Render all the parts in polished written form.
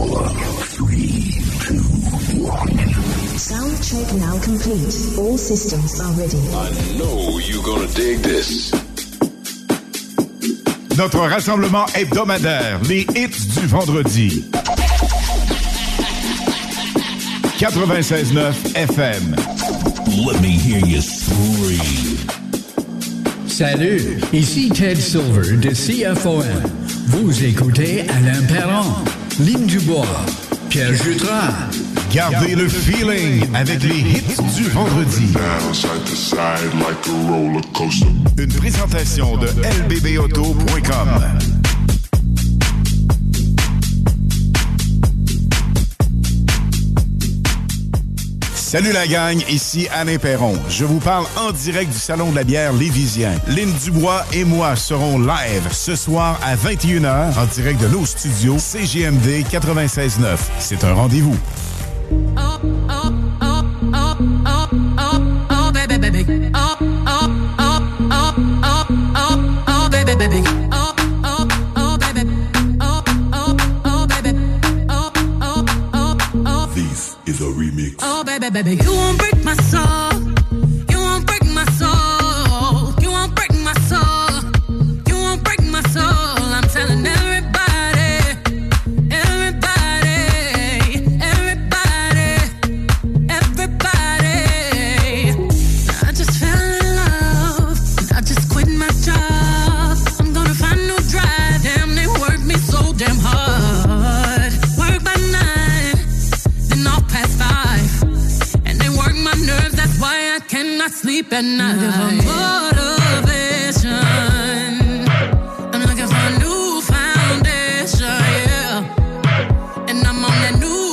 3, 2, 1. Sound check now complete. All systems are ready. I know you're gonna dig this. Notre rassemblement hebdomadaire, les hits du vendredi. 96.9 FM. Let me hear you scream. Salut, ici Ted Silver de CFOM. Vous écoutez Alain Perron, Lynn Dubois, Pierre Jutras. Gardez le feeling avec les hits du vendredi. Une présentation de lbbauto.com. Salut la gang, ici Alain Perron. Je vous parle en direct du Salon de la bière Lévisien. Lynn Dubois et moi serons live ce soir à 21h en direct de nos studios CJMD 96.9. C'est un rendez-vous. Baby, baby. Baby, baby. This is a remix. Oh, baby, baby, you won't break my soul. You won't break my soul. You won't break my soul. You won't break my soul. I'm telling everybody, everybody, everybody, everybody. I just fell in love. I just quit my job. I'm gonna find no drive. Damn, they work me so damn hard. Work by 9, then off past 5. And they work my nerves, that's why I cannot sleep at night. I'm looking for motivation. I'm looking for a new foundation, yeah. And I'm on that new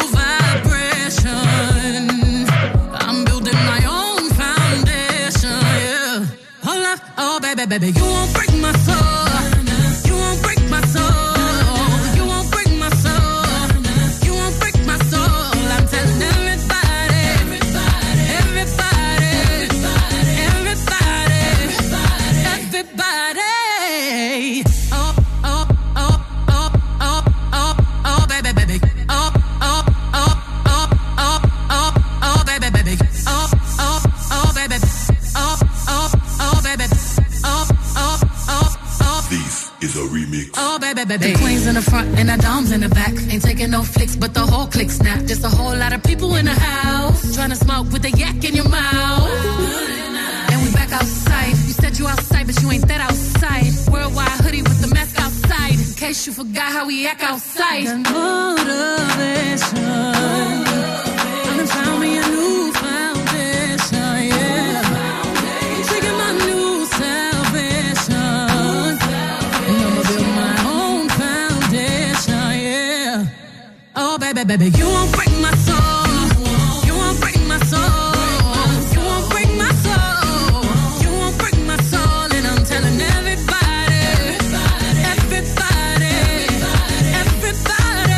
vibration. I'm building my own foundation, yeah. Hold up, oh baby, baby, you won't break my soul. You won't break my soul. You won't break my soul. You won't break my soul. I'm telling everybody, everybody, everybody, everybody, everybody. Oh, oh, oh, oh, oh, oh, oh, baby, baby. Oh, oh, oh, oh, oh, oh, oh, baby, baby. Oh, oh, oh, baby. Oh, oh, oh, baby. Oh, oh, oh, oh. This is a remix. Oh, baby, baby. The queen's in the front and the dom's in the back. Ain't taking no flicks, but the whole click snap. Just a whole lot of people in the house. Trying to smoke with the yak in your mouth. And we back outside. You said you outside, but you ain't that outside. Worldwide hoodie with the mask outside. In case you forgot how we act outside. The motivation. I done found me a new foundation, yeah. Taking my new salvation. And I'ma build my own foundation, yeah. Oh, baby, baby, you won't break my soul. You won't break my soul. You won't break my soul. You won't break my soul. And I'm telling everybody, everybody, everybody,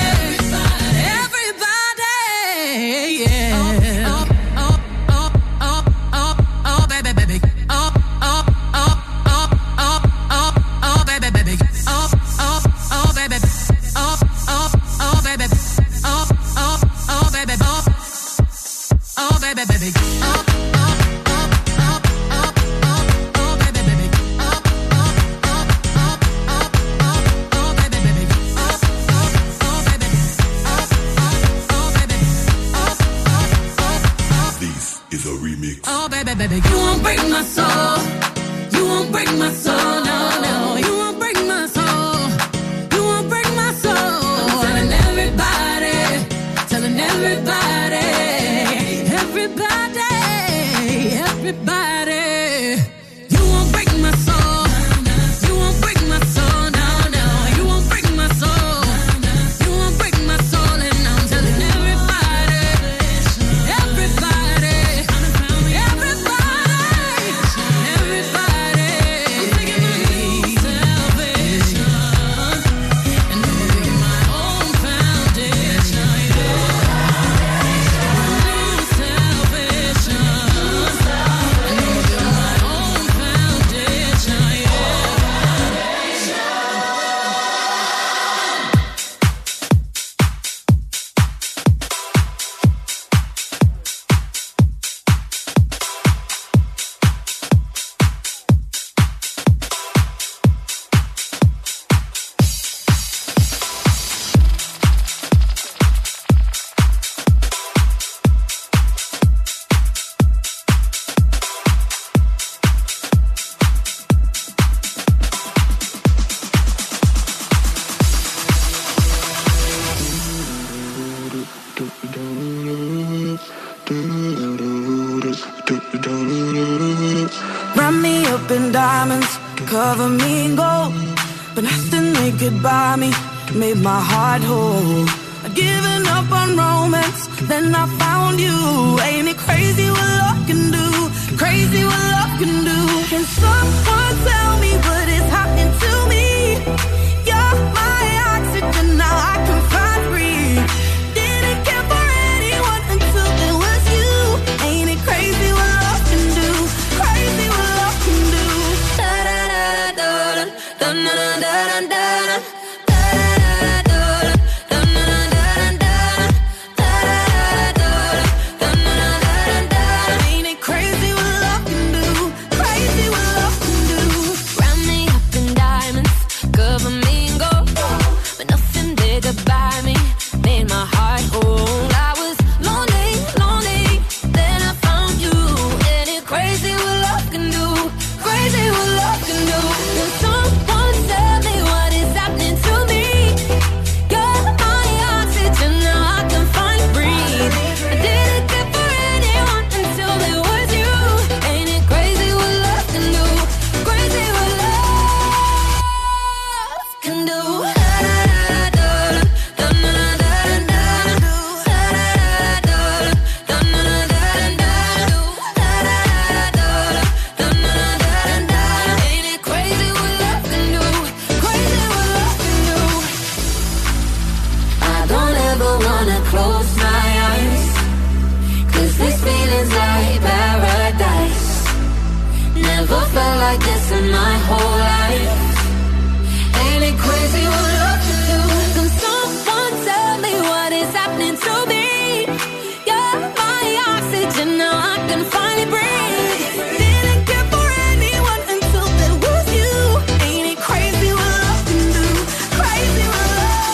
everybody, yeah. Oh, oh, oh, oh, oh, oh, baby, baby. Oh, oh, oh, oh, oh, oh, oh, baby, baby. Oh, oh, oh, baby. Oh, oh, oh, baby. Oh, oh, oh, baby. Oh, oh, baby, baby. Oh, oh, oh, oh, oh, oh, oh, baby, baby. Oh, oh, oh, oh, oh, oh, oh, baby, baby. Oh, oh, oh, baby. Oh, oh, oh, baby. Oh, oh, oh, oh. This is a remix. Oh, baby, baby, you won't break my soul. You won't break my soul, no, no. You won't break my soul. You won't break my soul. I'm telling everybody, telling everybody, everybody, everybody. You won't break my soul. You won't break my soul, no, no. You won't break my soul. You won't break my soul, and I'm telling everybody, everybody, everybody, everybody. I'm taking cover me in gold, but nothing they could buy me made my heart whole. I'd given up on romance, then I found you. Ain't it crazy what love can do? Crazy what love can do. Can someone tell me what is happening to me? You're my oxygen, now I can find breathe. Didn't care for anyone until it was you. Ain't it crazy what love can do? Crazy what love can do. Da da da da da da da da da da. Like this in my whole life. Ain't it crazy what love can do? Can someone tell me what is happening to me? You're my oxygen, now I can finally breathe. Didn't care for anyone until there was you. Ain't it crazy what love can do? Crazy what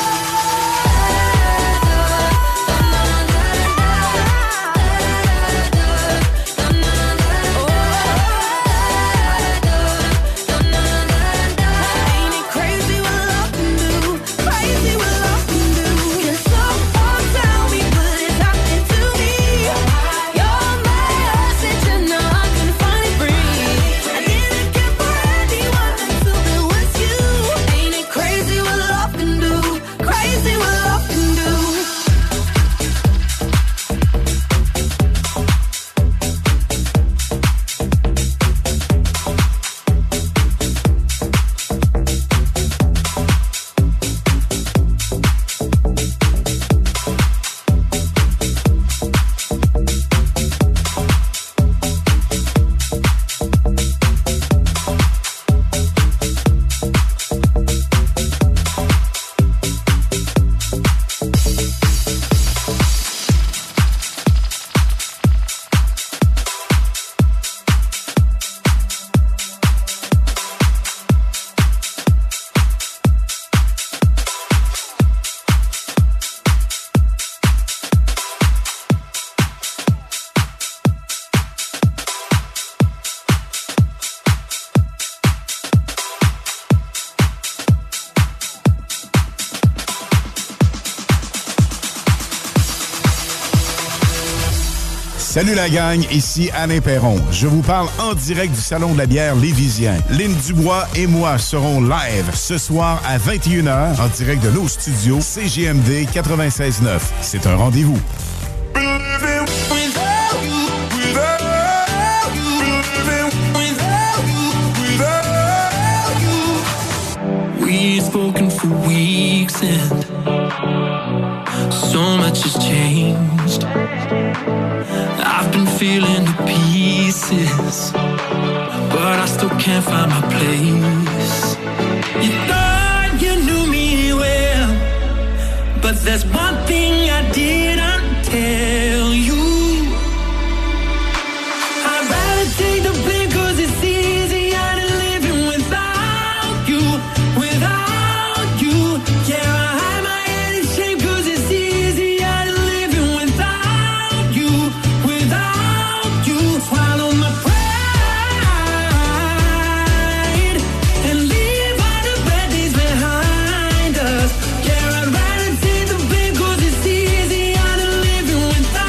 Salut la gang, ici Alain Perron. Je vous parle en direct du Salon de la bière Lévisien. Lynn Dubois et moi serons live ce soir à 21h en direct de nos studios CGMD 96.9. C'est un rendez-vous. We've spoken for weeks and so much has changed. I've been feeling the pieces, but I still can't find my place. You thought you knew me well, but there's one thing I didn't tell you. I'd rather take the blame 'cause it's easier than living without you, without you. Yeah, I hide my head in shame 'cause it's easier than living without you, without you. Swallow my pride and leave all the bad days behind us. Yeah, I'd rather take the blame 'cause it's easier than living without you.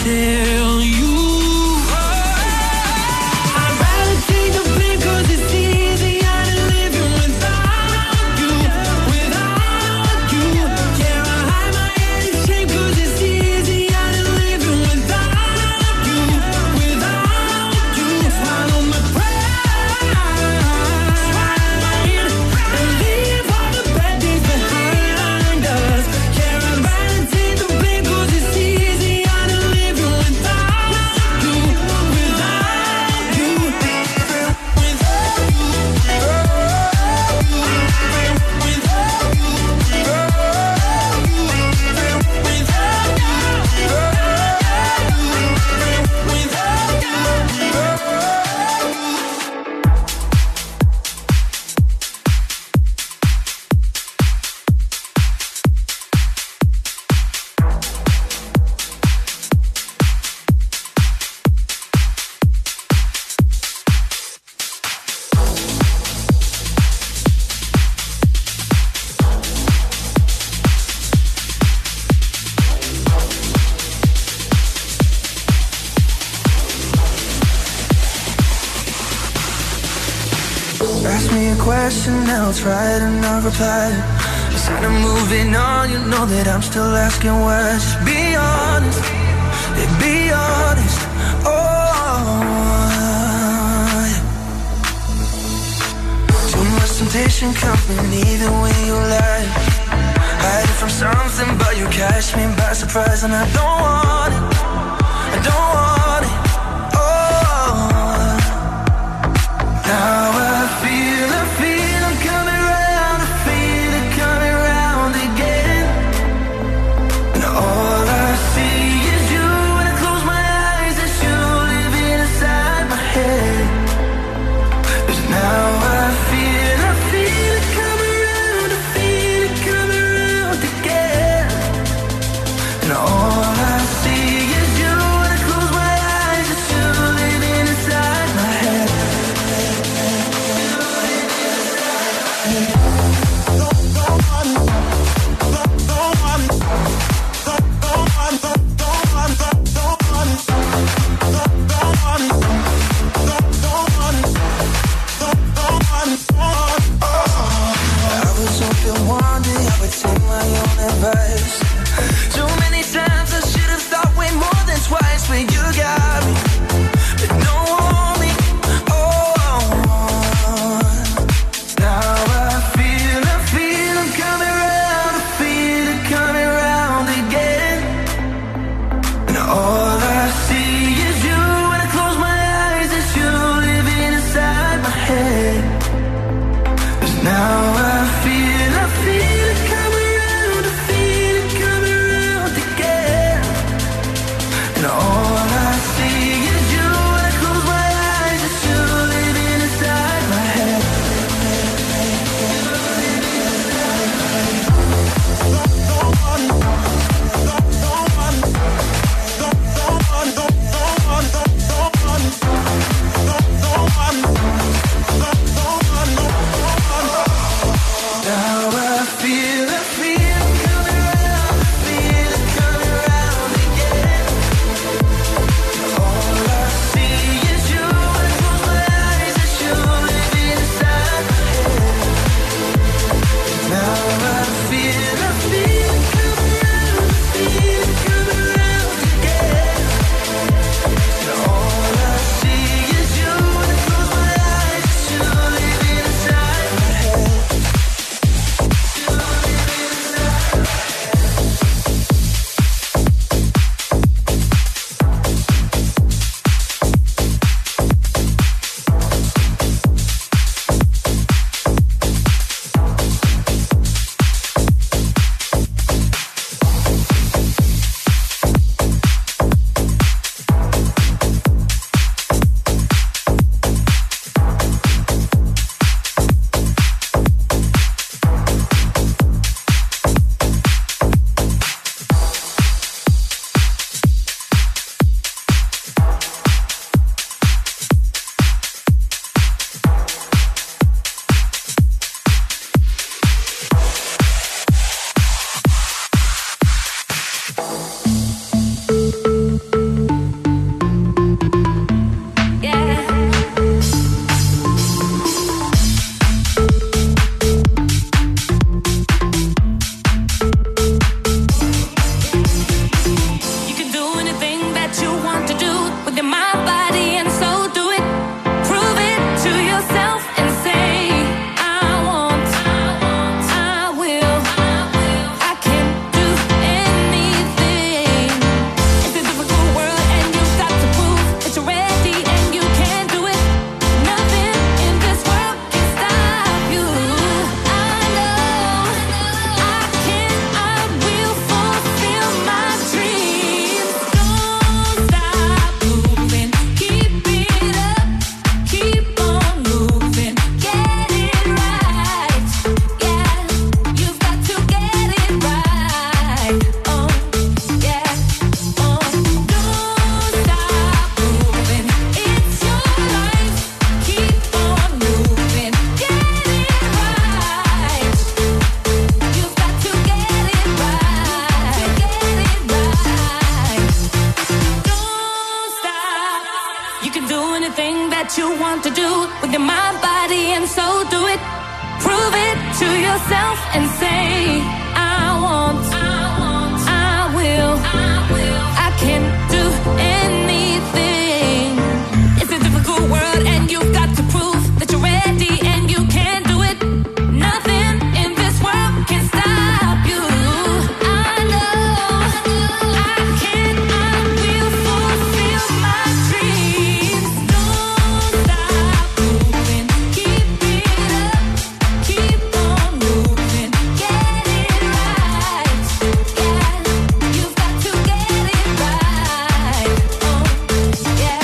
tell you. I'd rather take the pain 'cause it's easier than living without you, without you. Yeah, I hide my head in shame 'cause it's easier than living without you, without you. Swallow my pride, and leave all the bad days behind us. Yeah, I'd rather take the pain 'cause it's easier than living without you, without you, Ask me a question, I'll try it and I'll reply. Instead of moving on, you know that I'm still asking why. Just be honest, yeah, be honest. Oh, yeah. Too much temptation coming either way you lie. Hiding from something, but you catch me by surprise, and I don't want it. I don't want it. Oh, now I feel I'm coming round, I feel it coming round again. And all I see is you when I close my eyes, it's you living inside my head. 'Cause now I feel it coming round, I feel it coming round again. And all I see can do anything that you want to do with your mind, body, and soul. Do it. Prove it to yourself and say, I want, I will, I can do anything. It's a difficult world and you've got to prove that you're ready and you can do it. Nothing in this world can stop you. I know I can, I will fulfill my dreams. Don't stop moving, keep it up, keep on moving, get it right. Yeah, you've got to get it right. Oh, yeah.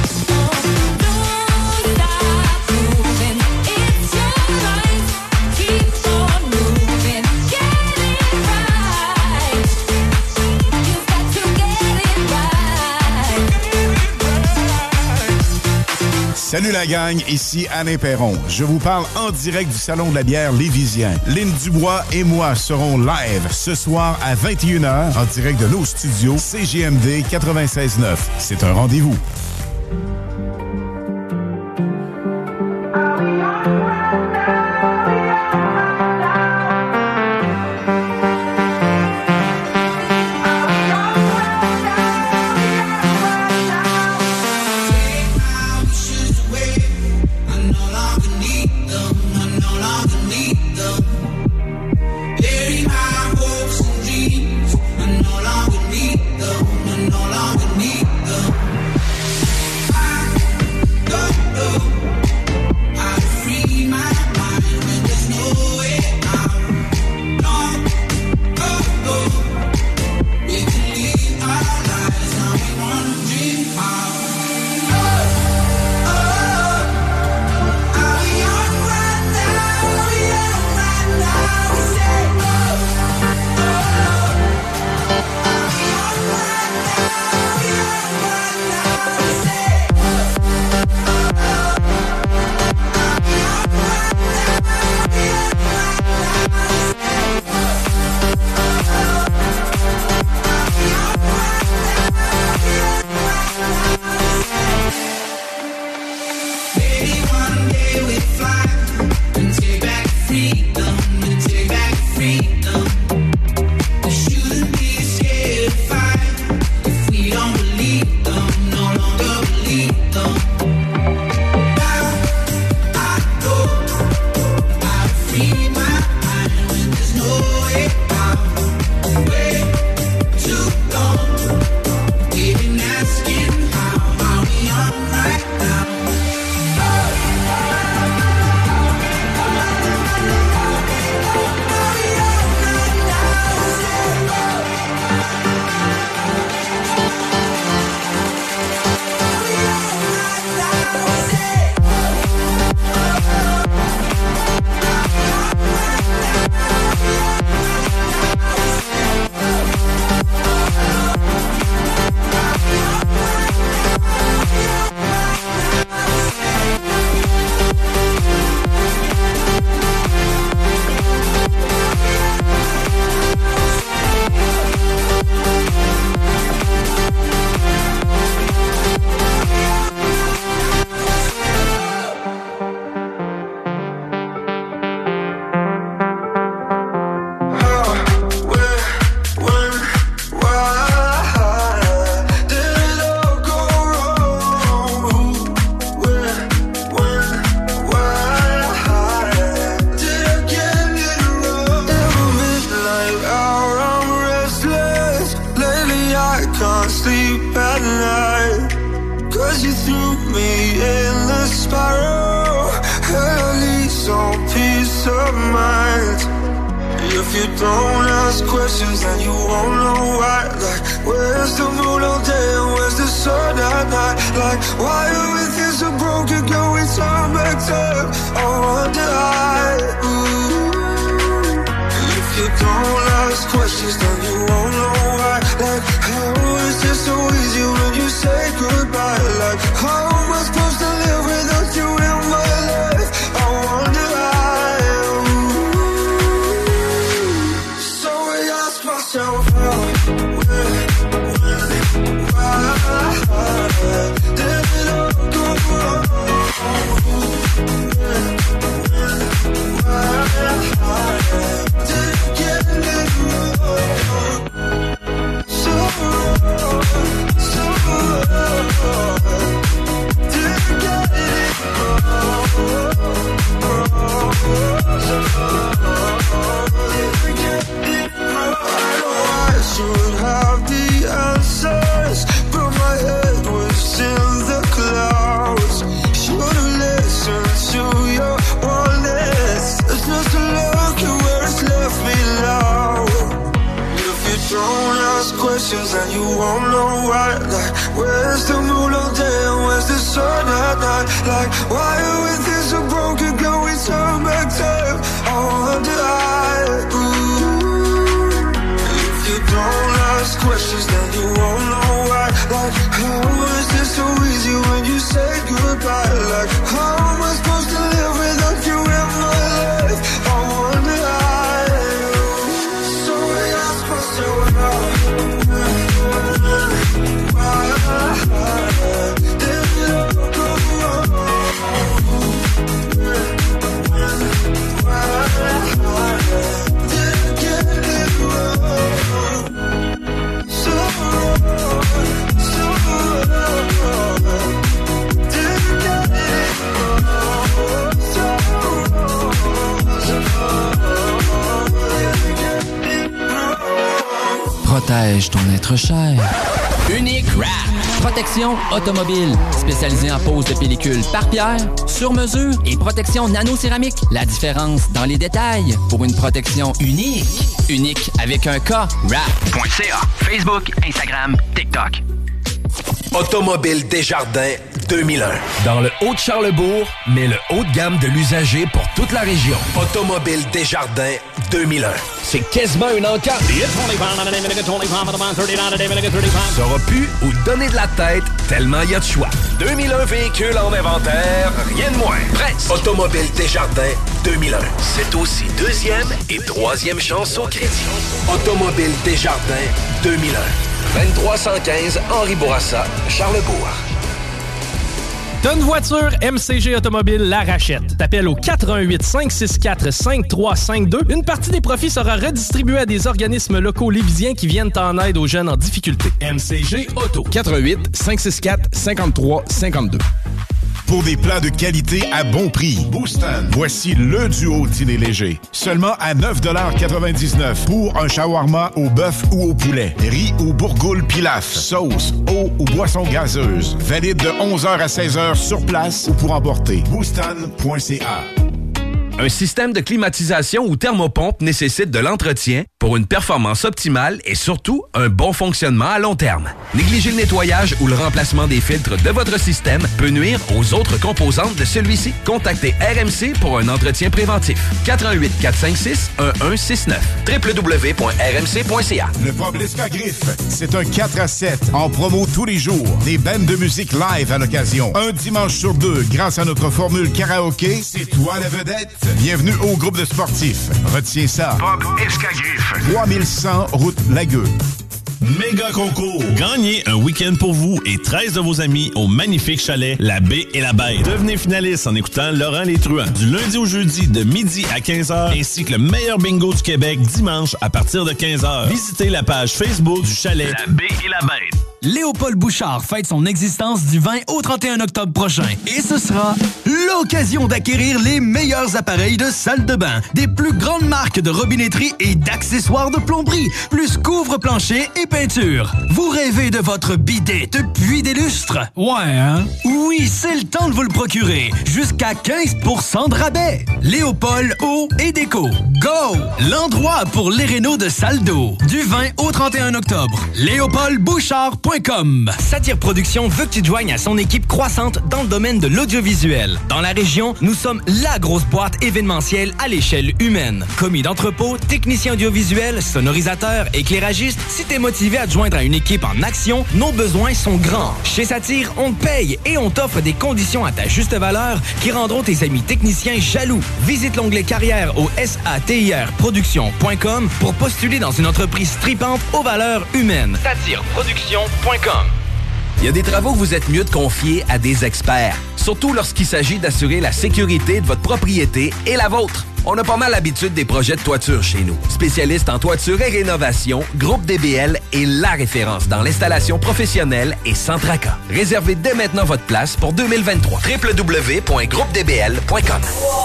Don't stop moving, it's your life. Keep on moving, get it right. You've got to get it right. Salut la gang, ici Alain Perron. Je vous parle en direct du Salon de la bière Lévisien. Lynn Dubois et moi serons live ce soir à 21h en direct de nos studios CGMD 96.9. C'est un rendez-vous. Did it all at night. Like, why are we this so broken? Can we turn back time? I wonder if you don't ask questions, then you won't know why. Like, how is this so easy when you say goodbye? Like, how am I supposed to live without you in my life? I wonder so we ask questions. Protège ton être cher. Unique Wrap. Protection automobile. Spécialisée en pose de pellicule par pierre, sur mesure et protection nano-céramique. La différence dans les détails pour une protection unique. Unique avec un K. Wrap.ca. Facebook, Instagram, TikTok. Automobile Desjardins 2001. Dans le Haut-de-Charlebourg, mais le haut de gamme de l'usager pour toute la région. Automobile Desjardins 2001. C'est quasiment une encarte. Saura plus où donner de la tête tellement il y a de choix. 2001 véhicules en inventaire, rien de moins. Presse. Automobile Desjardins 2001. C'est aussi deuxième et troisième chance au crédit. Automobile Desjardins 2001. 2315 Henri Bourassa, Charlebourg. T'as une voiture, MCG Automobile la rachète. T'appelles au 418 564 5352. Une partie des profits sera redistribuée à des organismes locaux lévisiens qui viennent en aide aux jeunes en difficulté. MCG Auto. 418 564 5352. Pour des plats de qualité à bon prix, Booston. Voici le duo dîner léger. Seulement à 9,99$ pour un shawarma au bœuf ou au poulet. Riz ou bourgoule pilaf. Sauce, eau ou boisson gazeuse. Valide de 11h à 16h sur place ou pour emporter. Booston.ca. Un système de climatisation ou thermopompe nécessite de l'entretien pour une performance optimale et surtout un bon fonctionnement à long terme. Négliger le nettoyage ou le remplacement des filtres de votre système peut nuire aux autres composantes de celui-ci. Contactez RMC pour un entretien préventif. 418 456 1169 www.rmc.ca. Le Pub l'Escogriffe, c'est un 4 à 7 en promo tous les jours. Des bandes de musique live à l'occasion. Un dimanche sur deux, grâce à notre formule karaoké, c'est toi la vedette. Bienvenue au groupe de sportifs. Retiens ça. Pub Escogriffe. 3100 route Lagueux. Méga concours. Gagnez un week-end pour vous et 13 de vos amis au magnifique chalet La Baie et la Bête. Devenez finaliste en écoutant Laurent Les Truands du lundi au jeudi de midi à 15h ainsi que le meilleur bingo du Québec dimanche à partir de 15h. Visitez la page Facebook du chalet La Baie et la Bête. Léopold Bouchard fête son existence du 20 au 31 octobre prochain. Et ce sera l'occasion d'acquérir les meilleurs appareils de salle de bain, des plus grandes marques de robinetterie et d'accessoires de plomberie, plus couvre-plancher et peinture. Vous rêvez de votre bidet depuis des lustres? Ouais, hein? Oui, c'est le temps de vous le procurer. Jusqu'à 15% de rabais. Léopold Eau et Déco. Go! L'endroit pour les rénaux de salle d'eau. Du 20 au 31 octobre. LéopoldBouchard.com. Satire Productions veut que tu te joignes à son équipe croissante dans le domaine de l'audiovisuel. Dans la région, nous sommes la grosse boîte événementielle à l'échelle humaine. Commis d'entrepôt, technicien audiovisuel, sonorisateur, éclairagiste, si t'es motivé à te joindre à une équipe en action, nos besoins sont grands. Chez Satire, on te paye et on t'offre des conditions à ta juste valeur qui rendront tes amis techniciens jaloux. Visite l'onglet carrière au satirproduction.com pour postuler dans une entreprise tripante aux valeurs humaines. Satireproduction.com. Il y a des travaux que vous êtes mieux de confier à des experts, surtout lorsqu'il s'agit d'assurer la sécurité de votre propriété et la vôtre. On a pas mal l'habitude des projets de toiture chez nous. Spécialiste en toiture et rénovation, Groupe DBL est la référence dans l'installation professionnelle et sans tracas. Réservez dès maintenant votre place pour 2023. www.groupedbl.com.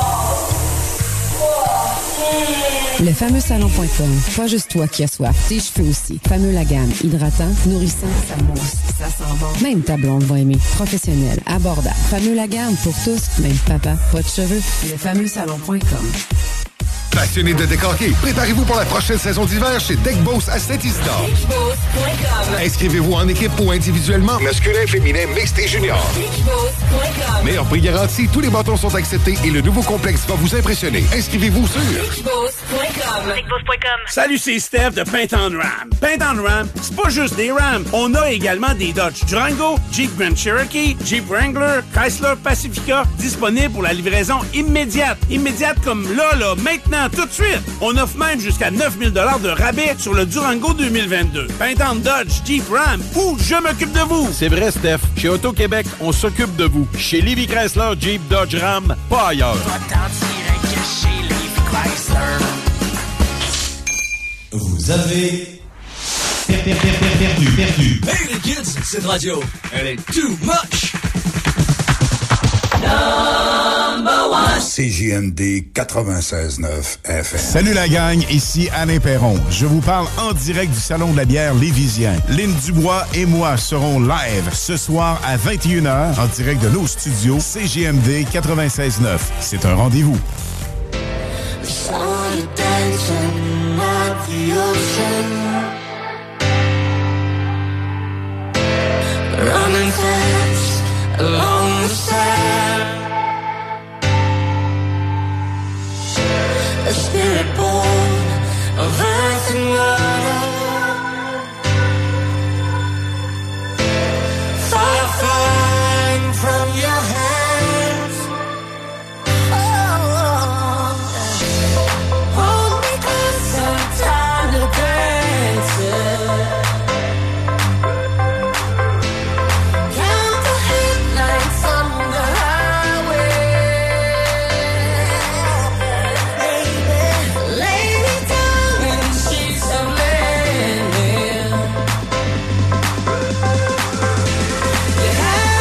Le fameux salon.com. Pas juste toi qui as soif, tes cheveux aussi. Fameux la gamme. Hydratant, nourrissant, ça mousse, ça sent bon. Même ta blonde va aimer. Professionnel, abordable. Fameux la gamme pour tous, même papa, pas de cheveux. Le fameux salon.com. Passionné de décorquer, préparez-vous pour la prochaine saison d'hiver chez Deck Boss à Saint-Isidore. Inscrivez-vous en équipe ou individuellement, masculin, féminin, mixte et junior. Meilleur prix garanti, tous les bâtons sont acceptés et le nouveau complexe va vous impressionner. Inscrivez-vous sur Salut, c'est Steph de Paint on Ram. Paint on Ram, c'est pas juste des Rams. On a également des Dodge Durango, Jeep Grand Cherokee, Jeep Wrangler, Chrysler Pacifica, disponibles pour la livraison immédiate. Immédiate comme là, maintenant, tout de suite. On offre même jusqu'à 9 000 $ de rabais sur le Durango 2022. Paint on Dodge, Jeep Ram, ou je m'occupe de vous. C'est vrai, Steph. Chez Auto-Québec, on s'occupe de vous. Chez Lévis Chrysler, Jeep, Dodge, Ram, pas ailleurs. Vous avez perdu. Hey les kids, cette radio, elle est too much. Number one. CJMD 96.9 FM. Salut la gang, ici Alain Perron. Je vous parle en direct du Salon de la bière lévisien. Lynn Dubois et moi serons live ce soir à 21h en direct de nos studios CJMD 96.9. C'est un rendez-vous. Running fast along the sand, a spirit born of earth and water, fire flying from your hands. Hold me close, I'm tired of dancing. Yeah.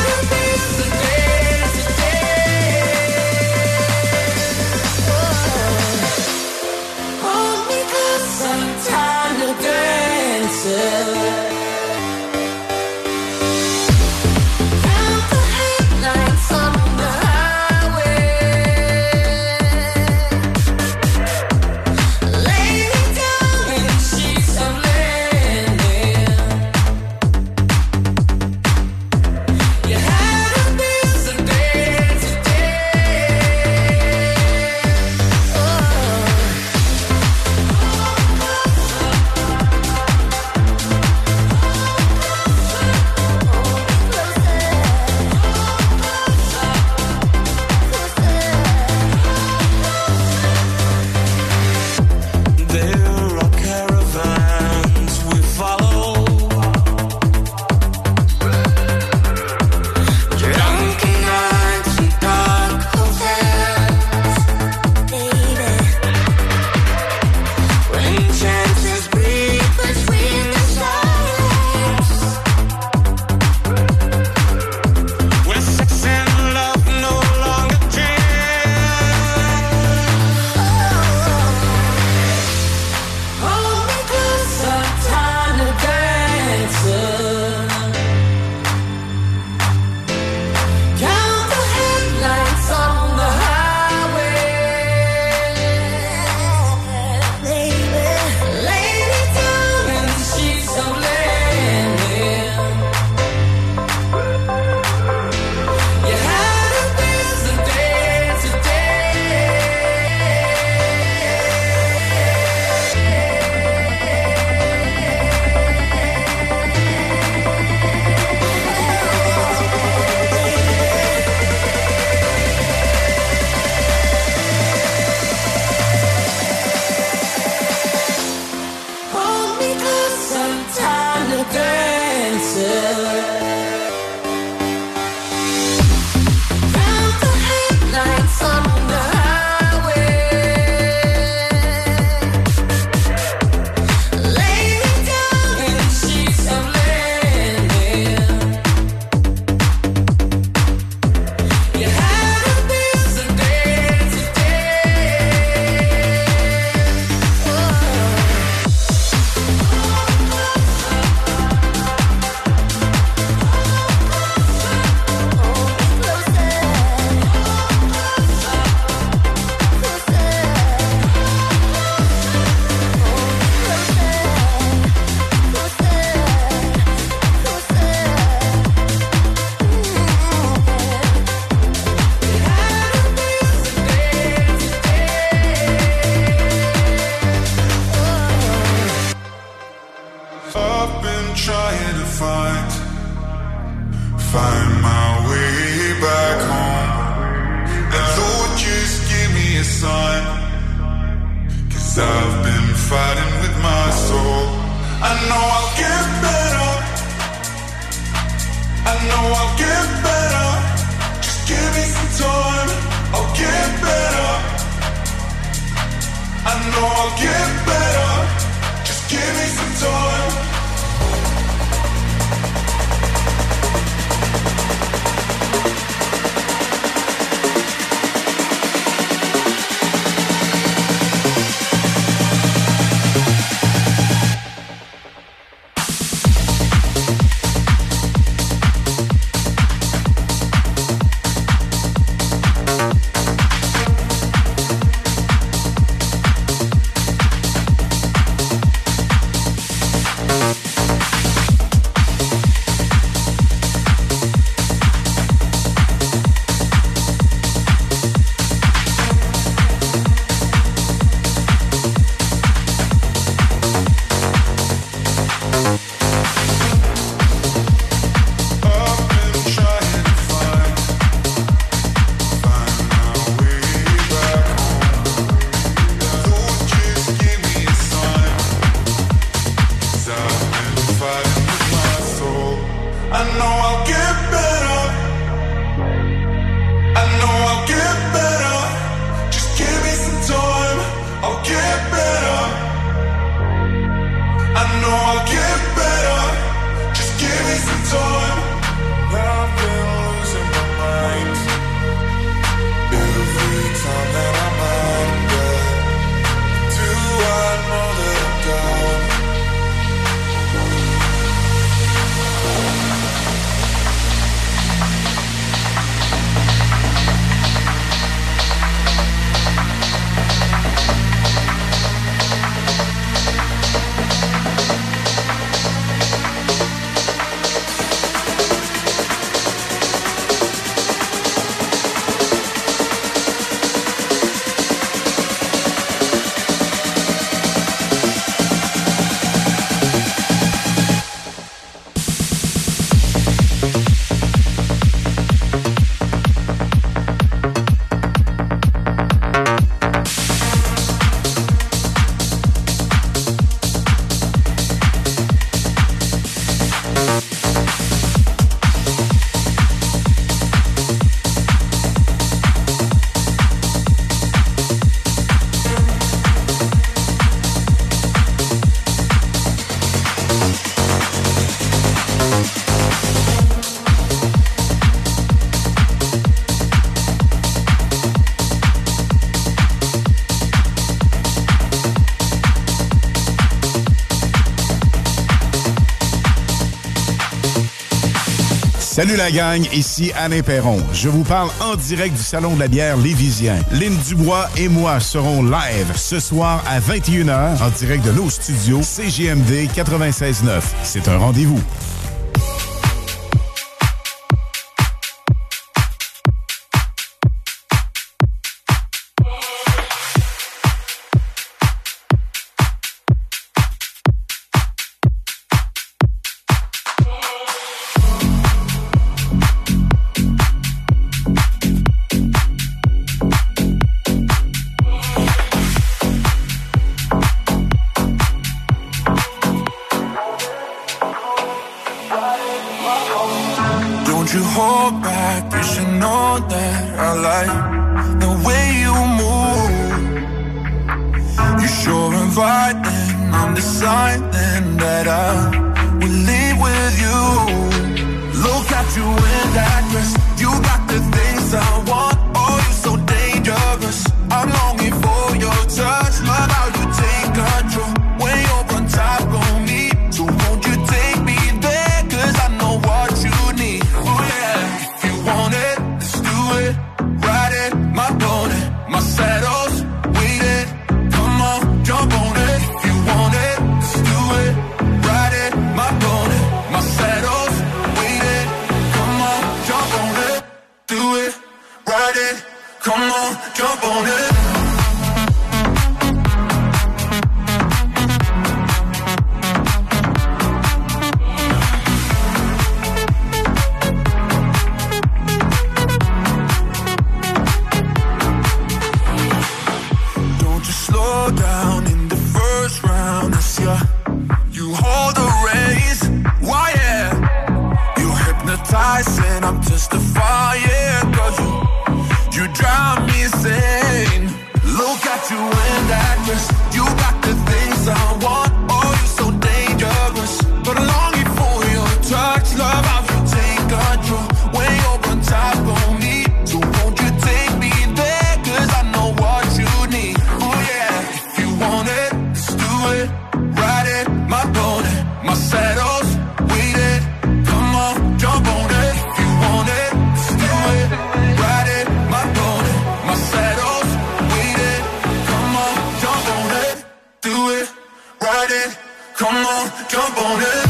'Cause I've been fighting with my soul. I know I'll get better. I know I'll get better. Just give me some time. I'll get better. I know I'll get better. Just give me some time. Salut la gang, ici Alain Perron. Je vous parle en direct du Salon de la bière Lévisien. Lynn Dubois et moi serons live ce soir à 21h en direct de nos studios CJMD 96.9. C'est un rendez-vous. Slow down. enticing, I'm testifying. Cause you drive me insane. Look at you in that dress. You got the things I want. Oh, you're so dangerous. But I'm longing for your touch. Love how you take control. When you're on top of me. So won't you take me there? Cause I know what you need. Oh yeah, if you want it, let's do it. Ride it, my pony, my saddle's waiting. Come on, jump on it. If you want it, let's do it. Ride it, my pony, my saddle's waiting. Come on, jump on it. Do it, ride it. Come on, jump on it.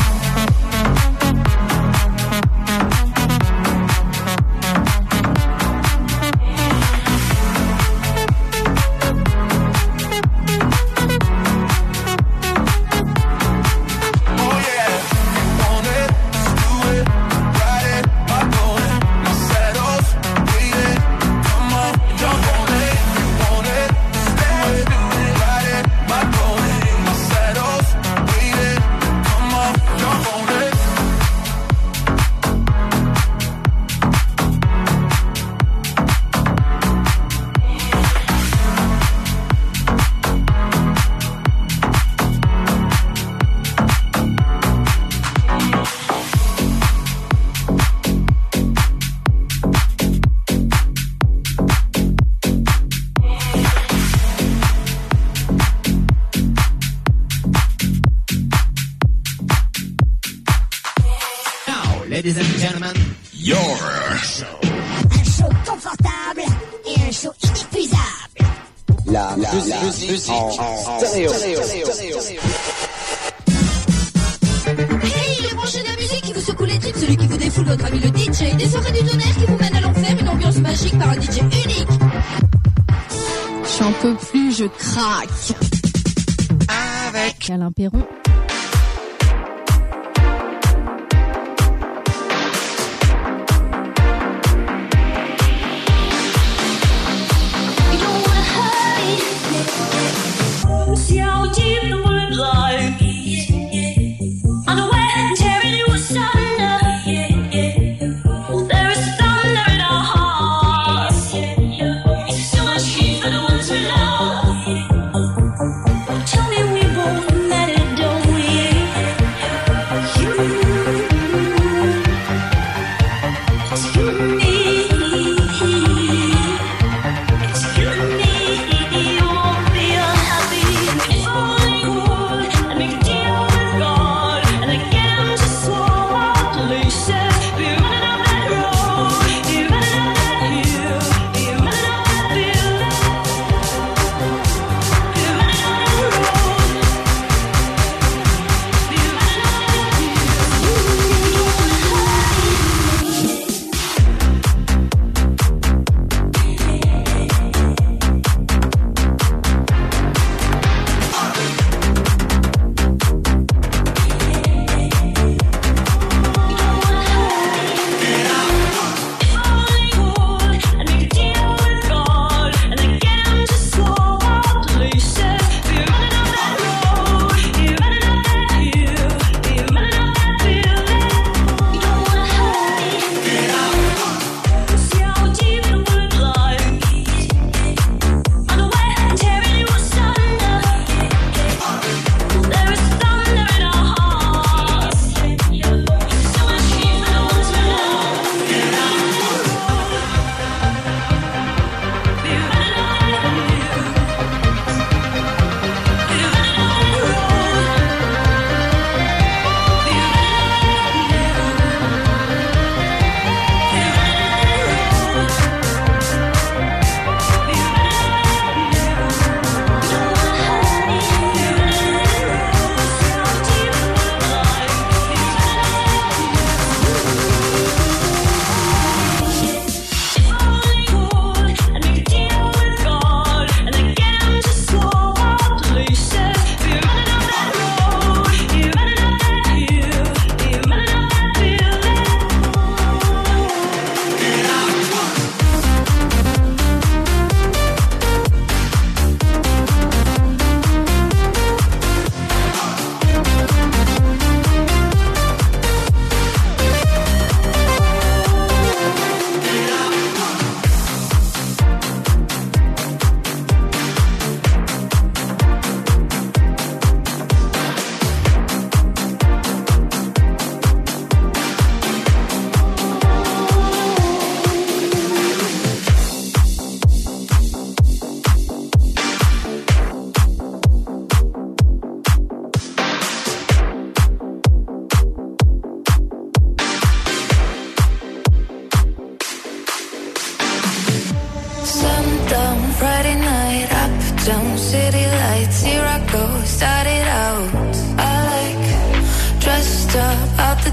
Ladies and gentlemen, your show. Un show confortable et un show inépuisable. La musique en stéréo. Hey, le branché de la musique qui vous secoue les tripes, celui qui vous défoule, votre ami le DJ. Des soirées du tonnerre qui vous mènent à l'enfer, une ambiance magique par un DJ unique. J'en peux plus, je craque. Avec Alain Perron. See how deep the wood lies. On the wet and tearing you asunder. There is thunder in our hearts. It's so much heat for the ones we love. Tell me we both met it, don't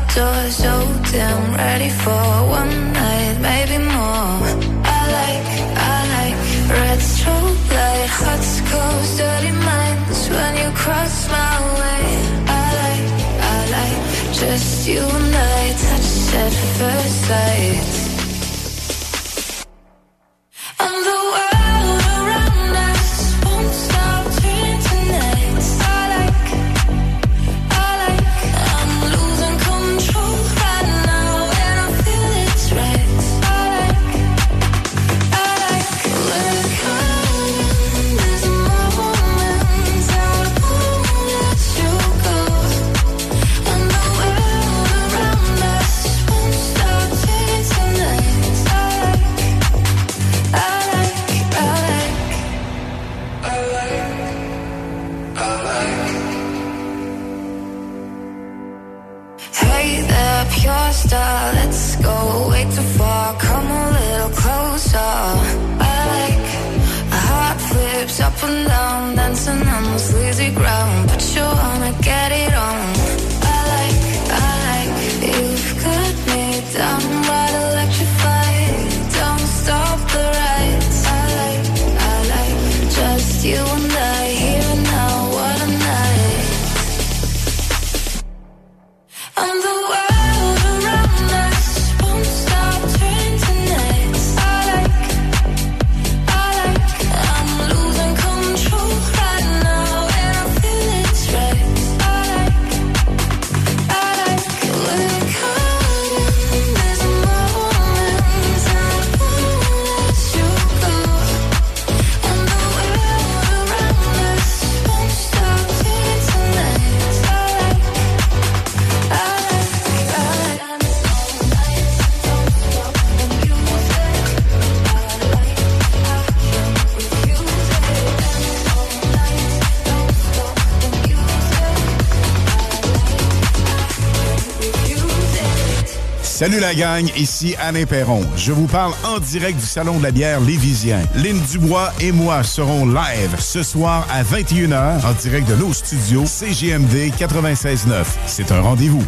Doors open, ready for one night, maybe more. I like red strobe light, hot scores, dirty minds. When you cross my way, I like just you and I, touch at first sight. And the world around us won't stop turning tonight. I'm losing control right now, and I feel it's right. We're caught in this moment, I won't let you go. And the world around us won't stop turning tonight. Hey there, pure star, let's go way too far, come a little closer. I like hot flips up and down, dancing on the sleazy ground, but you wanna get it on. I like, you've got me down right electrified, don't stop the ride. I like, just you and I, here and now, what a night. And the world around us won't stop turning tonight. I'm losing control right now, and I feel it's right. We're caught in this moment, I won't let you go. And the world around us won't stop turning tonight. Salut la gang, ici Alain Perron. Je vous parle en direct du Salon de la bière Lévisien. Lynn Dubois et moi serons live ce soir à 21h en direct de nos studios CGMD 96.9. C'est un rendez-vous.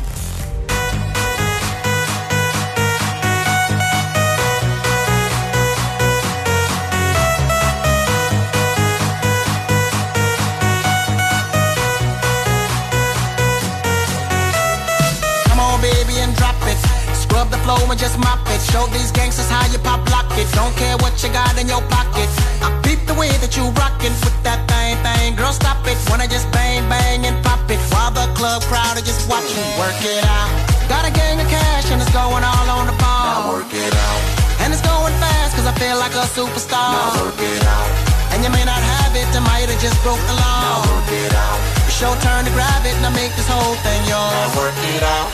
Come on, baby, and drop it. Scrub the flow and just mop it. Show these gangsters how you pop lock it. Don't care what you got in your pocket. I peep the way that you rockin' with that thing. Girl, stop it. Wanna just bang, bang, and pop it. While the club crowd are just watching. Work it out. Got a gang of cash and it's going all on the ball. Now work it out. And it's going fast cause I feel like a superstar. Now work it out. And you may not have it, I might have just broke the law. Now work it out. It's your turn to grab it and I make this whole thing yours. Now work it out.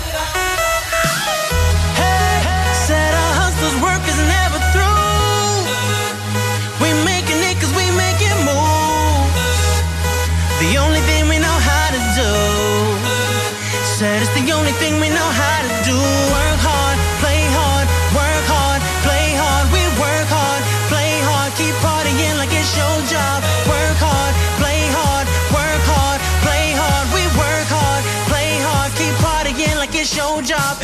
Said our hustlers' work is never through. We making it cause we making moves. The only thing we know how to do. Said it's the only thing we know how to do. Work hard, play hard, work hard, play hard. We work hard, play hard, keep partying like it's your job. Work hard, play hard, work hard, play hard. We work hard, play hard, keep partying like it's your job.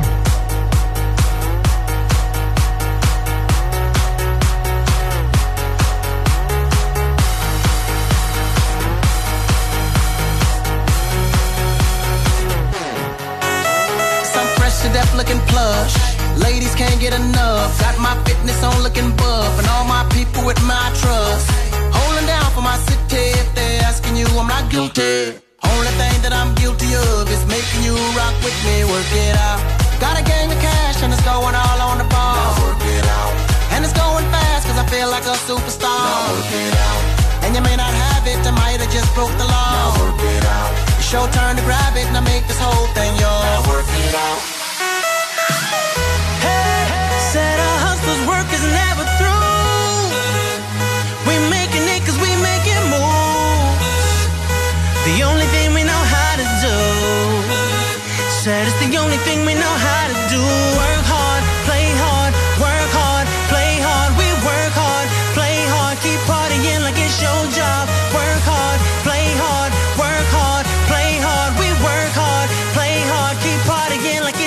To death looking plush. Ladies can't get enough. Got my fitness on looking buff. And all my people with my trust. Holding down for my city. If they're asking you, I'm not guilty. Only thing that I'm guilty of is making you rock with me. Work it out. Got a gang of cash and it's going all on the ball. Now work it out. And it's going fast cause I feel like a superstar. Now work it out. And you may not have it, I might have just broke the law. Now work it out. It's your turn to grab it and I make this whole thing yours. Now work it out. Said our hustlers' work is never through. We making it cause we making moves. The only thing we know how to do. Said it's the only thing we know how to do. Work hard, play hard, work hard, play hard. We work hard, play hard, keep partying like it's your job. Work hard, play hard, work hard, play hard. We work hard, play hard, keep partying like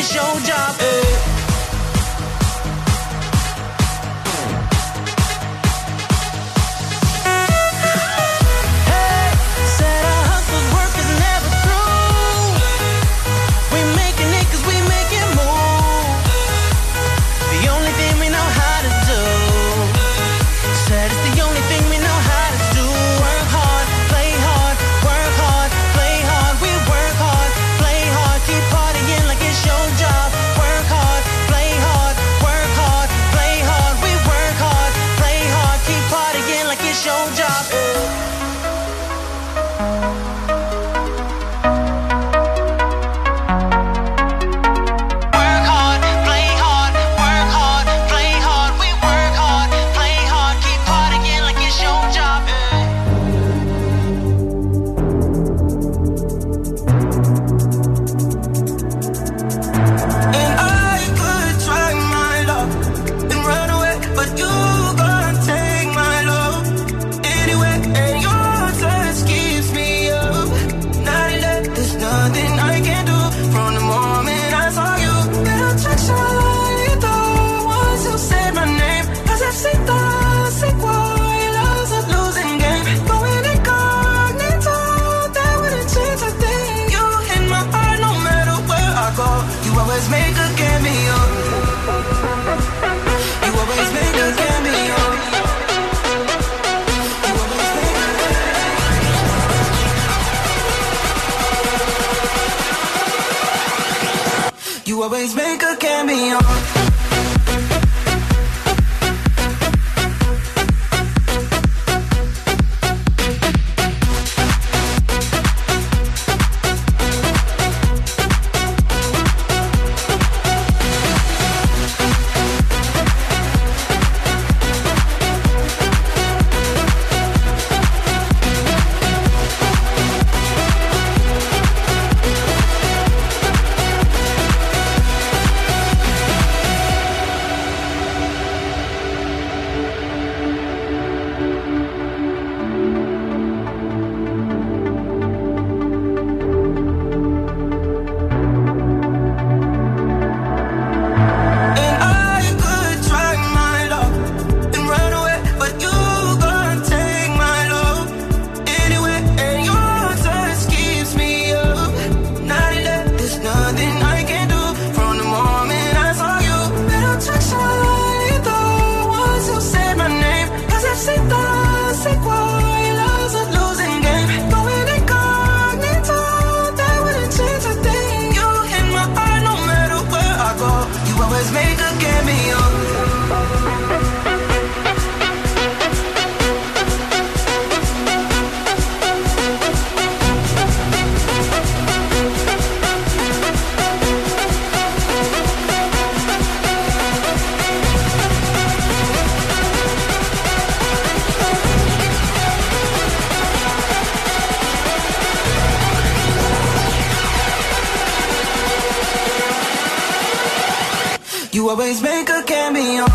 always make a cameo.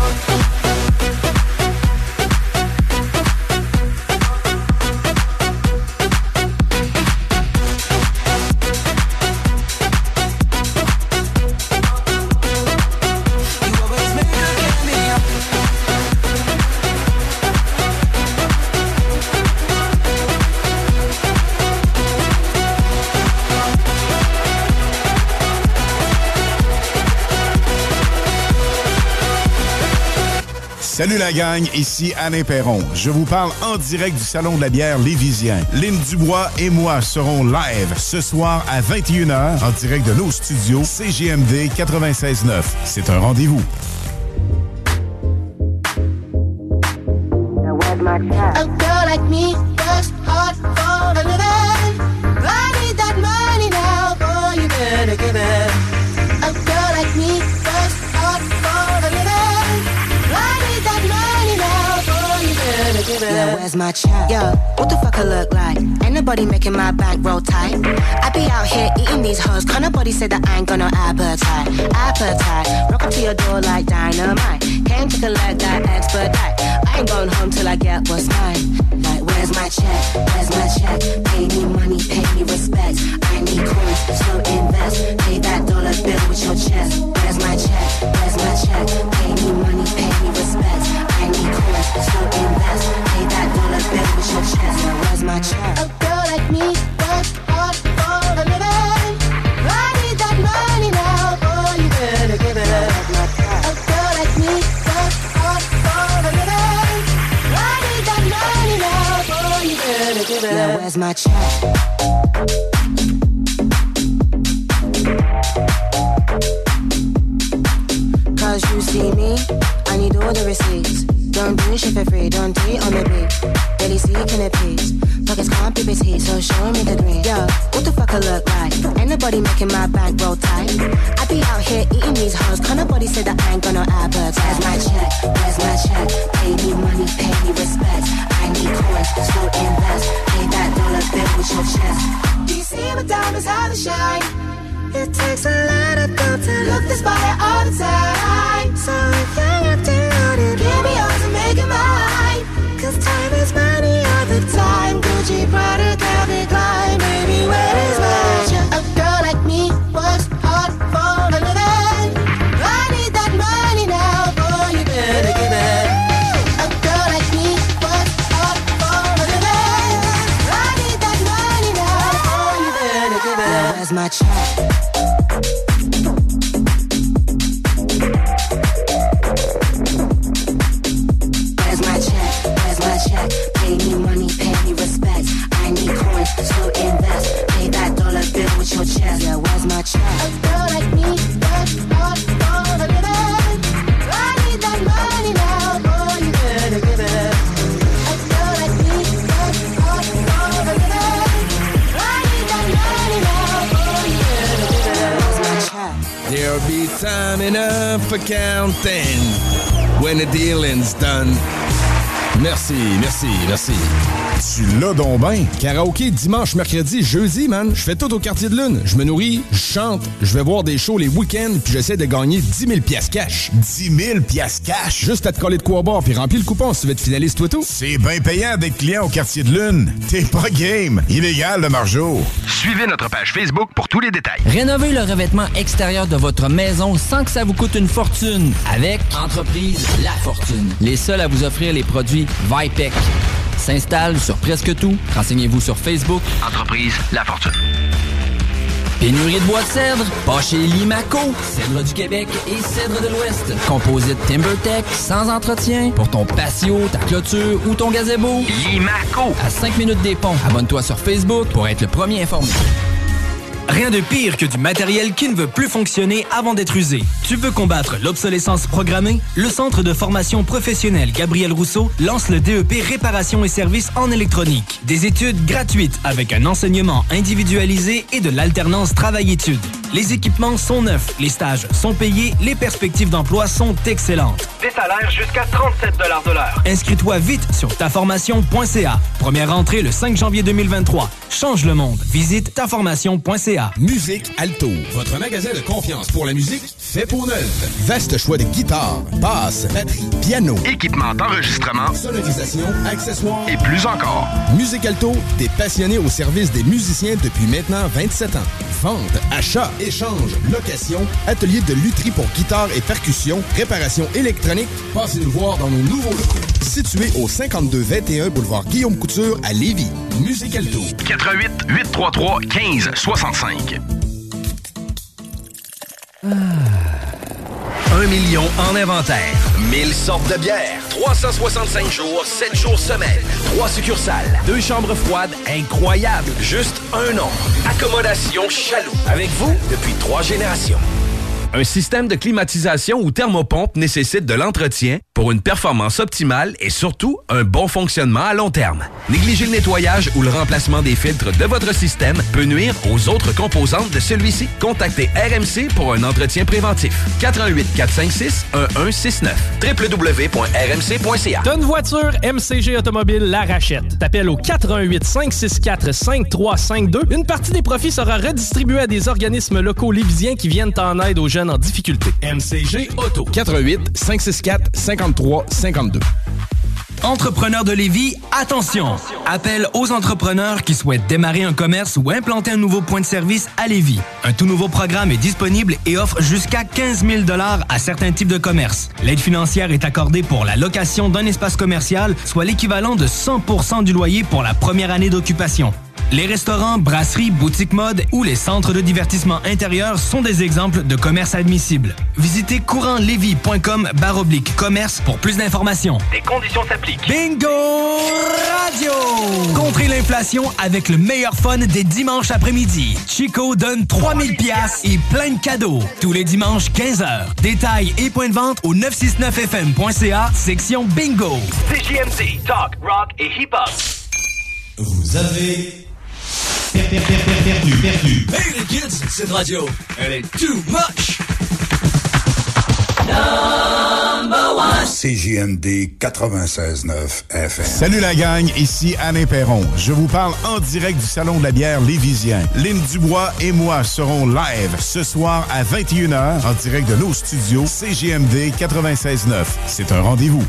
Salut la gang, ici Alain Perron. Je vous parle en direct du Salon de la bière Lévisien. Lynn Dubois et moi serons live ce soir à 21h en direct de nos studios CGMD 96.9. C'est un rendez-vous. A girl like me works hard for a living. I need that money now, boy, you better give it. A girl like me works hard for a living. I need that money now, boy, you better give it. Yeah, where's my check? Yo, what the fuck I look like? Ain't nobody making my bank roll tight. I be out here eating these hoes. Can't nobody say that I ain't got no appetite. Rock up to your door like dynamite. Came to collect that expedite. I ain't going home till I get what's mine. Like, where's my check? Where's my check? Pay me money, pay me respect. I need coins, so invest. Pay that dollar bill with your chest. Where's my check? Where's my check? Pay me money, pay me respect. I need coins, so invest. Pay that dollar bill with your chest. Now, where's my check? A girl like me works hard for a living. I need that money now, boy, you better give it up. A girl like me works hard for a living. I need that money now, boy, you better give it up. Now, where's my check? Cause you see me, I need all the receipts. Don't do shit for free, don't do it on the beat. Daily seeking a piece, pockets can't be busy, so show me the green. Yo, what the fuck I look like? Ain't nobody making my bank roll tight. I be out here eating these hoes, can't nobody say that I ain't got no appetite. Where's my check? Where's my check? Pay me money, pay me respect. I need coins, so invest. Pay that dollar bill with your chest. Do you see my diamonds, how they shine? It takes a lot of dough to look this body all the time. So if you're acting on it, give me yours and make it mine. Cause time is money all the time. Gucci, Prada, Calvin Klein. Baby, where is my check? A girl like me works hard for a living. I need that money now, boy, you better give it. A girl like me works hard for a living. I need that money now, boy, you better give it. Now, where's my check? Pay me money, pay me respect. I need coins, so invest. Pay that dollar bill with your chest. Yeah, where's my check? A girl like me works hard for a living. I need that money now, boy, you better give it. A girl like me works hard for a living. I need that money now, boy, you better give it. Where's my check? There'll be time enough for counting when the dealing's done. Merci. Tu l'as donc ben. Karaoké dimanche, mercredi, jeudi, man. Je fais tout au Quartier de Lune. Je me nourris, je chante, je vais voir des shows les week-ends, puis j'essaie de gagner 10 000 piastres cash. 10 000 piastres cash? Juste à te coller de quoi boire, puis remplir le coupon si tu veux être finaliste, toi tout. C'est bien payant d'être client au Quartier de Lune. T'es pas game. Illégal, le margeau. Suivez notre page Facebook pour tous les détails. Rénovez le revêtement extérieur de votre maison sans que ça vous coûte une fortune avec Entreprise La Fortune. Les seuls à vous offrir les produits Vipec. S'installe sur presque tout. Renseignez-vous sur Facebook. Entreprise La Fortune. Pénurie de bois de cèdre? Pas chez Limaco. Cèdre du Québec et cèdre de l'Ouest. Composite TimberTech, sans entretien. Pour ton patio, ta clôture ou ton gazebo. Limaco. À 5 minutes des ponts. Abonne-toi sur Facebook pour être le premier informé. Rien de pire que du matériel qui ne veut plus fonctionner avant d'être usé. Tu veux combattre l'obsolescence programmée? Le Centre de formation professionnelle Gabriel Rousseau lance le DEP Réparation et services en électronique. Des études gratuites avec un enseignement individualisé et de l'alternance travail-études. Les équipements sont neufs, les stages sont payés, les perspectives d'emploi sont excellentes. Des salaires jusqu'à 37 $ de l'heure. Inscris-toi vite sur taformation.ca. Première rentrée le 5 janvier 2023. Change le monde. Visite taformation.ca. Musique Alto, votre magasin de confiance pour la musique fait pour neuf. Vaste choix de guitares, basses, batteries, piano, équipement d'enregistrement, sonorisation, accessoires et plus encore. Musique Alto, des passionnés au service des musiciens depuis maintenant 27 ans. Vente, achat, échange, location, atelier de lutherie pour guitare et percussion, réparation électronique. Passez nous voir dans nos nouveaux locaux. Situé au 5221 boulevard Guillaume Couture à Lévis. Musique Alto. 88 833 15 65. 1 million en inventaire. 1000 sortes de bières. 365 jours, 7 jours semaine. 3 succursales. 2 chambres froides incroyables. Juste un nom. Accommodation Chaloux. Avec vous depuis 3 générations. Un système de climatisation ou thermopompe nécessite de l'entretien pour une performance optimale et surtout un bon fonctionnement à long terme. Négliger le nettoyage ou le remplacement des filtres de votre système peut nuire aux autres composantes de celui-ci. Contactez RMC pour un entretien préventif. 88 456 1169 www.rmc.ca. T'as une voiture, MCG Automobile la rachète. T'appelles au 88 564 5352. Une partie des profits sera redistribuée à des organismes locaux lévisiens qui viennent en aide aux jeunes en difficulté. MCG Auto. 88 564 53 52. Entrepreneurs de Lévis, attention! Appel aux entrepreneurs qui souhaitent démarrer un commerce ou implanter un nouveau point de service à Lévis. Un tout nouveau programme est disponible et offre jusqu'à 15 000 $ à certains types de commerces. L'aide financière est accordée pour la location d'un espace commercial, soit l'équivalent de 100% du loyer pour la première année d'occupation. Les restaurants, brasseries, boutiques mode ou les centres de divertissement intérieur sont des exemples de commerces admissibles. Visitez courantlévis.com/commerce pour plus d'informations. Des conditions s'appliquent. Bingo Radio! Contrez l'inflation avec le meilleur fun des dimanches après-midi. Chico donne 3000 $ et plein de cadeaux. Tous les dimanches, 15h. Détails et points de vente au 969fm.ca, section Bingo. CJMD, talk, rock et hip-hop. Vous avez perdu. Hey les kids, cette radio, elle est too much. Number one. CJMD 96.9 FM. Salut la gang, ici Alain Perron. Je vous parle en direct du Salon de la bière lévisien. Lynn Dubois et moi serons live ce soir à 21h en direct de nos studios CJMD 96.9. C'est un rendez-vous.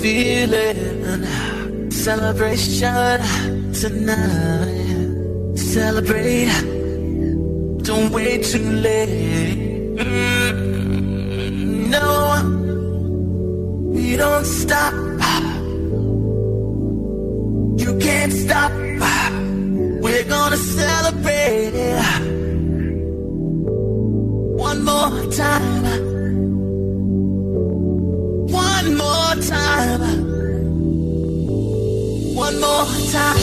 feeling. Celebration tonight. Celebrate. Don't wait too late. No, we don't stop. You can't stop. We're gonna celebrate. One more time. One more time. One more time.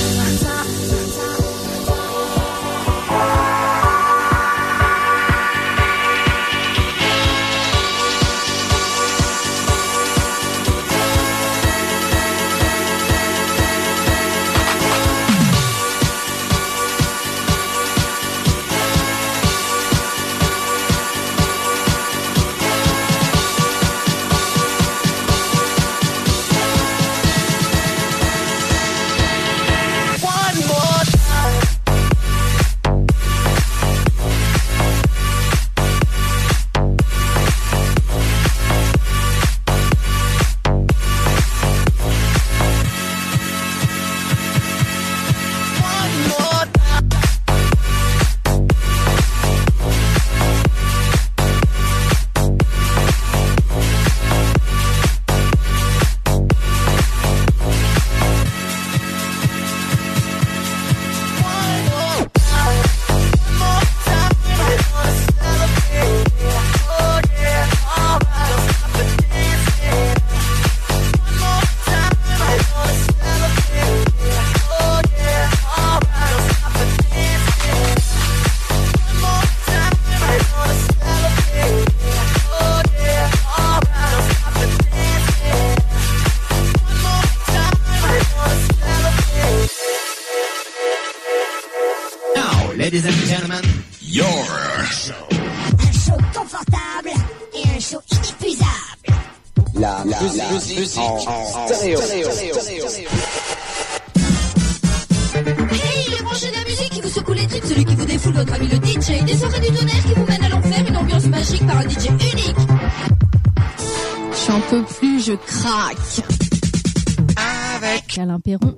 Ladies and gentlemen, your show. Un show confortable et un show inépuisable. La musique en stéréo. Hey, le branché de la musique qui vous secoue les tripes, celui qui vous défoule, votre ami le DJ. Des soirées du tonnerre qui vous mènent à l'enfer, une ambiance magique par un DJ unique. J'en peux plus, je craque. Avec Alain Perron.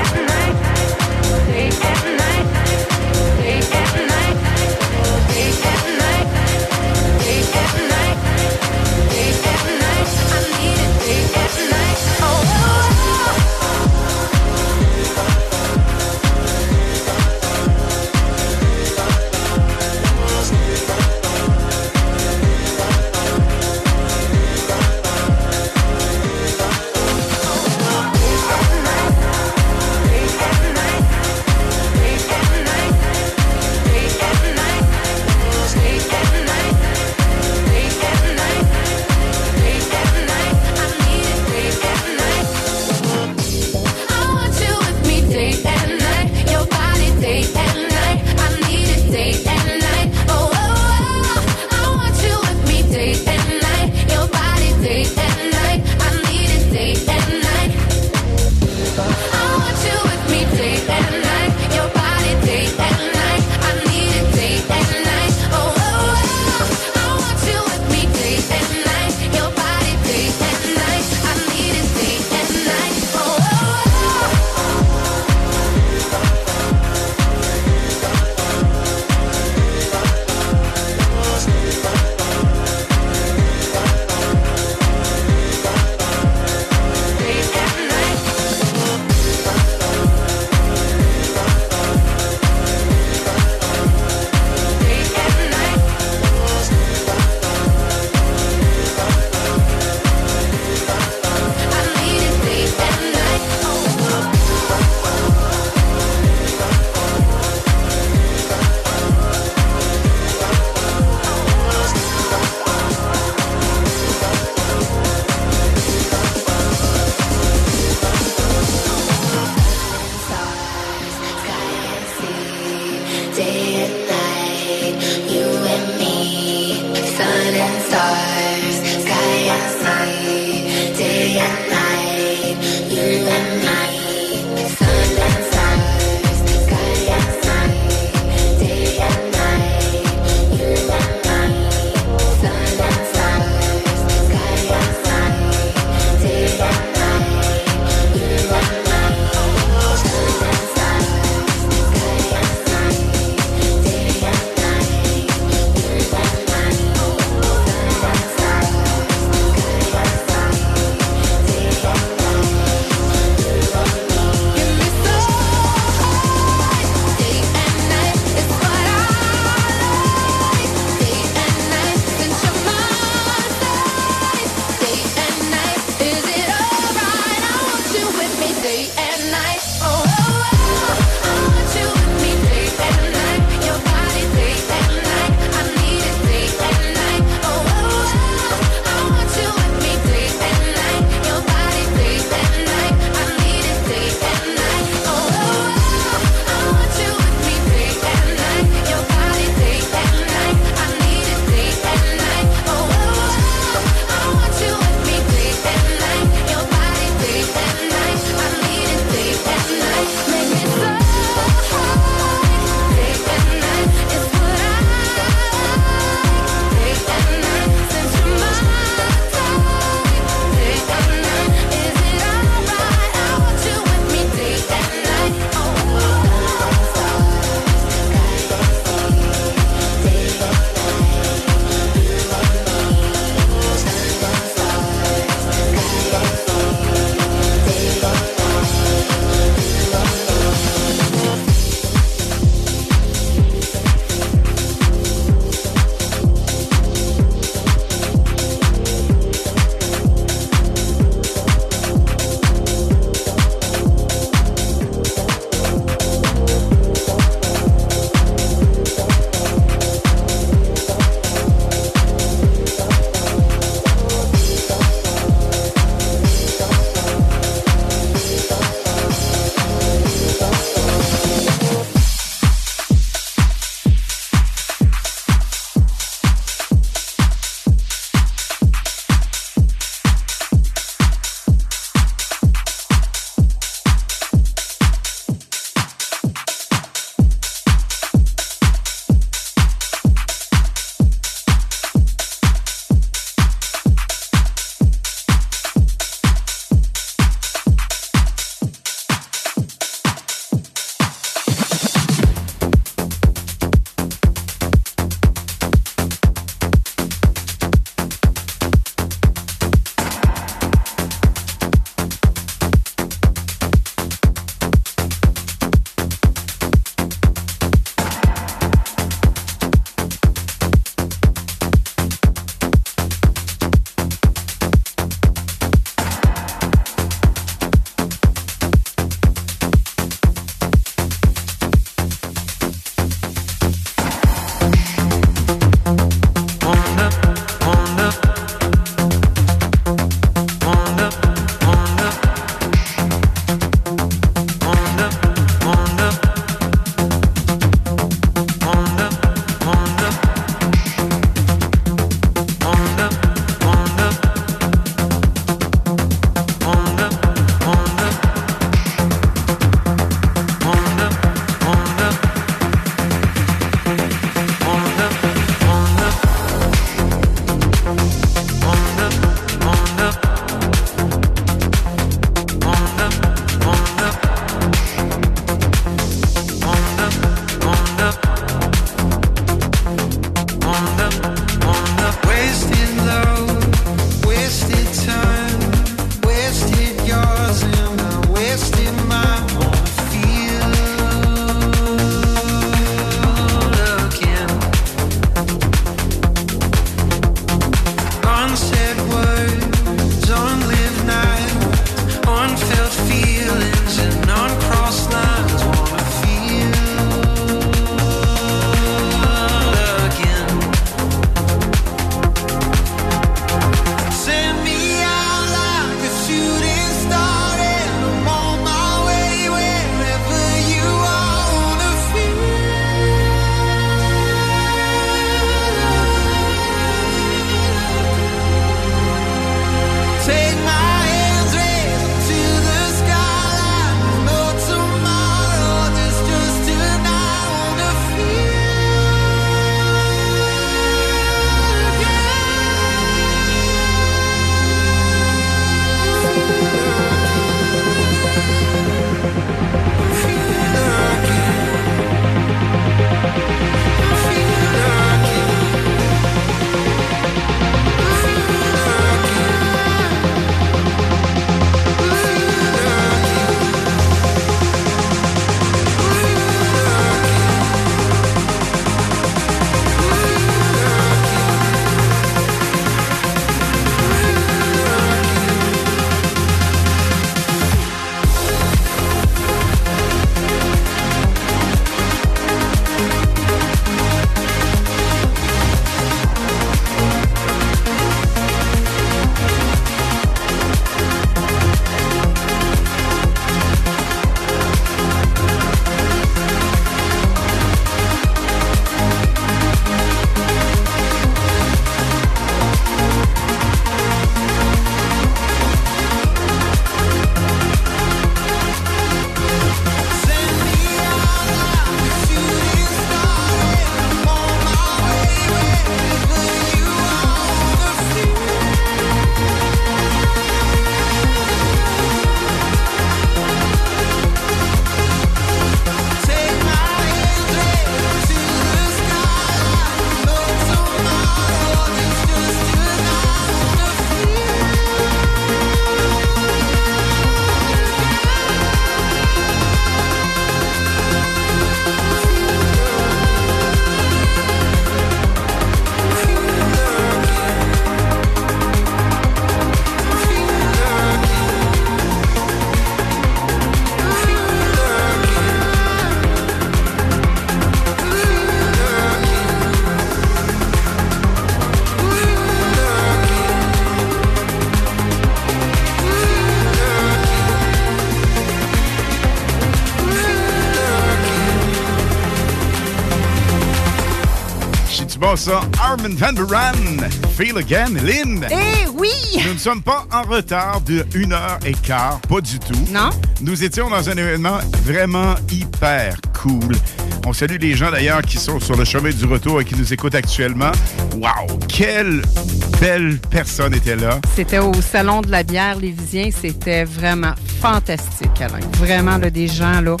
bon ça. Armin van Buuren, Feel Again, Lynn. Eh oui! Nous ne sommes pas en retard de 1h15, pas du tout. Non. Nous étions dans un événement vraiment hyper cool. On salue les gens d'ailleurs qui sont sur le chemin du retour et qui nous écoutent actuellement. Wow! Quelle belle personne était là. C'était au Salon de la bière Lévisien. C'était vraiment fantastique, Alain. Vraiment, là, des gens là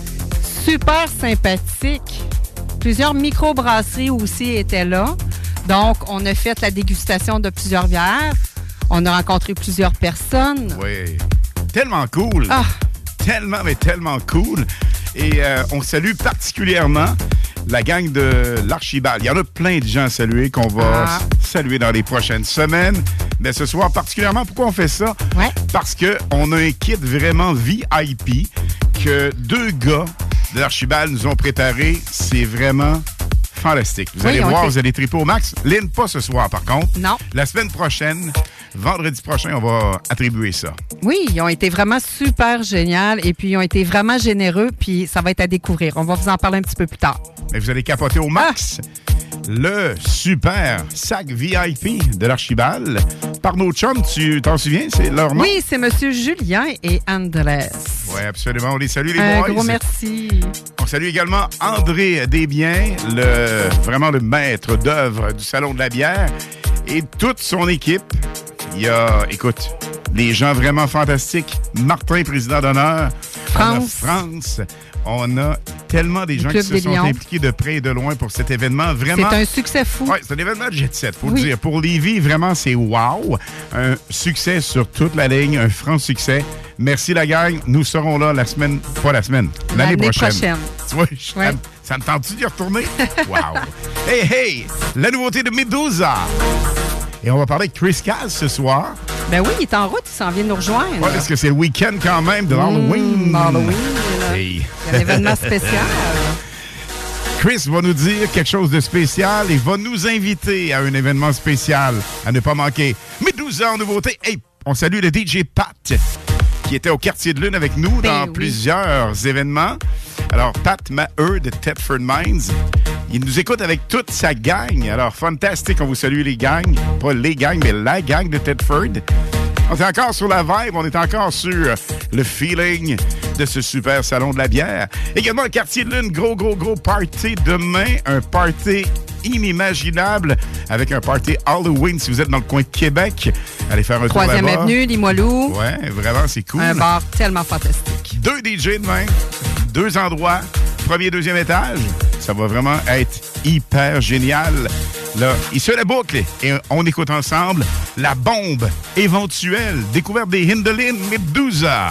super sympathiques. Plusieurs microbrasseries aussi étaient là. Donc, on a fait la dégustation de plusieurs bières. On a rencontré plusieurs personnes. Oui. Tellement cool. Ah. Tellement, mais tellement cool. Et on salue particulièrement la gang de l'Archibald. Il y en a plein de gens à saluer qu'on va saluer dans les prochaines semaines. Mais ce soir, particulièrement, pourquoi on fait ça? Ouais. Parce qu'on a un kit vraiment VIP que 2 gars de l'Archibald nous ont préparé. C'est vraiment fantastique. Vous allez voir, vous allez triper au max. Lynn, pas ce soir, par contre. Non. La semaine prochaine, vendredi prochain, on va attribuer ça. Oui, ils ont été vraiment super géniaux et puis ils ont été vraiment généreux, puis ça va être à découvrir. On va vous en parler un petit peu plus tard. Mais vous allez capoter au max. Le super sac VIP de l'Archibald. Par nos chums, tu t'en souviens? C'est leur nom? Oui, c'est M. Julien et Andrés. Oui, absolument. On les salue, les boys. Un gros merci. On salue également André Desbiens, vraiment le maître d'œuvre du Salon de la bière, et toute son équipe. Il y a, écoute, des gens vraiment fantastiques. Martin, président d'honneur. France. On a tellement des gens qui se sont Lions. impliqués de près et de loin pour cet événement. Vraiment, c'est un succès fou. Oui, c'est un événement de Jet Set, faut le dire. Pour Lévis, vraiment, c'est wow. Un succès sur toute la ligne, un franc succès. Merci la gang. Nous serons là l'année prochaine. Tu vois, ça me tente-tu d'y retourner? Wow. Hey, la nouveauté de Medusa. Et on va parler de Chris Caz ce soir. Ben oui, il est en route, il s'en vient nous rejoindre. Oui, parce que c'est le week-end quand même de Halloween. Halloween. Hey. C'est un événement spécial. Chris va nous dire quelque chose de spécial et va nous inviter à un événement spécial à ne pas manquer. Medusa en nouveauté. Hey, on salue le DJ Pat qui était au Quartier de Lune avec nous dans plusieurs événements. Alors, Pat Maheu de Thetford Mines, il nous écoute avec toute sa gang. Alors, fantastique, on vous salue les gangs. Pas les gangs, mais la gang de Thetford. On est encore sur la vibe, on est encore sur le feeling de ce super salon de la bière. Également, le Quartier de Lune, gros party demain. Un party inimaginable avec un party Halloween si vous êtes dans le coin de Québec. Allez faire un tour là-bas. 3e Avenue, Limoilou. Ouais, vraiment, c'est cool. Un bar tellement fantastique. 2 DJ demain, 2 endroits, 1er, 2e étage. Ça va vraiment être hyper génial. Là, il se la boucle et on écoute ensemble la bombe éventuelle. Découverte des Hindelin Medusa.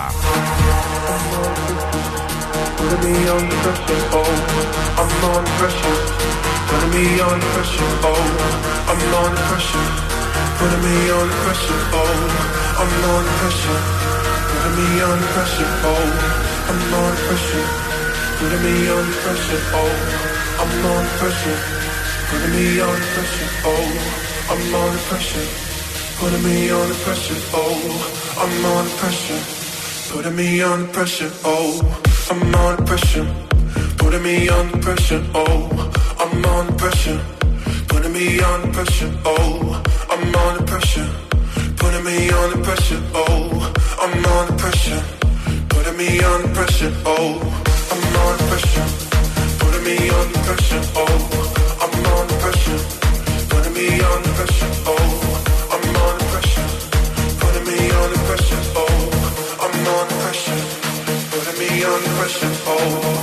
Putting me on pressure, oh, I'm on pressure. Putting me on pressure, oh, I'm on pressure. Putting me on pressure, oh, I'm on pressure. Putting me on pressure, oh, I'm on pressure. Putting me on pressure, oh, I'm on pressure. Putting me on pressure, oh, I'm on pressure. Putting me on pressure, oh, I'm on pressure. Putting me on pressure, oh, I'm on pressure. Putting me on pressure, oh, I'm on pressure. Putting me on pressure, oh, I'm on pressure. Putting me on pressure, oh, I'm on pressure. Putting me on pressure, oh, I'm on pressure. Putting me on pressure, oh, I'm on pressure. Putting me on pressure, oh, I'm on pressure. Putting me on pressure, oh.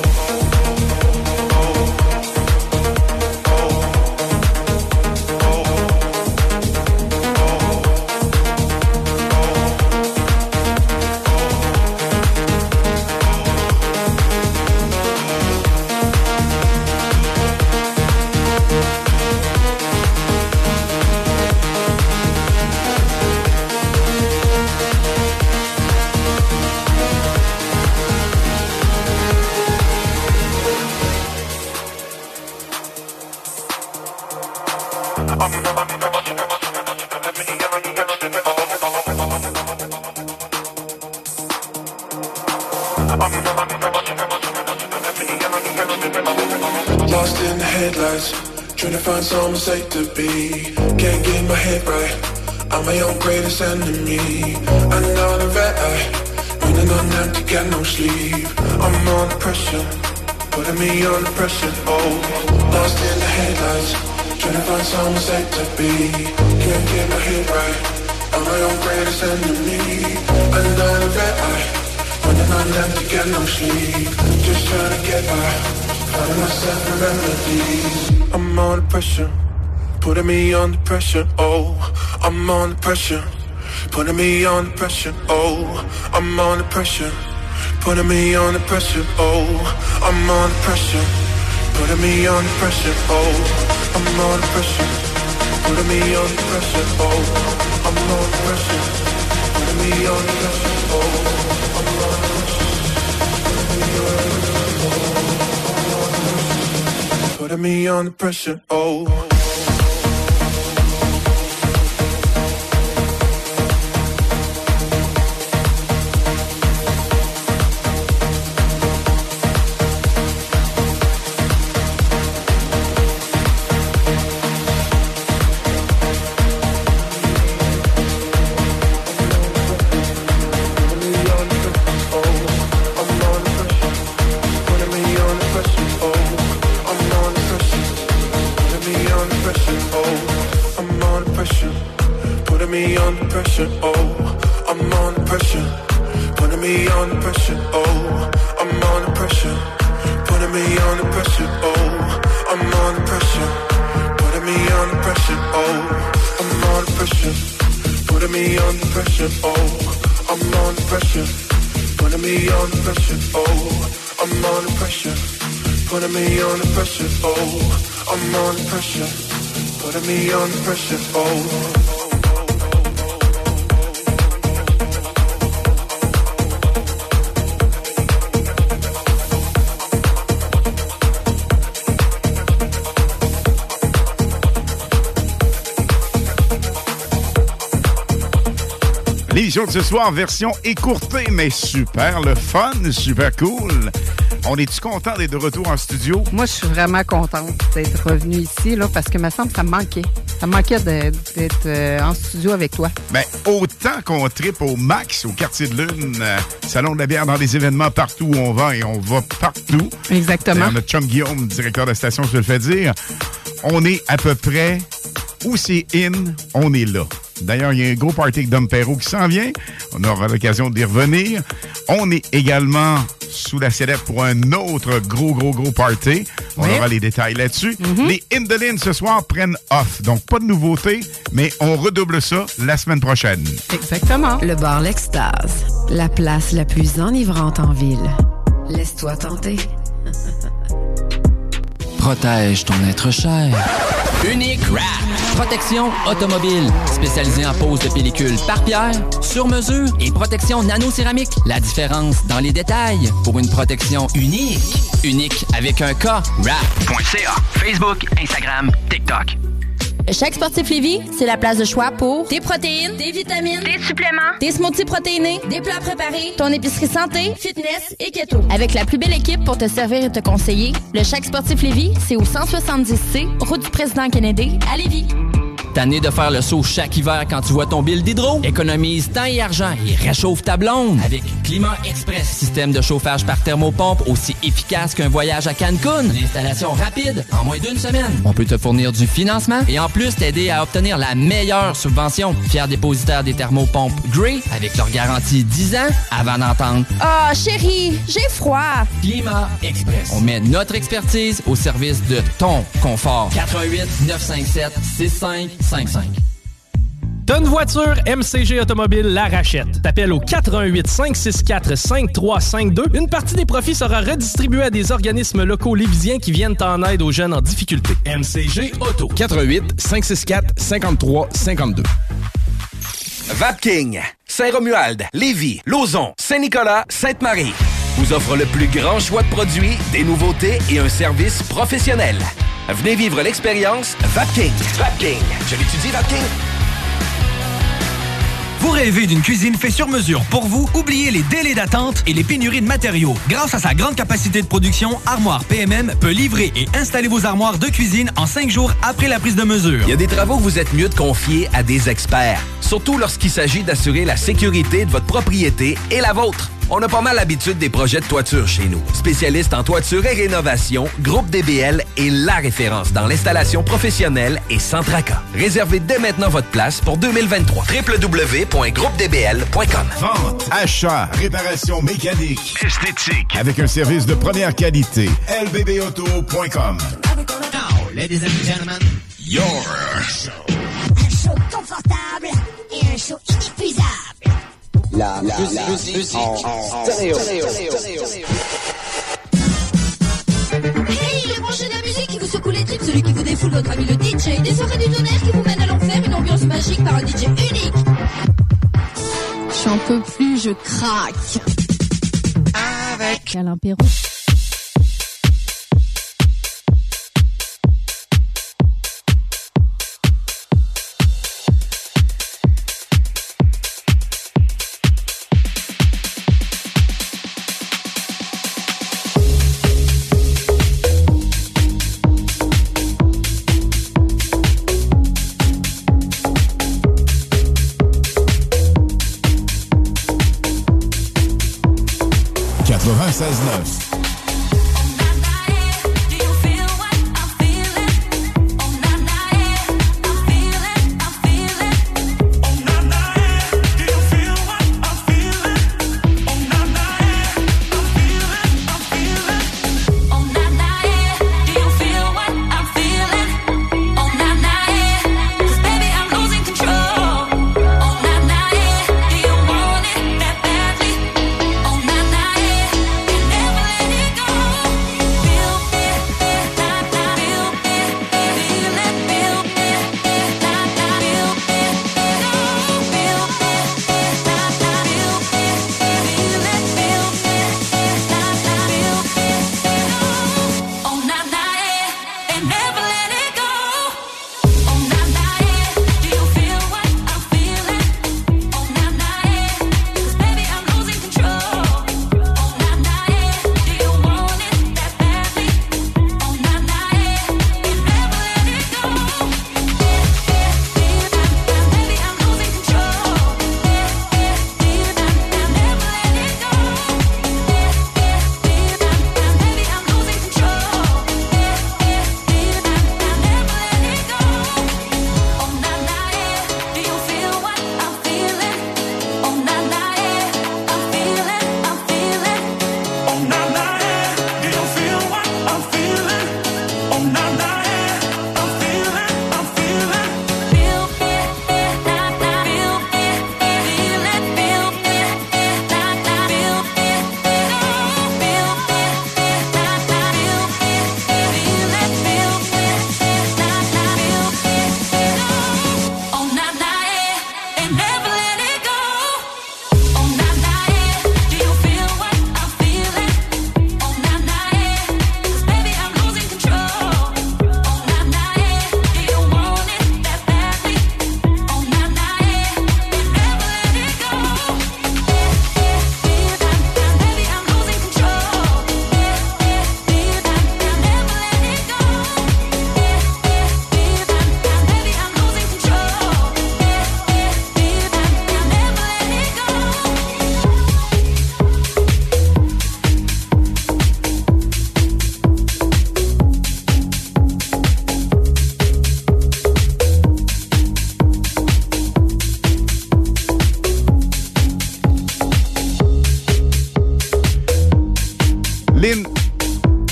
Lost in the headlights, trying to find somewhere safe to be. Can't get my head right, I'm my own greatest enemy. Another red eye, running on empty, got no sleep. I'm under pressure, putting me under pressure, oh. Lost in the headlights, trying to find somewhere safe to be. Can't get my head right, I'm my own greatest enemy. Another red eye, running on empty, got no sleep. Just trying to get by. Finding myself in remedies. I'm under pressure, putting me under pressure, oh. I'm under pressure, putting me under pressure, oh. I'm under pressure, putting me under pressure, oh. I'm under pressure, putting me under pressure, oh. I'm under pressure, putting me under pressure, oh. I'm under pressure, putting me under pressure, oh. I'm under pressure, putting me under pressure, oh. Putting me under pressure, oh. Putting me under pressure, oh, I'm under pressure. putting me under pressure, oh, I'm under pressure, putting me under pressure, oh, I'm under pressure, putting me under pressure, oh, I'm under pressure, putting me under pressure, oh, I'm under pressure, putting me under pressure, oh, I'm under pressure, putting me under pressure, oh. L'émission de ce soir, version écourtée, mais super le fun, super cool. On est-tu content d'être de retour en studio? Moi, je suis vraiment contente d'être revenue ici, là, parce que, me semble, ça me manquait. Ça me manquait d'être en studio avec toi. Ben, autant qu'on tripe au max, au Quartier de Lune, Salon de la bière, dans les événements partout où on va, et on va partout. Exactement. D'ailleurs, notre chum Guillaume, directeur de station, je te le fais dire, on est à peu près où c'est in, on est là. D'ailleurs, il y a un gros party avec Dom Perrault qui s'en vient. On aura l'occasion d'y revenir. On est également sous la sellette pour un autre gros party. On aura les détails là-dessus. Mm-hmm. Les Indolines ce soir prennent off. Donc, pas de nouveautés, mais on redouble ça la semaine prochaine. Exactement. Le bar L'Extase, la place la plus enivrante en ville. Laisse-toi tenter. Protège ton être cher. Unique Wrap. Protection automobile. Spécialisée en pose de pellicule par pierre, sur mesure et protection nano-céramique. La différence dans les détails pour une protection unique. Unique avec un K. Wrap.ca. Facebook, Instagram, TikTok. Chaque Sportif Lévis, c'est la place de choix pour des protéines, des vitamines, des suppléments, des smoothies protéinés, des plats préparés, ton épicerie santé, fitness et keto. Avec la plus belle équipe pour te servir et te conseiller, le Chaque Sportif Lévis, c'est au 170C, route du Président Kennedy, à Lévis. Tanné de faire le saut chaque hiver quand tu vois ton bill d'hydro? Économise temps et argent et réchauffe ta blonde avec Climat Express. Système de chauffage par thermopompe aussi efficace qu'un voyage à Cancun. Une installation rapide en moins d'une semaine. On peut te fournir du financement et en plus t'aider à obtenir la meilleure subvention. Fier dépositaire des thermopompes Grey avec leur garantie 10 ans avant d'entendre « Ah, chérie, j'ai froid! » Climat Express. On met notre expertise au service de ton confort. 88 957 6555. T'as une voiture, MCG Automobile la rachète. T'appelles au 88 564 5352. Une partie des profits sera redistribuée à des organismes locaux lévisiens qui viennent en aide aux jeunes en difficulté. MCG Auto. 88 564 5352. Vapking, Saint-Romuald, Lévis, Lauson, Saint-Nicolas, Sainte-Marie vous offre le plus grand choix de produits, des nouveautés et un service professionnel. Venez vivre l'expérience Vapking. Vapking. Je l'étudie, Vapking. Vous rêvez d'une cuisine faite sur mesure pour vous? Oubliez les délais d'attente et les pénuries de matériaux. Grâce à sa grande capacité de production, Armoire PMM peut livrer et installer vos armoires de cuisine en 5 jours après la prise de mesure. Il y a des travaux que vous êtes mieux de confier à des experts. Surtout lorsqu'il s'agit d'assurer la sécurité de votre propriété et la vôtre. On a pas mal l'habitude des projets de toiture chez nous. Spécialiste en toiture et rénovation, Groupe DBL est la référence dans l'installation professionnelle et sans tracas. Réservez dès maintenant votre place pour 2023. www.groupedbl.com. Vente, achat, réparation mécanique, esthétique, avec un service de première qualité. lbbauto.com. Now, ladies and gentlemen, your show. Un show confortable et un show inépuisable. La musique en stéréo. Hey, le branché de la musique qui vous secoue les tripes, celui qui vous défoule votre ami le DJ, des soirées du tonnerre qui vous mènent à l'enfer, une ambiance magique par un DJ unique. J'en peux plus, je craque. Avec Alain Perrault.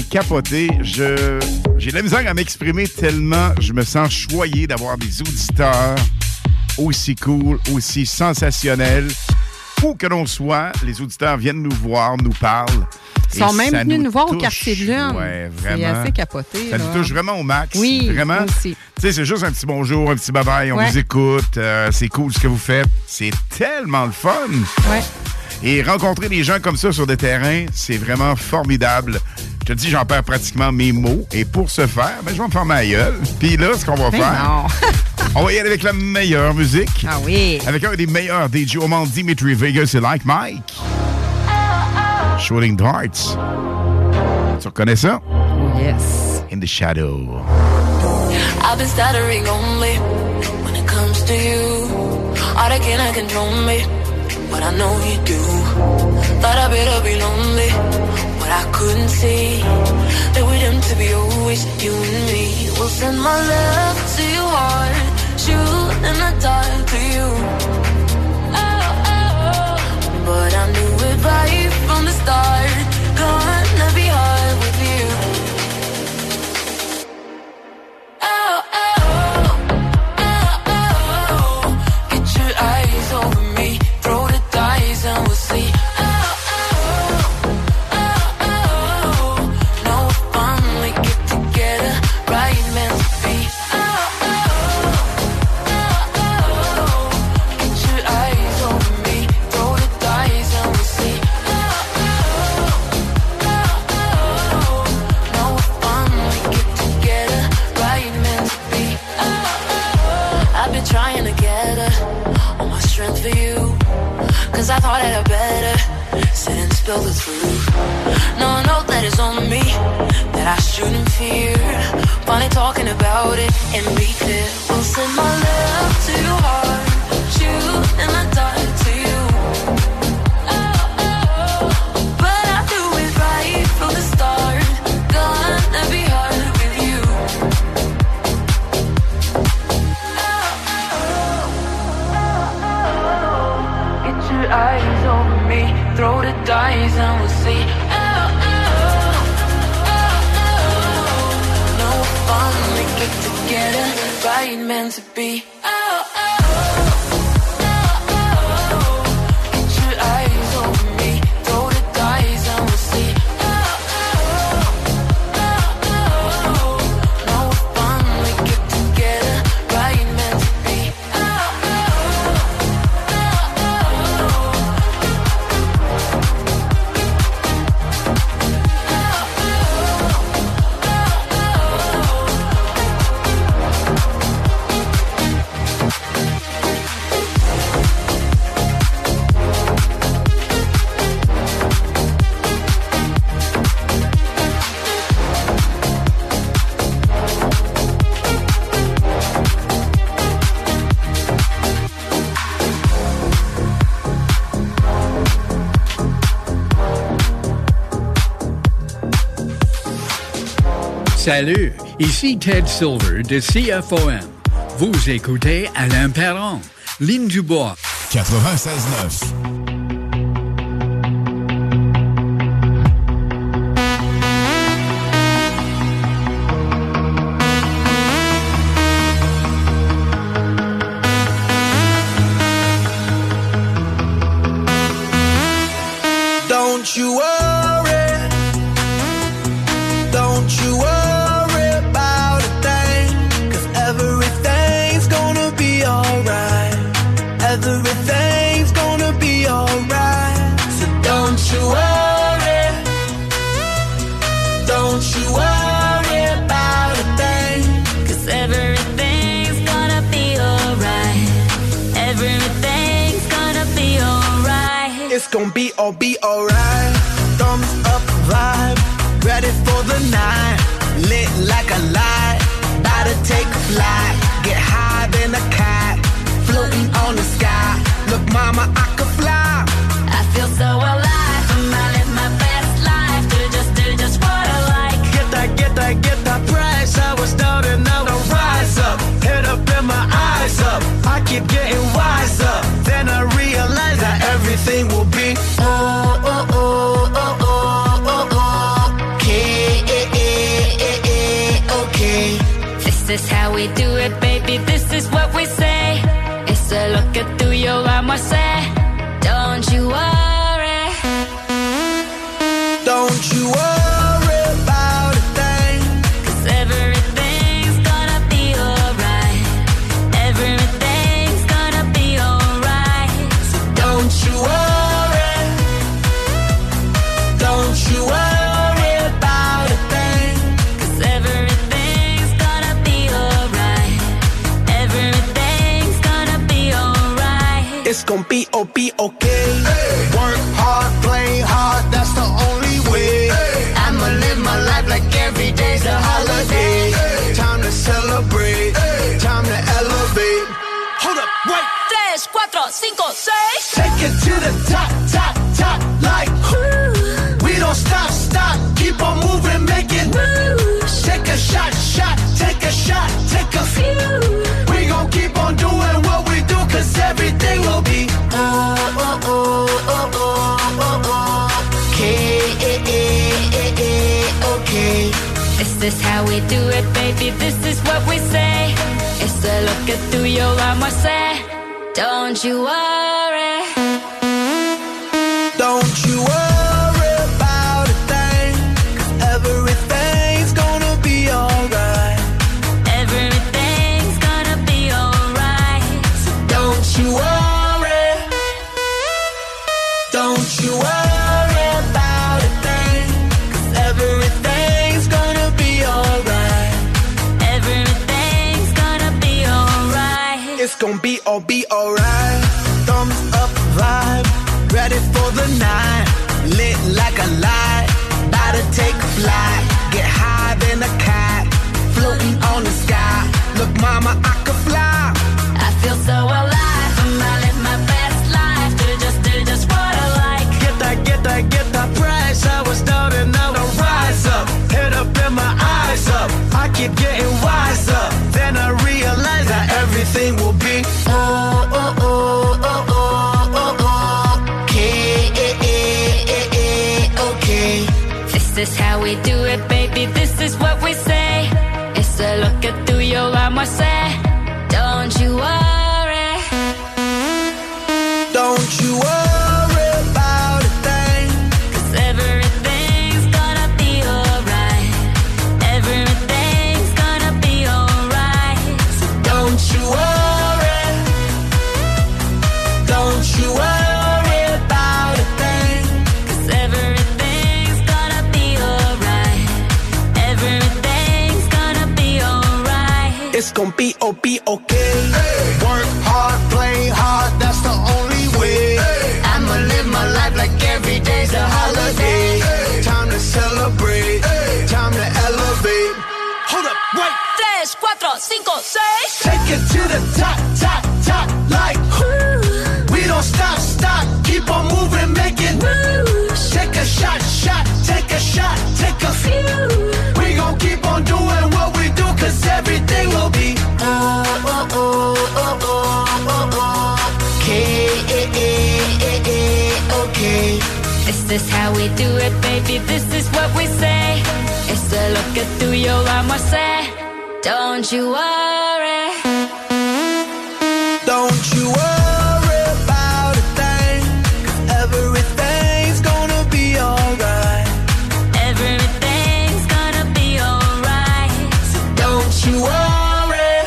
capoté. J'ai de la misère à m'exprimer tellement je me sens choyé d'avoir des auditeurs aussi cool, aussi sensationnels. Où que l'on soit, les auditeurs viennent nous voir, nous parlent. Ils sont même venus nous voir au Quartier de Lune. Ouais, vraiment. C'est assez capoté. Ça là. nous touche vraiment au max. Oui, vraiment. aussi. Tu sais, c'est juste un petit bonjour, un petit bye-bye, on vous écoute. C'est cool ce que vous faites. C'est tellement le fun. Ouais. Et rencontrer des gens comme ça sur des terrains, c'est vraiment formidable. Je te dis, j'en perds pratiquement mes mots. Et pour ce faire, je vais me faire ma gueule. Puis là, ce qu'on va faire, non. on va y aller avec la meilleure musique. Ah oui. Avec un des meilleurs DJ au monde, Dimitri Vegas et Like Mike. Shooting Darts. Tu reconnais ça? Yes. In the Shadow. I've been stuttering only when it comes to you. All that cannot control me, but I know you do. Thought I better be lonely, but I couldn't see that we're doomed to be always you and me. We'll send my love to your heart, shoot in the dark to you. But I knew it right from the start. Gonna be hard with you. Get your eyes over me, throw the dice and we'll see. No, we finally get together, right meant to be. Get your eyes over me, throw the dice and we'll see. No, we finally get together, right meant to be. I've been trying to gather all my strength for you, cause I thought that I better sit and spill the truth. No, I know that it's on me, that I shouldn't fear. Finally talking about it and be clear. We'll send my love to your heart, shoot in the dark to you. But I do it right from the start. Gonna be hard with you. Get your eyes over me, throw the dice and we'll see. No, we'll finally get together, right meant to be. Get your eyes over me, throw the dice and we'll see. No, we'll finally get together, right meant to be. Salut, ici Ted Silver de CFOM. Vous écoutez Alain Perron, Ligne du Bois. 96.9. Don't you worry, don't you worry about a thing, 'cause everything's gonna be alright. Everything's gonna be alright. So don't you worry, don't you worry about a thing, 'Cause everything's gonna be alright. Everything's gonna be alright. it's gonna be alright. Thumbs up vibe, ready for the night, lit like a light, about to take a flight, get high than a cat, floating on the sky. Look, mama, I could fly. I feel so alive. I live my best life. Do just what I like. Get that price. I was down and now I rise up. Head up and my eyes up. I keep getting wiser. Then I realize that everything will be okay. baby, this is what we say. It's a look at tuyo, vamos a hacer. Don't you worry. Don't you worry about a thing. 'Cause everything's gonna be alright. Everything's gonna be alright. So don't you worry. Don't you worry about a thing. 'Cause everything's gonna be alright. Everything's gonna be alright. It's gonna be okay. Hey. Work hard, play hard, that's the only way. Hey. I'ma live my life like every day's a holiday. Hey. Time to celebrate, hey. Time to elevate. Hold up, wait. 3, 4, 5, 6. Take it to the top, top, top, like ooh. We don't stop, stop, keep on moving, make it moves. Take a shot, shot, take a shot, take a few. We gon' keep on doing what we do, 'cause everything will be okay. This is how we do it, baby. This is what we say. It's a look at tuyo, vamos a hacer. Don't you worry. Don't you worry about a thing, 'cause everything's gonna be alright. Everything's gonna be alright. So don't you worry. Don't you worry about a thing, 'cause everything's gonna be alright. Everything's gonna be alright. It's gonna be alright. Thumbs up vibe, ready for the night. Lit like a light, about to take a flight. Get high than a cat, floating on the sky. Look, mama, I could fly. I feel so alive. I live my best life. Do just what I like. Get that price. I was down and now I rise up. Head up and my eyes up. I keep getting wiser. Then I realize that everything will be okay. This is how we do it, baby. This is what we say. It's a look at tuyo, vamos a hacer. Don't you worry. Don't you worry about a thing, 'cause everything's gonna be alright. Everything's gonna be alright. So don't you worry. Don't you worry about a thing, 'cause everything's gonna be alright. Everything's gonna be alright. It's gonna be okay. Hey. Work hard, play hard, that's the only way. Hey. I'ma live my life like every day's a holiday. Hey. Time to celebrate, hey. Time to elevate. Hold up, wait. 3, 4, 5, 6. Take it to the top, top, top, like ooh. We don't stop, stop, keep on moving, make it moves. Take a shot, shot, take a shot, take a few. We gon' keep on doing what we do, 'cause everything will be okay. This is how we do it, baby. This is what we say. It's a look at tuyo, vamos a hacer. Don't you worry. Don't you worry about a thing, 'cause everything's gonna be alright. Everything's gonna be alright. So don't you worry.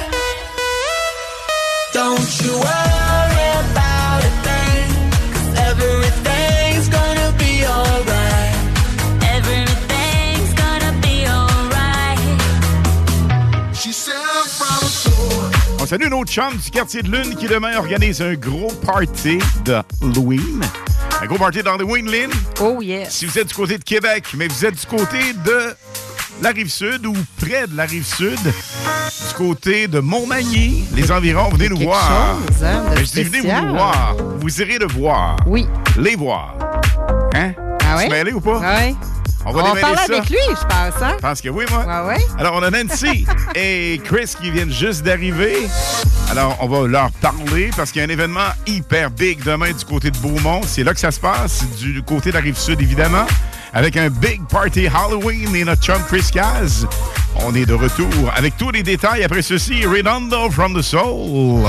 Don't you worry about a thing, 'cause everything's gonna be alright. Everything's gonna be alright. She said I'm from shore. On salue nos chums du quartier de Lune qui demain organise un gros party d'Halloween. Un gros party d'Halloween, Lynn. Oh yes. Si vous êtes du côté de Québec, mais vous êtes du côté de la Rive-Sud ou près de la Rive-Sud, du côté de Montmagny, les environs, venez nous voir. Chose, hein, de Je dis, venez spécial. nous voir. Vous irez le voir. Oui. Les voir. Hein? Ah oui? Tu mêlé ou pas? Oui. On On va va démêler parler ça. avec lui, je pense, hein? Je pense que oui, moi. Ouais, ouais. Alors, on a Nancy et Chris qui viennent juste d'arriver. Alors, on va leur parler parce qu'il y a un événement hyper big demain du côté de Beaumont. C'est là que ça se passe, du côté de la Rive-Sud, évidemment, avec un big party Halloween et notre chum Chris Caz. On est de retour avec tous les détails après ceci. Redondo from the Soul.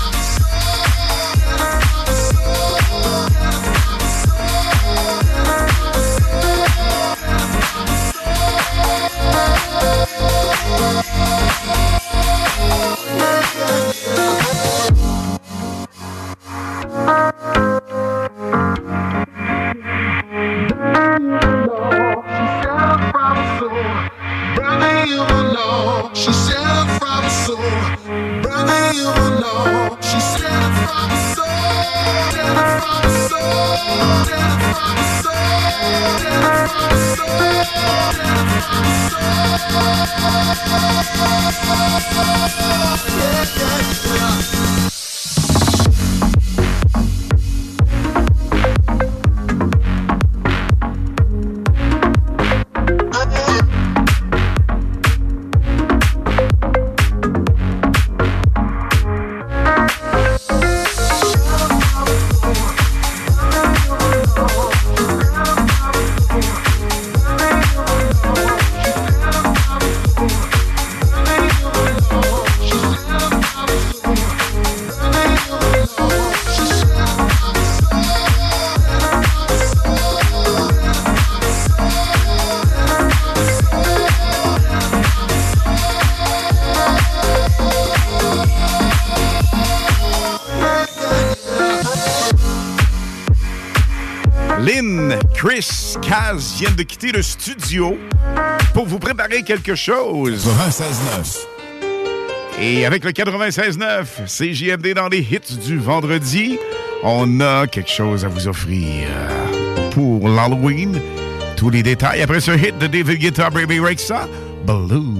She said from the soul, brother, you know. She said from the soul, said from the soul, said from the soul, said from the soul, Lynn, Chris, Kaz viennent de quitter le studio pour vous préparer quelque chose. 96.9. Et avec le 96.9, CJMD dans les hits du vendredi, on a quelque chose à vous offrir pour l'Halloween. Tous les détails après ce hit de David Guetta, Baby Rexha, Blue.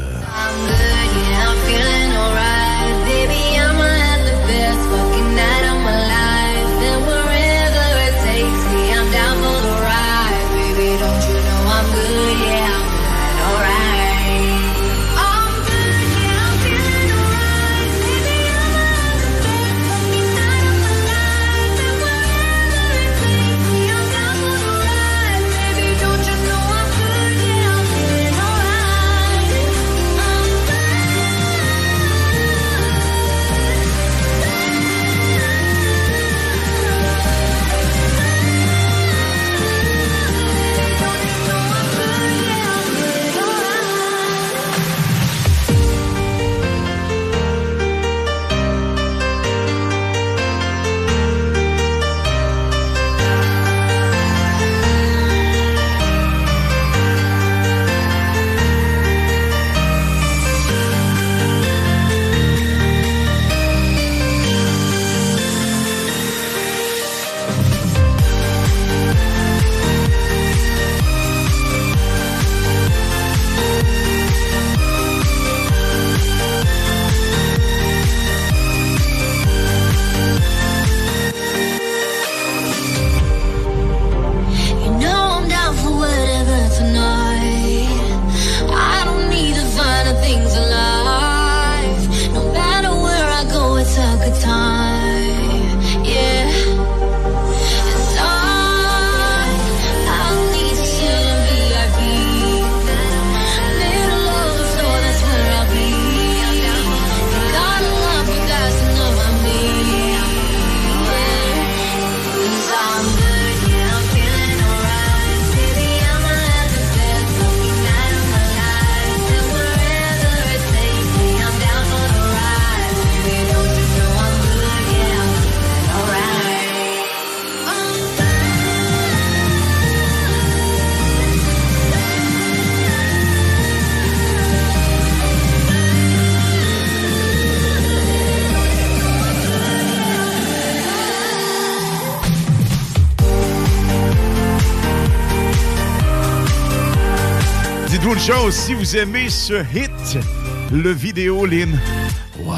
Dites-vous une chose, si vous aimez ce hit, le vidéo, Lynn, wow.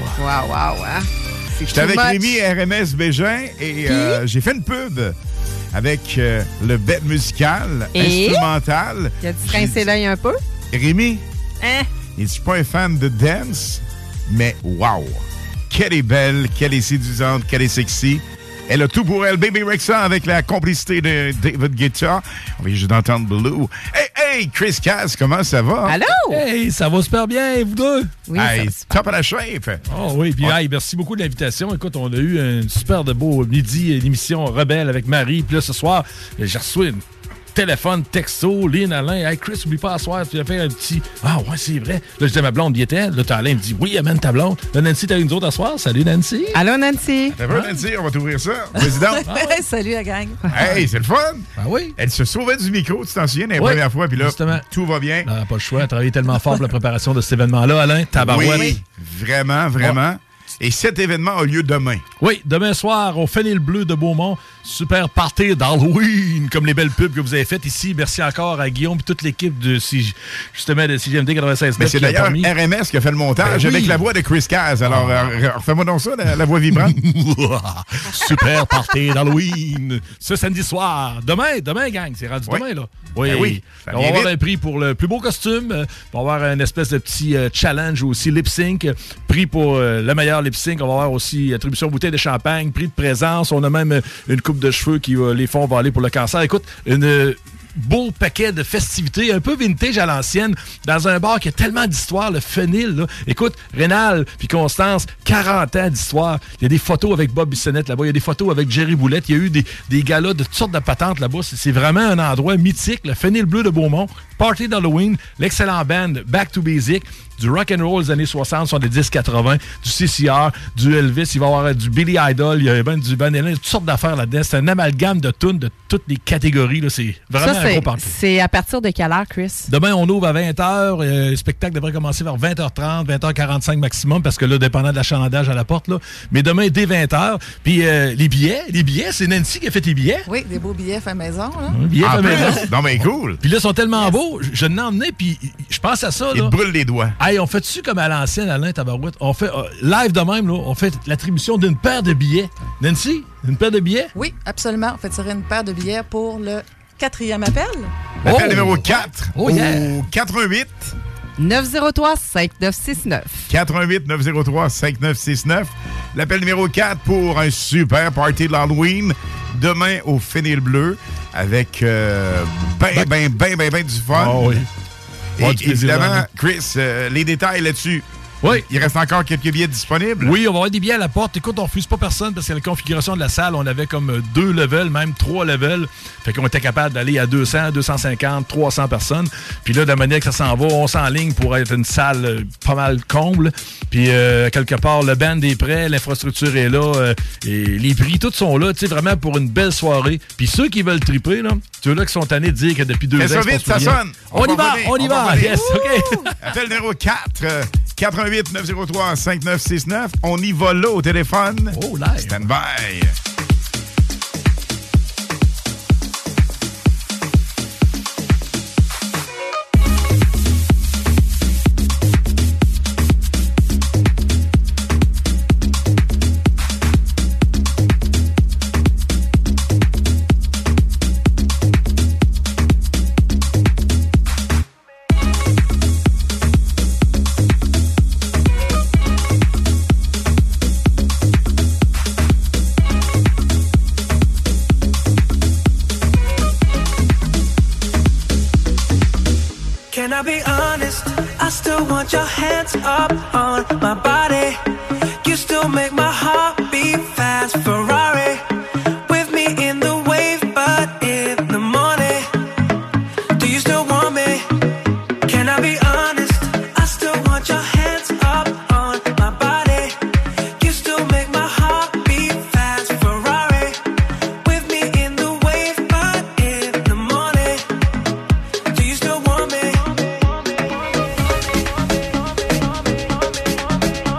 Hein? J'étais avec Rémi RMS Bégin et j'ai fait une pub avec le bed musical, instrumental. Il a-tu rincé l'œil un peu? Rémi, hein? Je suis pas un fan de dance, mais wow! Qu'elle est belle, qu'elle est séduisante, qu'elle est sexy. Elle a tout pour elle. Baby Rexha avec la complicité de David Guetta. On vient juste d'entendre Blue. Hey! Hey, Chris Cass, comment ça va? Allô? Hey, ça va super bien, vous deux? Oui, hey, top à la shape. Oh oui, puis hey, merci beaucoup de l'invitation. Écoute, on a eu un super de beau midi, l'émission Rebelle avec Marie. Puis là, ce soir, j'ai reçu une téléphone, texto, Lynn, Alain. Hey, Chris, oublie pas à soir. Tu vas faire un petit. Ah, ouais, c'est vrai. Là, je dis à ma blonde, y était. Là, Alain me dit, oui, amène ta blonde. Là, Nancy, t'as une autre à soir. Salut, Nancy. Allô, Nancy. Ça va, Nancy? On va t'ouvrir ça. Président. Salut, la gang. Hey, c'est le fun. Ah oui. Elle se sauvait du micro, tu t'en souviens, la première fois. Puis là, justement, tout va bien. Non, pas le choix. Elle a travaillé tellement fort pour la préparation de cet événement-là, Alain. Tabarouette. Oui, vraiment, vraiment. Et cet événement a lieu demain. Oui, demain soir, au Fenil Bleu de Beaumont. Super party d'Halloween, comme les belles pubs que vous avez faites ici. Merci encore à Guillaume et toute l'équipe de justement de CGMD 96. Mais c'est d'ailleurs RMS qui a fait le montage avec la voix de Chris Caz. Alors, refais-moi donc ça, la voix vibrante. Super party d'Halloween, ce samedi soir. Demain, gang, c'est rendu demain, là. Oui, ben oui. On va avoir un prix pour le plus beau costume. On va avoir une espèce de petit challenge aussi, lip-sync. Prix pour le meilleur lip-sync. On va avoir aussi attribution bouteille de champagne, prix de présence. On a même une coupe de cheveux qui, les fonds vont aller pour le cancer. Écoute, beau paquet de festivités, un peu vintage à l'ancienne, dans un bar qui a tellement d'histoire, le Fenil, là. Écoute, Rénal puis Constance, 40 ans d'histoire. Il y a des photos avec Bob Bissonnette là-bas, il y a des photos avec Jerry Boulette, il y a eu des galas de toutes sortes de patentes là-bas. C'est vraiment un endroit mythique, le Fenil Bleu de Beaumont, party d'Halloween, l'excellent band Back to Basic, du rock and roll des années 60, 70, 80, du CCR, du Elvis, il va y avoir du Billy Idol, il y a du Van Halen, toutes sortes d'affaires là-dedans. C'est un amalgame de tunes de toutes les catégories. Là. C'est vraiment un gros party. C'est à partir de quelle heure, Chris? Demain, on ouvre à 20h. Le spectacle devrait commencer vers 20h30, 20h45 maximum, parce que là, dépendant de l'achalandage à la porte. Là. Mais demain, dès 20h. Puis les billets, c'est Nancy qui a fait les billets. Oui, des beaux billets fait maison. Là. Billets fait maison. Non, mais cool. Puis là, ils sont tellement beaux. Je l'ai emmené, puis je pense à ça. Il te brûle les doigts. Hey, on fait-tu comme à l'ancienne, Alain Tabarouette? On fait live de même, là, on fait l'attribution d'une paire de billets. Nancy, une paire de billets? Oui, absolument. On fait tirer une paire de billets pour le 4e appel. L'appel numéro 4 au 88 903-5969. 88-903-5969. L'appel numéro 4 pour un super party de l'Halloween demain au Fenil Bleu avec ben du fun. Oh oui. Et évidemment, Chris, les détails là-dessus. Oui. Il reste encore quelques billets disponibles. Oui, on va avoir des billets à la porte. Écoute, on refuse pas personne parce que la configuration de la salle, on avait comme 2 levels, même 3 levels. Fait qu'on était capable d'aller à 200, 250, 300 personnes. Puis là, de la manière que ça s'en va, on s'enligne pour être une salle pas mal comble. Puis quelque part, le band est prêt, l'infrastructure est là. Et les prix, tous sont là, tu sais, vraiment pour une belle soirée. Puis ceux qui veulent triper, là, ceux-là qui sont tannés de dire que depuis 2 ans... ça vite, ça sonne. On y va. Yes, OK. Appel numéro 4... 88-903-5969. On y va là au téléphone. Oh, live. Stand by. Can I be honest? I still want your hands up on my body. You still make my heart beat fast. Ferrari with me in the wave, but in the morning. Do you still want me? Can I be honest? I still want your hands up on my body. You still make my heart beat fast. Ferrari with me in the wave, but in the morning. Do you still want me?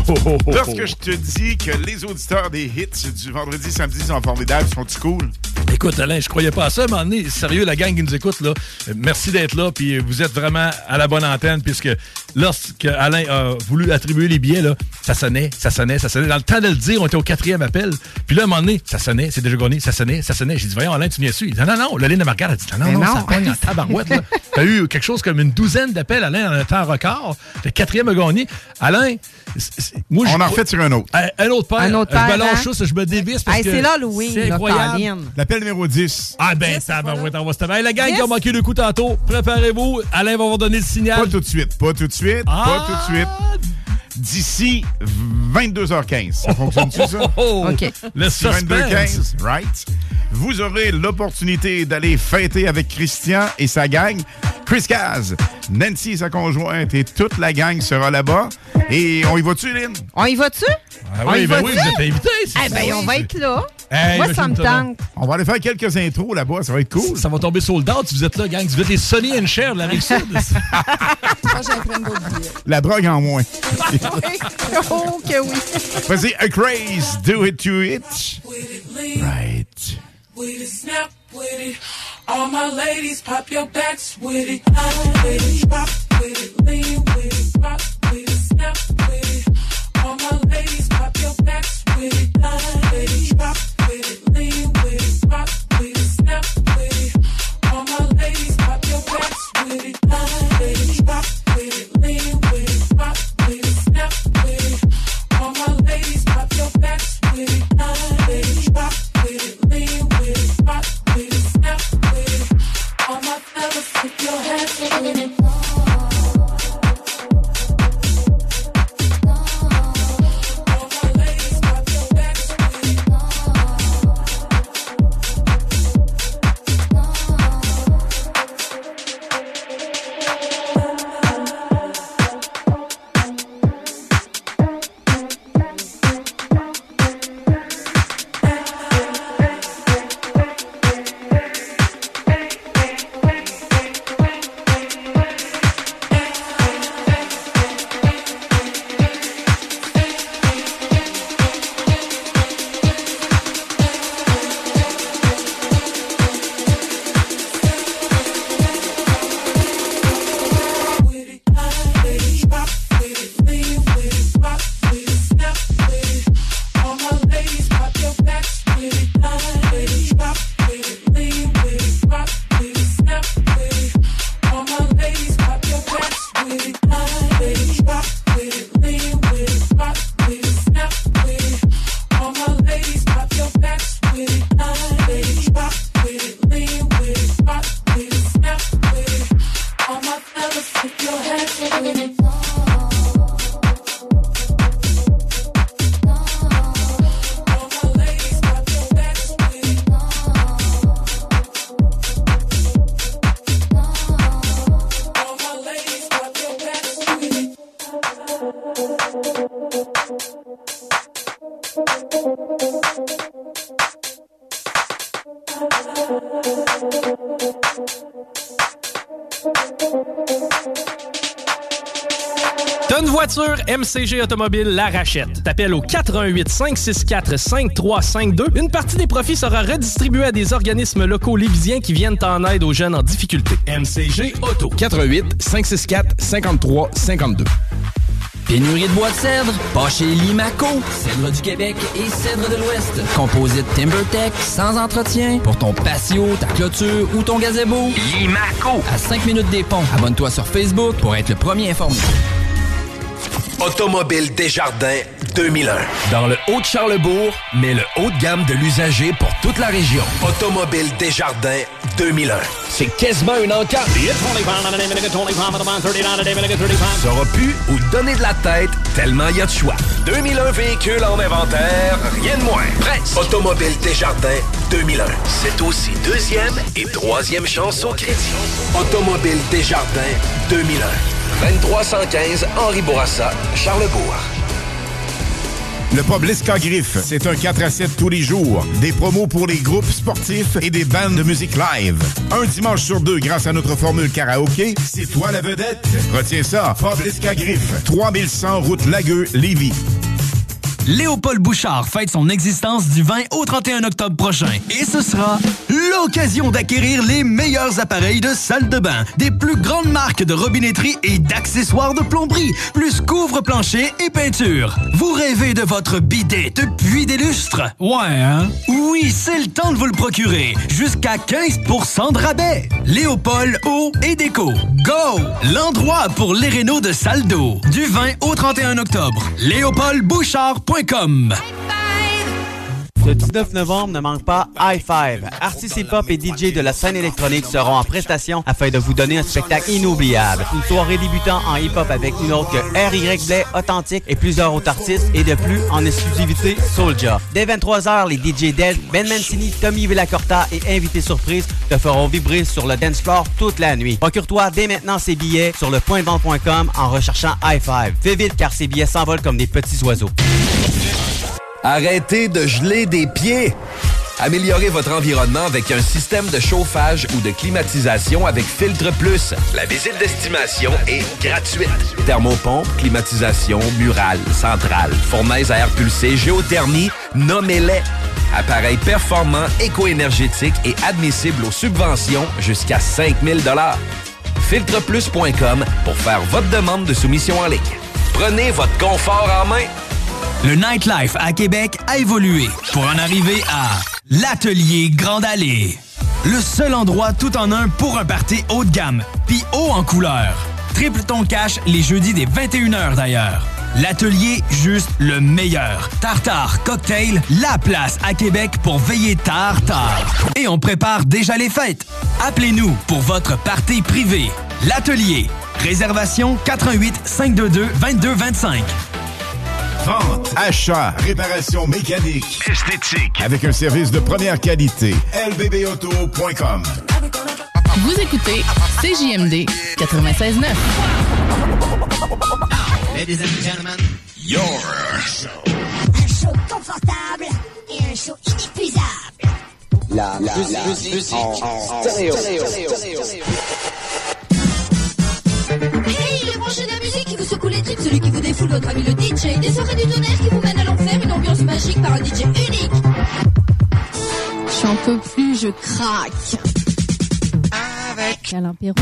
Lorsque je te dis que les auditeurs des hits du vendredi, samedi sont formidables, sont-ils cool? Écoute, Alain, je croyais pas à ça, mais à un moment donné, sérieux, la gang qui nous écoute, là, merci d'être là, puis vous êtes vraiment à la bonne antenne, puisque lorsque Alain a voulu attribuer les billets, là, ça sonnait. Dans le temps de le dire, on était au 4e appel, puis là, à un moment donné, ça sonnait, c'est déjà gagné, ça sonnait. J'ai dit, voyons, Alain, tu viens dessus. Il dit, non, la ligne de Margaret a dit, non, ça pogne en tabarouette, là. T'as eu quelque chose comme une douzaine d'appels, Alain, en un temps record. Le 4e a gagné. Alain, moi, on en refait sur un autre. Un autre paire. Un autre paire, je me lâche ça, je me dévisse parce que c'est l'Halloween, c'est incroyable. L'appel numéro 10. Ah ben, ça va, on va se taper. Hey, la gang qui a manqué le coup tantôt, préparez-vous. Alain va vous donner le signal. Pas tout de suite. D'ici 22h15. Ça fonctionne-tu, ça? OK. Le suspense. 22h15, right? Vous aurez l'opportunité d'aller fêter avec Christian et sa gang. Chris Caz, Nancy, sa conjointe et toute la gang sera là-bas. Et on y va-tu, Lynn? On y va-tu? Ah oui, vous êtes invités. On va être là. Hey, moi, ça me tente. On va aller faire quelques intros là-bas, ça va être cool. Ça va tomber sold out si vous êtes là, gang. Vous êtes les Sonny and Cher de la Rive-Sud. Moi, j'ai plein d'autres billets. La drogue en moins. Oh, que oui. Vas-y, A Craze, do it to it. Right. With it, snap with it. All my ladies, pop your backs with it. With it, drop with it, lean with it, rock with it, snap with it. All my ladies, pop your backs with it. With it, drop with it, lean with it, rock with it, snap with it. All my ladies, pop your backs with it. With it, drop with it, lean with it, rock with it, snap with it. All my ladies, pop your backs with it. With it, drop with it, lean with it, rock with it, snap with it. All my fellas, put your hands with it. T'as une voiture, MCG Automobile la rachète. T'appelles au 88 564 5352. Une partie des profits sera redistribuée à des organismes locaux lévisiens qui viennent en aide aux jeunes en difficulté. MCG Auto. 88 564 53 52. Pénurie de bois de cèdre? Pas chez Limaco. Cèdre du Québec et cèdre de l'Ouest. Composite TimberTech, sans entretien. Pour ton patio, ta clôture ou ton gazebo. Limaco. À 5 minutes des ponts. Abonne-toi sur Facebook pour être le premier informé. Automobile Desjardins 2001. Dans le Haut-de-Charlebourg, mais le haut de gamme de l'usager pour toute la région. Automobile Desjardins 2001. C'est quasiment une encarte. Ça aura pu ou donner de la tête tellement il y a de choix. 2001 véhicules en inventaire, rien de moins. Presse. Automobile Desjardins 2001. C'est aussi deuxième et troisième chance au crédit. Automobile Desjardins 2001. 2315 Henri Bourassa, Charlebourg. Le pub L'Escagriffe, c'est un 4 à 7 tous les jours. Des promos pour les groupes sportifs et des bandes de musique live. Un dimanche sur 2 grâce à notre formule karaoké. C'est toi la vedette. Retiens ça. Pub L'Escagriffe, 3100 route Lagueux, Lévis. Léopold Bouchard fête son existence du 20 au 31 octobre prochain. Et ce sera l'occasion d'acquérir les meilleurs appareils de salle de bain, des plus grandes marques de robinetterie et d'accessoires de plomberie, plus couvre-plancher et peinture. Vous rêvez de votre bidet depuis des lustres? Ouais, hein? Oui, c'est le temps de vous le procurer. Jusqu'à 15% de rabais. Léopold Eau et Déco. Go! L'endroit pour les rénaux de salle d'eau. Du 20 au 31 octobre. LéopoldBouchard.com. Le 19 novembre, ne manque pas High Five. Artistes hip-hop et DJ de la scène électronique seront en prestation afin de vous donner un spectacle inoubliable. Une soirée débutant en hip-hop avec une autre que R.Y. Blais, Authentique et plusieurs autres artistes et de plus en exclusivité Soulja. Dès 23h, les DJ Del, Ben Mancini, Tommy Villacorta et invités surprises te feront vibrer sur le dance floor toute la nuit. Procure-toi dès maintenant ces billets sur lepointdevente.com en recherchant High Five. Fais vite car ces billets s'envolent comme des petits oiseaux. Arrêtez de geler des pieds. Améliorez votre environnement avec un système de chauffage ou de climatisation avec Filtre Plus. La visite d'estimation est gratuite. Thermopompe, climatisation, murale, centrale, fournaise à air pulsé, géothermie, nommez-les. Appareil performant, éco-énergétique et admissible aux subventions jusqu'à 5 000 $. Filtreplus.com pour faire votre demande de soumission en ligne. Prenez votre confort en main. Le nightlife à Québec a évolué pour en arriver à l'Atelier Grande Allée. Le seul endroit tout en un pour un party haut de gamme, puis haut en couleur. Triple ton cash les jeudis dès 21h d'ailleurs. L'Atelier, juste le meilleur. Tartare, cocktail, la place à Québec pour veiller tard. Et on prépare déjà les fêtes. Appelez-nous pour votre party privé. L'Atelier. Réservation 88 522 2225. Vente, achat, réparation mécanique, esthétique, avec un service de première qualité. lbbauto.com. Vous écoutez CJMD 96.9. Ladies and gentlemen, your show. Un show confortable et un show inépuisable. La musique en stéréo. Hey, le branché de la musique qui vous secoue les tripes, celui qui vous défoule, votre ami le DJ. Des soirées du tonnerre qui vous mènent à l'enfer, une ambiance magique par un DJ unique. J'en peux plus, je craque. Avec Alain Perrault.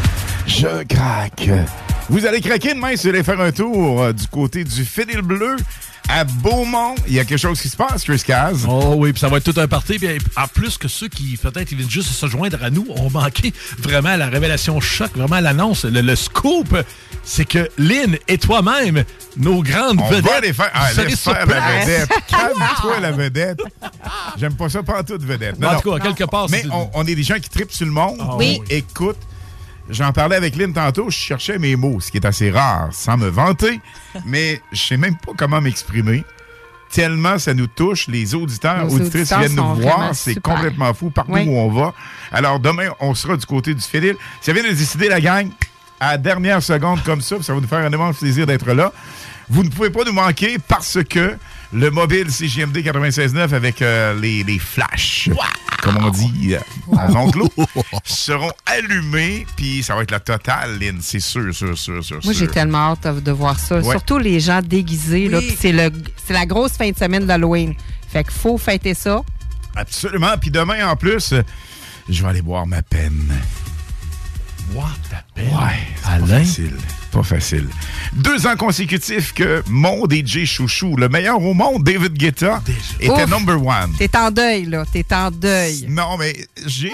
Je craque. Vous allez craquer demain si vous allez faire un tour du côté du Fil Bleu à Beaumont. Il y a quelque chose qui se passe, Chris Caz. Oh oui, puis ça va être tout un party. Puis en plus que ceux qui, peut-être, ils viennent juste se joindre à nous, ont manqué vraiment la révélation choc, vraiment l'annonce, le scoop. C'est que Lynn et toi-même, nos grandes vedettes... On va les faire. Laisse faire la vedette. Calme-toi, la vedette. J'aime pas ça, pas toute vedette. Non, en tout cas, quelque part... Mais on est des gens qui trippent sur le monde. Oui. Écoute, j'en parlais avec Lynn tantôt, je cherchais mes mots, ce qui est assez rare, sans me vanter, mais je sais même pas comment m'exprimer. Tellement ça nous touche, les auditeurs, auditrices viennent nous voir, c'est complètement fou partout où on va. Alors demain, on sera du côté du Fil. Ça vient de décider, la gang, à la dernière seconde comme ça, ça va nous faire un immense plaisir d'être là. Vous ne pouvez pas nous manquer parce que le mobile CJMD 96.9 avec les flashs, comme on dit en oncle, seront allumés, puis ça va être la totale, Lynn, c'est sûr. Moi, j'ai tellement hâte de voir ça. Ouais. Surtout les gens déguisés, là, puis c'est la grosse fin de semaine d'Halloween. Fait qu'il faut fêter ça. Absolument. Puis demain, en plus, je vais aller boire ma peine. Boire ta peine? Ouais, c'est pas facile. 2 ans consécutifs que mon DJ chouchou, le meilleur au monde, David Guetta, était number one. T'es en deuil, là. T'es en deuil. Non, mais j'ai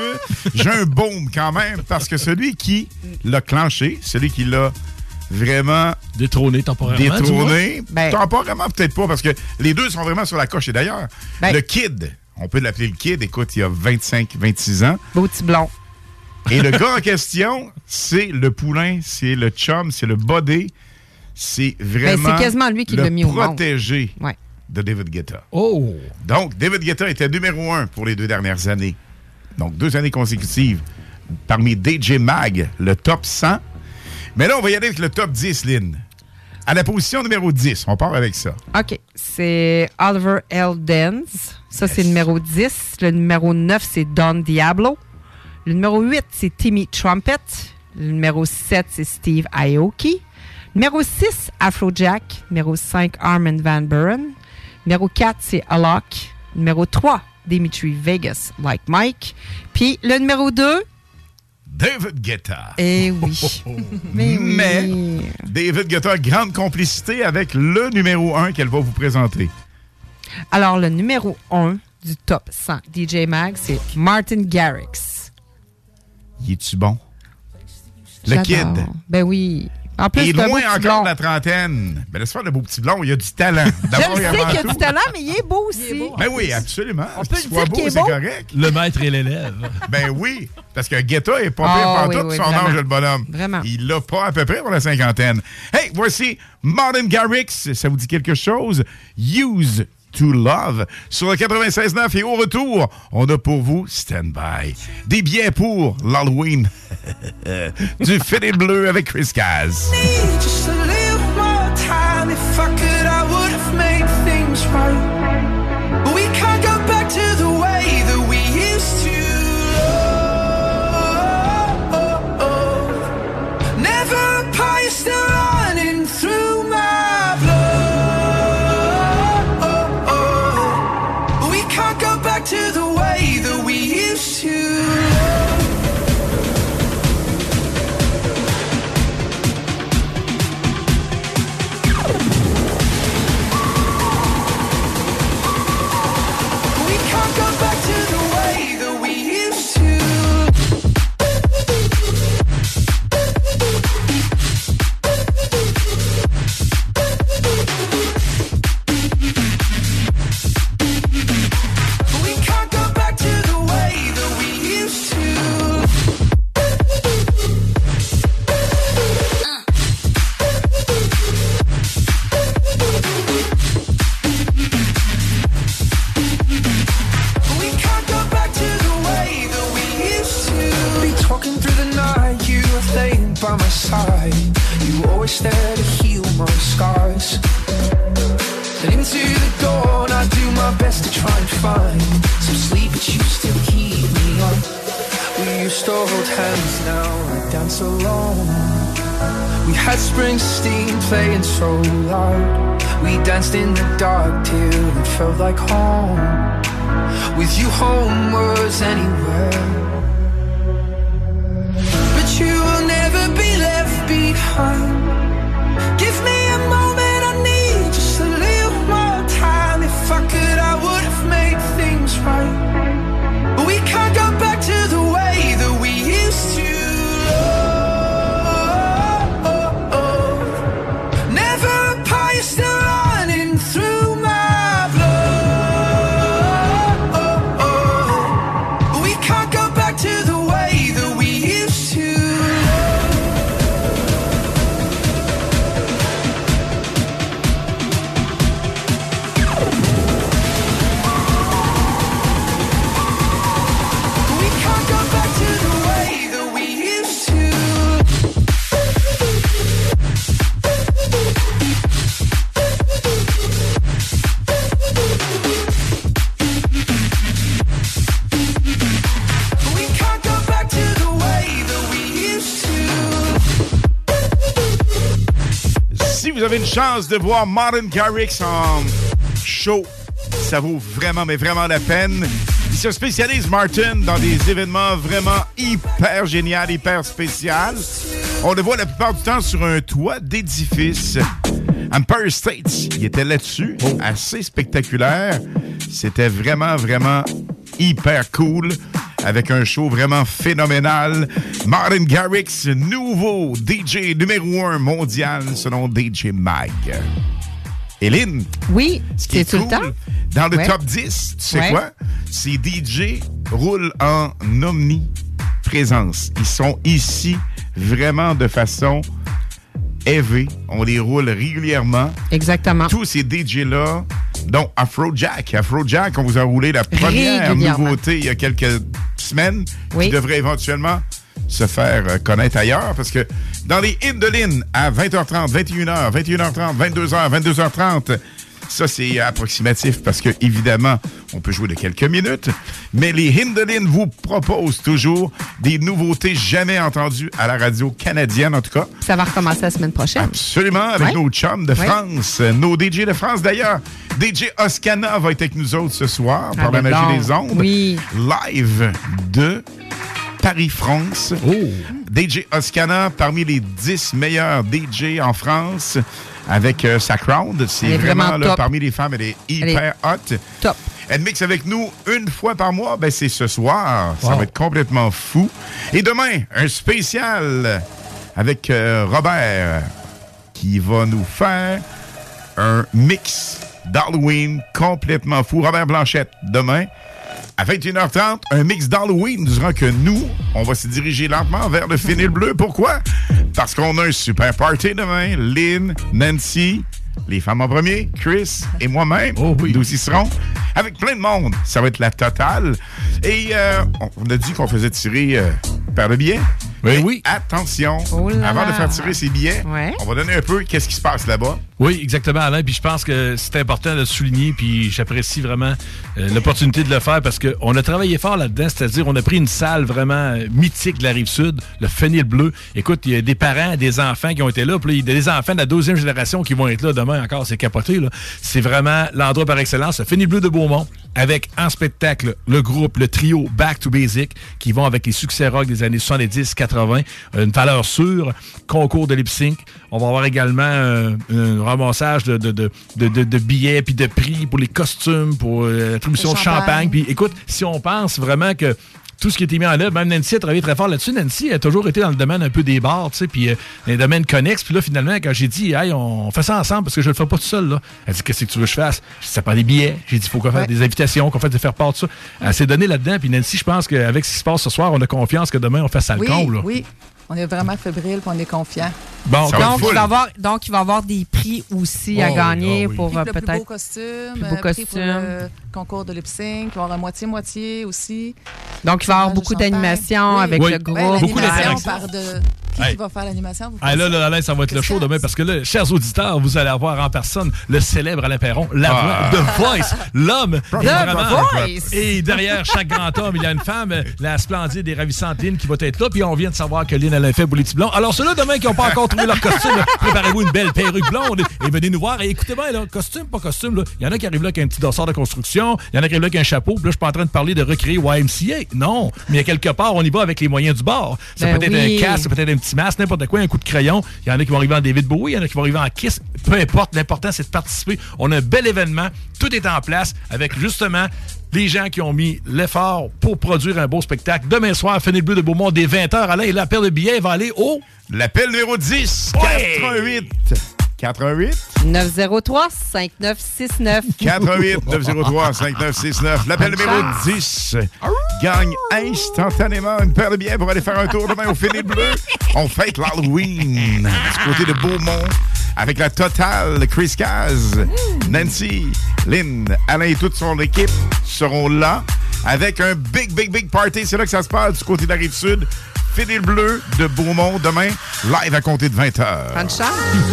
un baume quand même, parce que celui qui l'a clenché, celui qui l'a vraiment détrôné temporairement. Temporairement, peut-être pas, parce que les deux sont vraiment sur la coche. Et d'ailleurs, le Kid, on peut l'appeler le Kid, écoute, il a 25-26 ans. Beau petit blond. Et le gars en question, c'est le poulain, c'est le chum, c'est le body. C'est vraiment c'est quasiment lui qui l'a mis au monde. protégé de David Guetta. Oh! Donc, David Guetta était numéro 1 pour les 2 dernières années. Donc, 2 années consécutives parmi DJ Mag, le top 100. Mais là, on va y aller avec le top 10, Lynn. À la position numéro 10, on part avec ça. OK. c'est Oliver Eldens. Ça, c'est le numéro 10. Le numéro 9, c'est Don Diablo. Le numéro 8, c'est Timmy Trumpet. Le numéro 7, c'est Steve Aoki. Numéro 6, Afrojack. Numéro 5, Armin Van Buren. Numéro 4, c'est Alok. Numéro 3, Dimitri Vegas, Like Mike. Puis le numéro 2, David Guetta. Eh oui. Mais David Guetta, grande complicité avec le numéro 1 qu'elle va vous présenter. Alors, le numéro 1 du top 100 DJ Mag, c'est Martin Garrix. Y es-tu bon? Le J'adore. kid. Ben oui. En plus, il est c'est un loin beau petit encore blond. de la trentaine. Ben, laisse faire le beau petit blond. Il y a du talent. Je D'abord, le sais avant qu'il y a tout. du talent, mais il est beau aussi. Ben oui, absolument. On peut Qu'il le soit dire qu'il est c'est beau. correct. Le maître et l'élève. Ben oui, parce que Guetta est pas pire Ah, pantoute oui, pour oui, son vraiment. âge, le bonhomme. Vraiment. Il l'a pas à peu près pour la cinquantaine. Hey, voici Martin Garrix. Ça vous dit quelque chose? Use to Love. Sur le 96.9 et au retour, on a pour vous Stand By. Des billets pour l'Halloween du Fini Bleu avec Chris Caz. Just a little more time. If I could, I would have made things right. But we can't go back to the way that we used to. Never a pie still running through my blood. But we can't go back to the way that we used to. By my side, you always there to heal my scars. And into the dawn, I do my best to try and find some sleep, but you still keep me up. We used to hold hands, now we dance alone. We had Springsteen playing so loud. We danced in the dark till it felt like home. With you, home was anywhere. But you will never be left behind. Give me a moment, I need just a little more time. If I could, I would have made things right. But we can't go back to the way that we used to. Never a pie still running through my blood. But we can't go back to the way that we used to. We can't go back to the way that we used to. We can't go back to the way that we used to. Si vous avez une chance de voir Martin Garrix en show, ça vaut vraiment, mais vraiment la peine. Il se spécialise, Martin, dans des événements vraiment hyper géniaux, hyper spéciaux. On le voit la plupart du temps sur un toit d'édifice. Empire State, il était là-dessus, assez spectaculaire. C'était vraiment, vraiment hyper cool, avec un show vraiment phénoménal. Martin Garrix, nouveau DJ numéro 1 mondial selon DJ Mag. Hélène? Oui, ce qui est tout cool, le temps. dans le Ouais. top 10, tu sais Ouais. quoi? Ces DJ roulent en omniprésence. Ils sont ici vraiment de façon élevée. On les roule régulièrement. Exactement. Tous ces DJ-là, dont Afrojack. Afrojack, on vous a roulé la première Régulièrement. nouveauté il y a quelques semaines, Oui. qui devrait éventuellement se faire connaître ailleurs, parce que dans les hits de Lynn, à 20h30, 21h, 21h30, 22h, 22h30, Ça, c'est approximatif parce que, évidemment, on peut jouer de quelques minutes, mais les Hindelines vous proposent toujours des nouveautés jamais entendues à la radio canadienne, en tout cas. Ça va recommencer la semaine prochaine. Absolument, avec nos chums de France, nos DJ de France d'ailleurs. DJ Oscana va être avec nous autres ce soir par la magie des ondes. Oui. Live de Paris-France. DJ Oscana, parmi les 10 meilleurs DJ en France, avec sa crowd. C'est vraiment là, parmi les femmes, elle est hyper hot. Top. Elle mixe avec nous une fois par mois. Ben, c'est ce soir. Ça va être complètement fou. Et demain, un spécial avec Robert qui va nous faire un mix d'Halloween complètement fou. Robert Blanchette, demain. À 21h30, un mix d'Halloween durant que nous, on va se diriger lentement vers le Fenil Bleu. Pourquoi? Parce qu'on a un super party demain. Lynn, Nancy, les femmes en premier, Chris et moi-même, nous y serons. Avec plein de monde. Ça va être la totale. Et on a dit qu'on faisait tirer par le billet. Oui. Attention, avant de faire tirer ces billets, on va donner un peu qu'est-ce qui se passe là-bas. Oui, exactement, Alain. Puis je pense que c'est important de le souligner. Puis j'apprécie vraiment l'opportunité de le faire parce qu'on a travaillé fort là-dedans. C'est-à-dire, on a pris une salle vraiment mythique de la Rive-Sud, le Fenil Bleu. Écoute, il y a des parents, des enfants qui ont été là. Puis il y a des enfants de la 2e génération qui vont être là demain encore. C'est capoté, là. C'est vraiment l'endroit par excellence. Le Fenil Bleu de Beaumont, avec en spectacle le groupe, le trio Back to Basic, qui vont avec les succès rock des années 70-80. Une valeur sûre, concours de lip-sync. On va avoir également un ramassage de billets puis de prix pour les costumes, pour l'attribution de champagne. Puis écoute, si on pense vraiment que tout ce qui a été mis en œuvre, même Nancy a travaillé très fort là-dessus. Nancy a toujours été dans le domaine un peu des bars, tu sais, puis dans les domaines connexes. Puis là, finalement, quand j'ai dit, hey, on fait ça ensemble parce que je le fais pas tout seul, là. Elle dit, qu'est-ce que tu veux que je fasse? J'ai dit, ça prend des billets. J'ai dit, il faut qu'on fasse des invitations, qu'on fasse de faire part de ça. Elle s'est donnée là-dedans. Puis Nancy, je pense qu'avec ce qui se passe ce soir, on a confiance que demain, on fait ça le comble. Oui. On est vraiment fébrile et on est confiant. Bon, donc, il va y avoir des prix aussi à gagner pour le peut-être. Plus beau costume. Prix pour le concours de lip-sync. Il va y avoir un moitié-moitié aussi. Donc, il va y avoir beaucoup d'animations avec le groupe. Beaucoup d'interaction. Qui va faire l'animation? Là, Alain, ça va être le show demain parce que là, chers auditeurs, vous allez avoir en personne le célèbre Alain Perron, la voix, The Voice, l'homme. Voice. Et derrière chaque grand homme, il y a une femme, la splendide et ravissante Lynn qui va être là. Puis on vient de savoir que Lynn, elle a fait pour les petits blonds. Alors ceux-là, demain, qui n'ont pas encore trouvé leur costume, préparez-vous une belle perruque blonde et venez nous voir. Et écoutez bien, là, costume, pas costume, là. Il y en a qui arrivent là avec un petit dossard de construction, il y en a qui arrivent là avec un chapeau. Puis là, je suis pas en train de parler de recréer YMCA. Non, mais il y a quelque part, on y va avec les moyens du bord. Ça peut être un casque, peut être un petit masque, n'importe quoi, un coup de crayon. Il y en a qui vont arriver en David Bowie, il y en a qui vont arriver en Kiss. Peu importe, l'important, c'est de participer. On a un bel événement. Tout est en place avec, justement, les gens qui ont mis l'effort pour produire un beau spectacle. Demain soir, Fenil Bleu de Beaumont, dès 20h. Alain, et l'appel de billets va aller au... L'appel numéro 10, 88 903 5969 88 903 5969. L'appel numéro 10 gagne instantanément une paire de billets pour aller faire un tour demain au Fenil Bleu. On fête l'Halloween du côté de Beaumont avec la totale. Chris Caz, Nancy, Lynn, Alain et toute son équipe seront là avec un big party. C'est là que ça se passe du côté de la Rive-Sud. Fenil Bleu de Beaumont demain, live à compter de 20h. Bonne chance.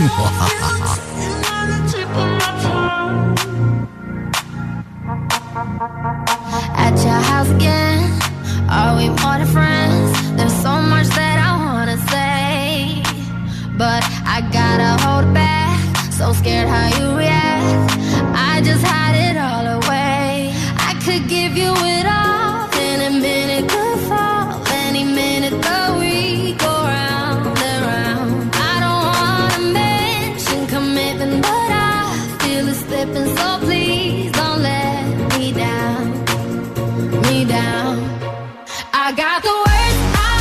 At your house again, are we more than friends? There's so much that I wanna say, but I gotta hold it back. So scared how you react. I just hide it all away. I could give you it all, then a minute could fall. Any minute that we go round and round. I don't wanna mention commitment, but I feel it slipping. So please don't let me down. I got the words.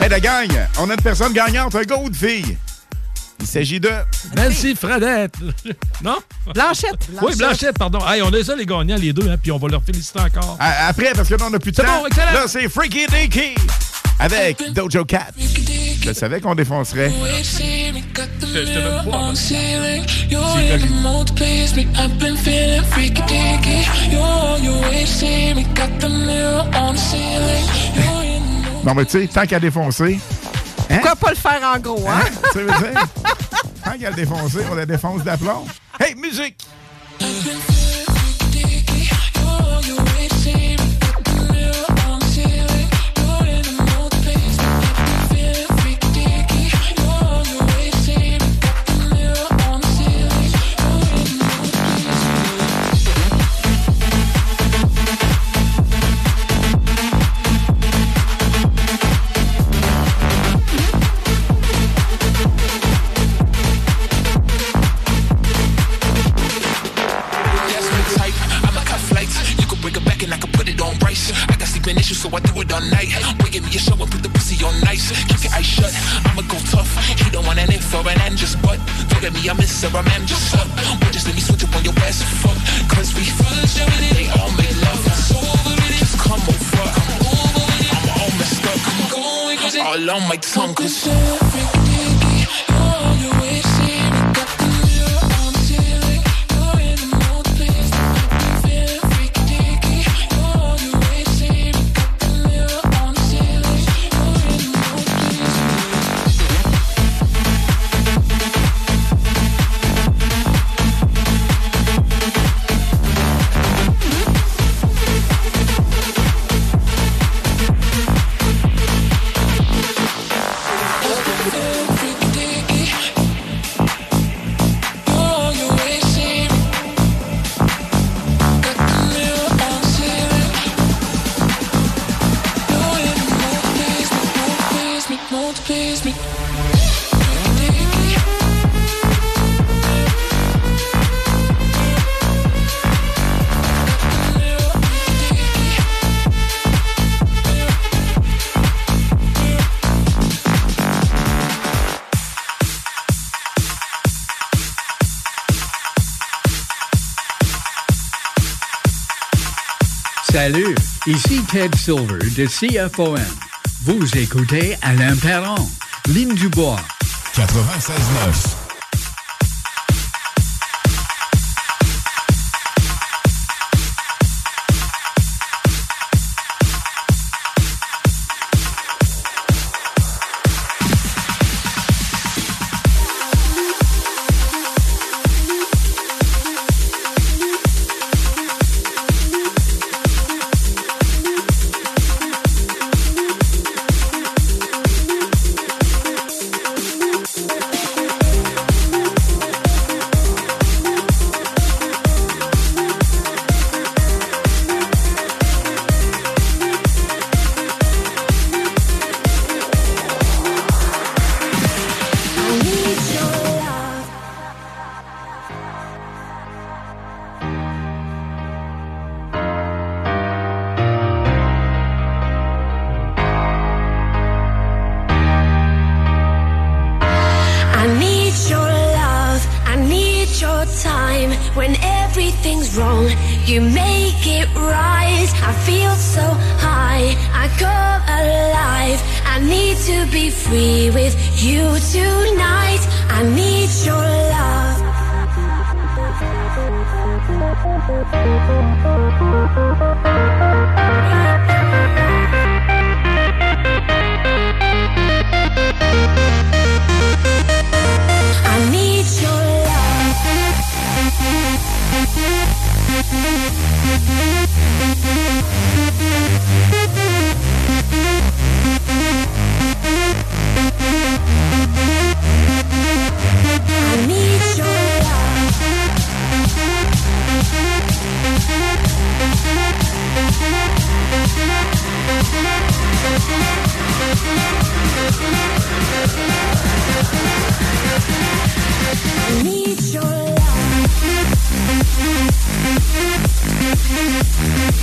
Hey, la gang, on a une personne gagnante, un go de fille. Il s'agit de... Nancy Fradette. Non? Blanchette. Oui, Blanchette, pardon. Hey, on a ça, les gagnants, les deux, hein, puis on va leur féliciter encore. Après, parce que là, on n'a plus de temps. C'est bon, excellent. Là, c'est Freaky Dicky avec Dojo Cat. Je savais qu'on défoncerait. Non, mais tu sais, tant qu'à défoncer... Hein? Pourquoi pas le faire en gros, hein? Ça veut dire, tant qu'à le défoncer, on la défonce d'aplomb. Hey, musique! So I do it all night. Boy, give me a show and put the pussy on nice. Keep your eyes shut, I'ma go tough. You don't want an in for an end, just what? Look at me, I'm Mr. a man, just up. Boy, just let me switch up on your ass, fuck. Cause we first, they all make love. Just come over. I'm all messed up. All on my tongue, cause Salut, ici Ted Silver de CFOM. Vous écoutez Alain Perron, Ligne du Bois. 96.9. When everything's wrong, you make it right. I feel so high, I come alive. I need to be free with you tonight. I need your love. I need your love. I need your I need your love.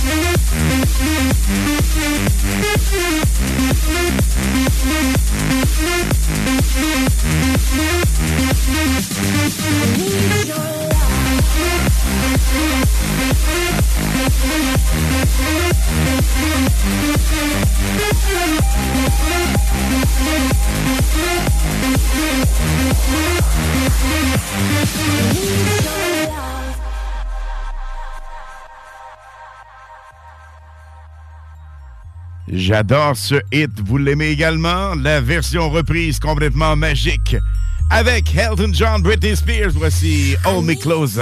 J'adore ce hit. Vous l'aimez également? La version reprise complètement magique avec Elton John, Britney Spears. Voici Hold Me Closer.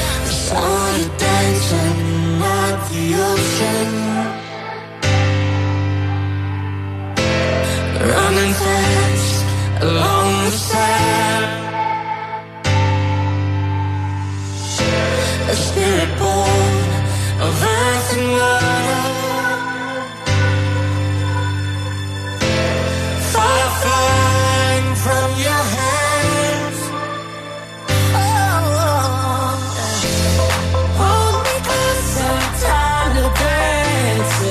Running fast along the sand, a spirit born of earth and water, fire flying from your hands. Oh, hold me closer, time to dance.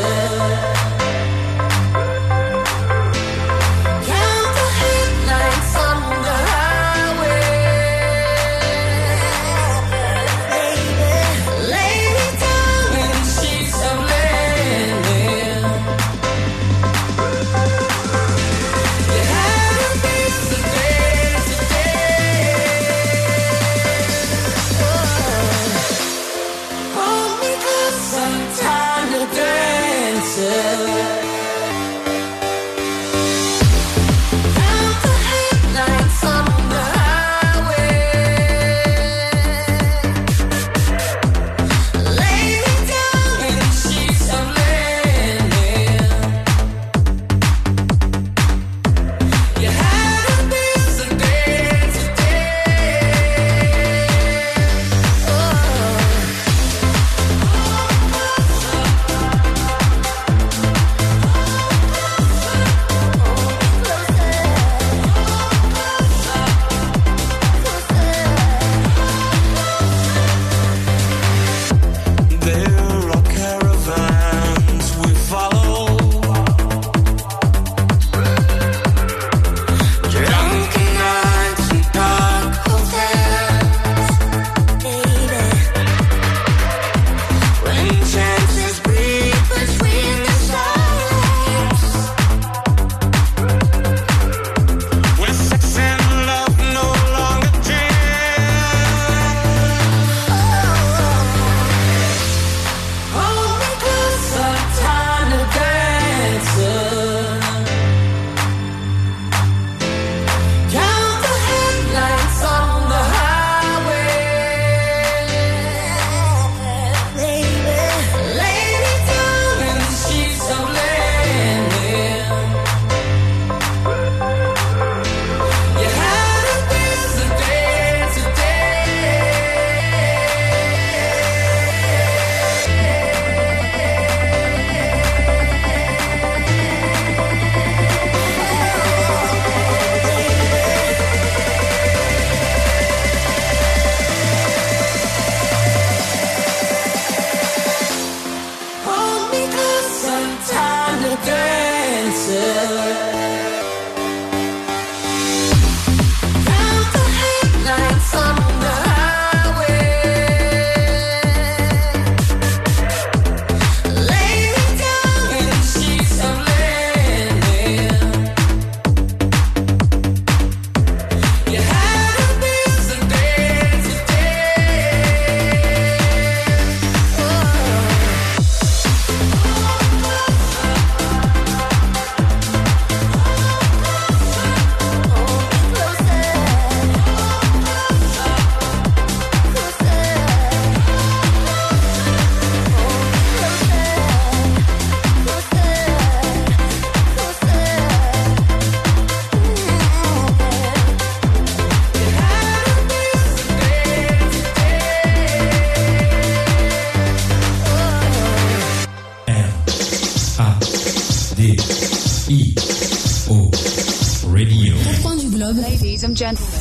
Ladies and gentlemen.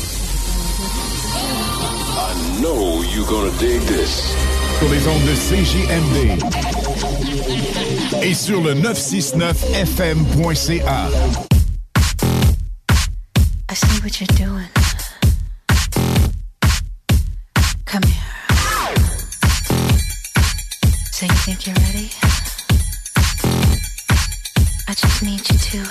I know you're gonna dig this. Sur les ondes de CJMD et sur le 969fm.ca. I see what you're doing. Come here. So you think you're ready? I just need you to.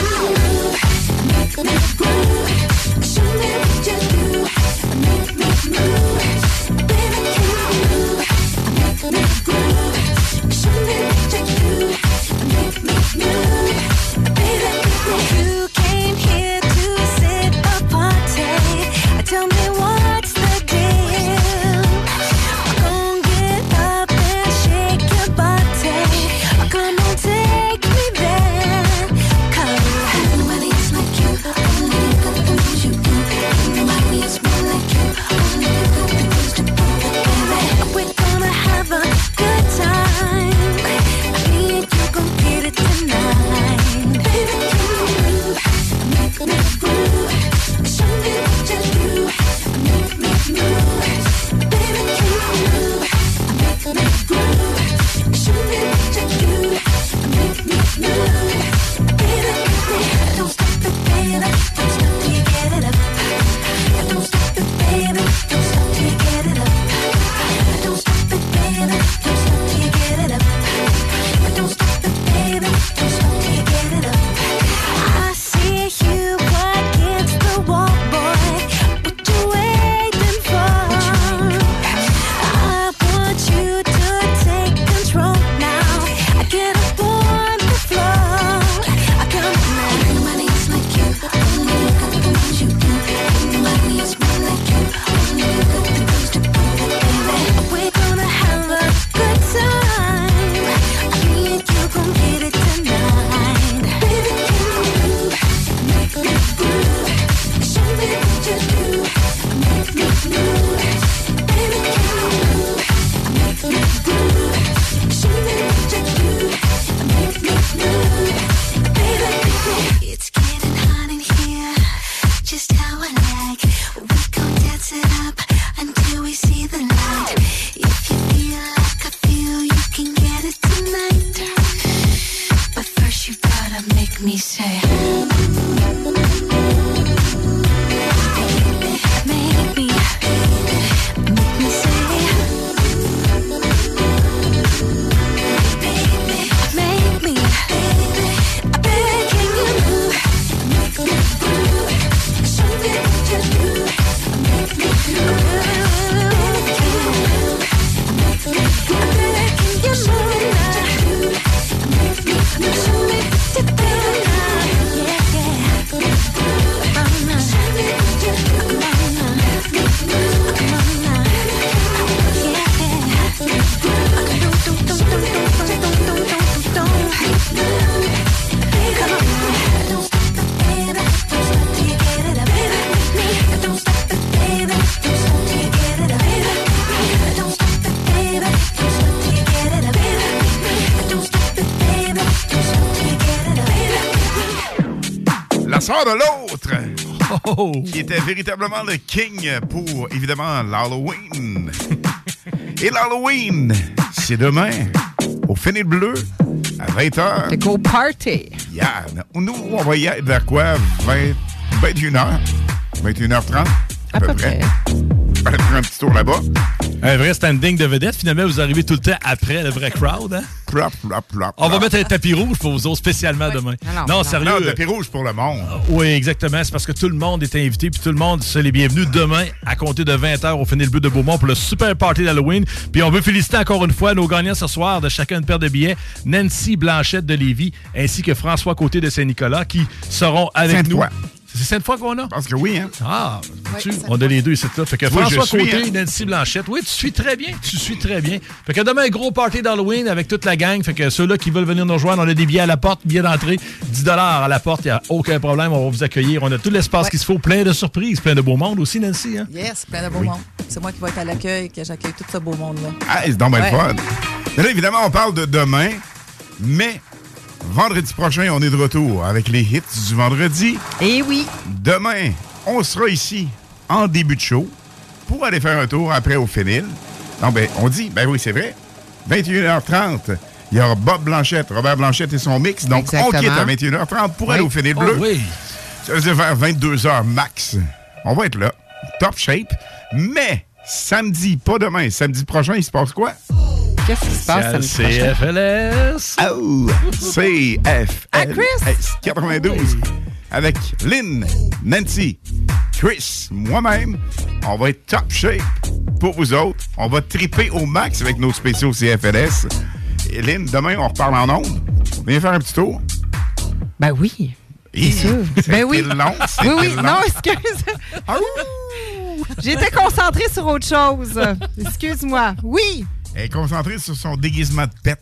Make part de l'autre, qui était véritablement le king pour, évidemment, l'Halloween. Et l'Halloween, c'est demain, au Fenil Bleu, à 20h. The Go Party. Yeah. Nous, on va y être vers quoi? 21h? 21h30? À peu près. On va faire un petit tour là-bas. Un vrai standing de vedette. Finalement, vous arrivez tout le temps après le vrai crowd. Hein? On va mettre un tapis rouge pour vous autres spécialement demain. Non, sérieux. Non, un tapis rouge pour le monde. Oui, exactement. C'est parce que tout le monde est invité puis tout le monde c'est les bienvenus demain à compter de 20h au Fenil Bleu de Beaumont pour le super party d'Halloween. Puis on veut féliciter encore une fois nos gagnants ce soir de chacun une paire de billets. Nancy Blanchette de Lévis ainsi que François Côté de Saint-Nicolas qui seront avec nous. C'est Sainte-Foy qu'on a? Je pense que oui, hein? Ah, on a les deux ici, là. Fait que François Côté, Nancy Blanchette. Oui, tu suis très bien. Fait que demain, un gros party d'Halloween avec toute la gang. Fait que ceux-là qui veulent venir nous rejoindre, on a des billets à la porte, billets d'entrée, 10$ à la porte, il n'y a aucun problème. On va vous accueillir. On a tout l'espace qu'il se faut, plein de surprises, plein de beau monde aussi, Nancy. Hein? Yes, plein de beau monde. C'est moi qui vais être à l'accueil, que j'accueille tout ce beau monde-là. Ah, c'est donc bien le fun. Mais là, évidemment, on parle de demain, mais vendredi prochain, on est de retour avec les hits du vendredi. Eh oui. Demain, on sera ici en début de show pour aller faire un tour après au Fenil. Non, ben, on dit, ben oui, c'est vrai. 21h30, il y aura Bob Blanchette, Robert Blanchette et son mix. Donc, on quitte à 21h30 pour aller au Fenil Bleu. Oui. Ça veut dire vers 22h max. On va être là. Top shape. Mais, samedi, pas demain, samedi prochain, il se passe quoi? Qu'est-ce qui se passe samedi prochain? CFLS. Oh! CFLS. À Chris. 92. Oui. Avec Lynn, Nancy, Chris, moi-même. On va être top shape pour vous autres. On va triper au max avec nos spéciaux CFLS. Et Lynn, demain, on reparle en ondes. Viens faire un petit tour. Ben oui. C'est sûr. Ben oui. Long, oui. Long. Non, excuse. J'étais concentrée sur autre chose. Excuse-moi. Oui. Elle est concentrée sur son déguisement de pète.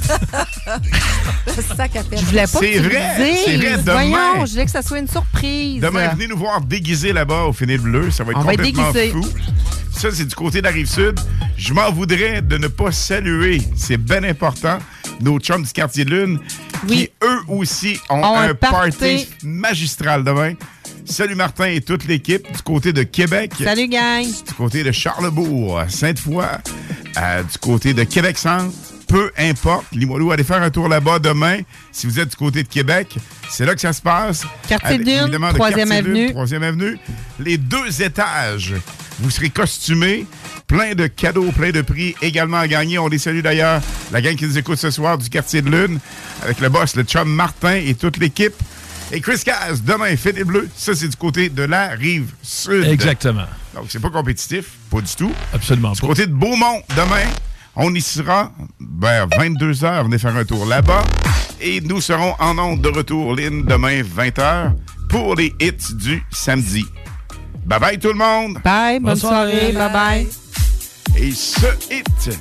Le sac à pète. Je voulais pas c'est vrai, demain. Voyons, je voulais que ça soit une surprise. Demain, venez nous voir déguisés là-bas au Fenil Bleu. Ça va être complètement fou. Ça, c'est du côté de la Rive-Sud. Je m'en voudrais de ne pas saluer, c'est bien important, nos chums du Quartier de Lune, qui, eux aussi, ont un party magistral demain. Salut Martin et toute l'équipe du côté de Québec. Salut gang. Du côté de Charlesbourg, Sainte-Foy, du côté de Québec-Centre. Peu importe, Limoilou, allez faire un tour là-bas demain. Si vous êtes du côté de Québec, c'est là que ça se passe. Quartier de Lune, 3e avenue. 3e avenue. Les 2 étages, vous serez costumés. Plein de cadeaux, plein de prix également à gagner. On les salue d'ailleurs, la gang qui nous écoute ce soir du Quartier de Lune, avec le boss, le chum Martin et toute l'équipe. Et Chris Caz, demain, Fenil Bleu, ça c'est du côté de la Rive-Sud. Exactement. Donc c'est pas compétitif, pas du tout. Absolument pas. Du côté de Beaumont, demain, on y sera vers 22h. Venez faire un tour là-bas. Et nous serons en ondes de retour, Lynn, demain, 20h, pour les hits du samedi. Bye-bye tout le monde. Bye, bonne soirée. Bye-bye. Et ce hit,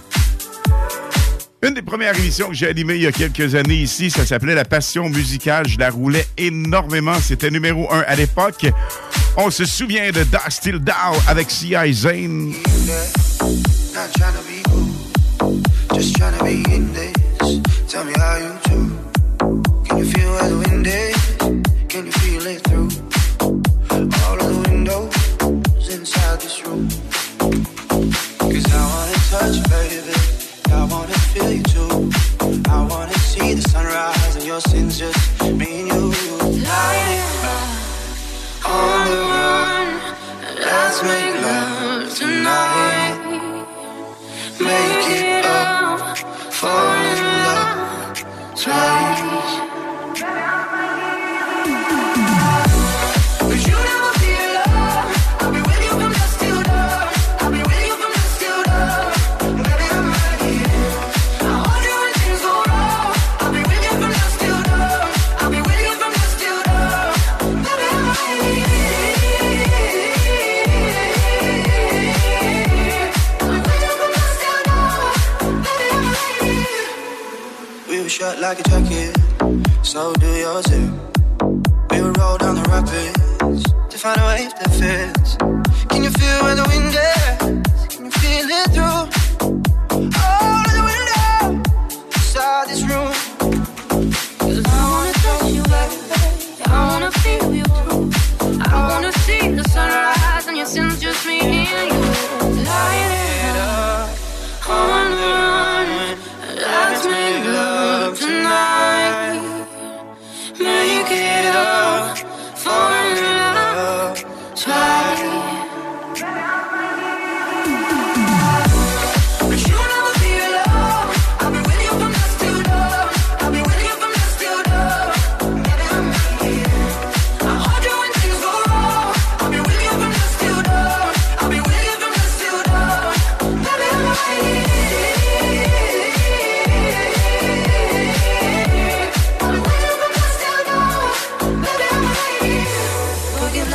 une des premières émissions que j'ai animées il y a quelques années ici, ça s'appelait La Passion musicale. Je la roulais énormément. C'était numéro 1 à l'époque. On se souvient de Dark Still Down avec C.I. Zane. Not trying to be cool, just trying to be in this. Tell me how you do. Can you feel where the wind is? Can you feel it through all of the windows inside this room? 'Cause I wanna touch you, baby. I wanna feel you too. I wanna see the sunrise and your sins, just me and you. Lying on the run, let's make love tonight. Make it up, fall in love twice. 'Cause you never feel love. I'll be with you from dusk till dawn. I'll be with you from dusk till dawn. Baby, I'm right here. I hold you when things go wrong. I'll be with you from dusk till dawn. I'll be with you from dusk till dawn. Baby, I'm right here. I'll be with you from dusk till dawn. Baby, I'm right here. We were shut like a jacket, so do yours too. We would roll down the rapids to find a wave that fits. Can you feel where the wind is? Can you feel it through all of the windows inside this room? 'Cause I wanna touch you, baby. I wanna feel you.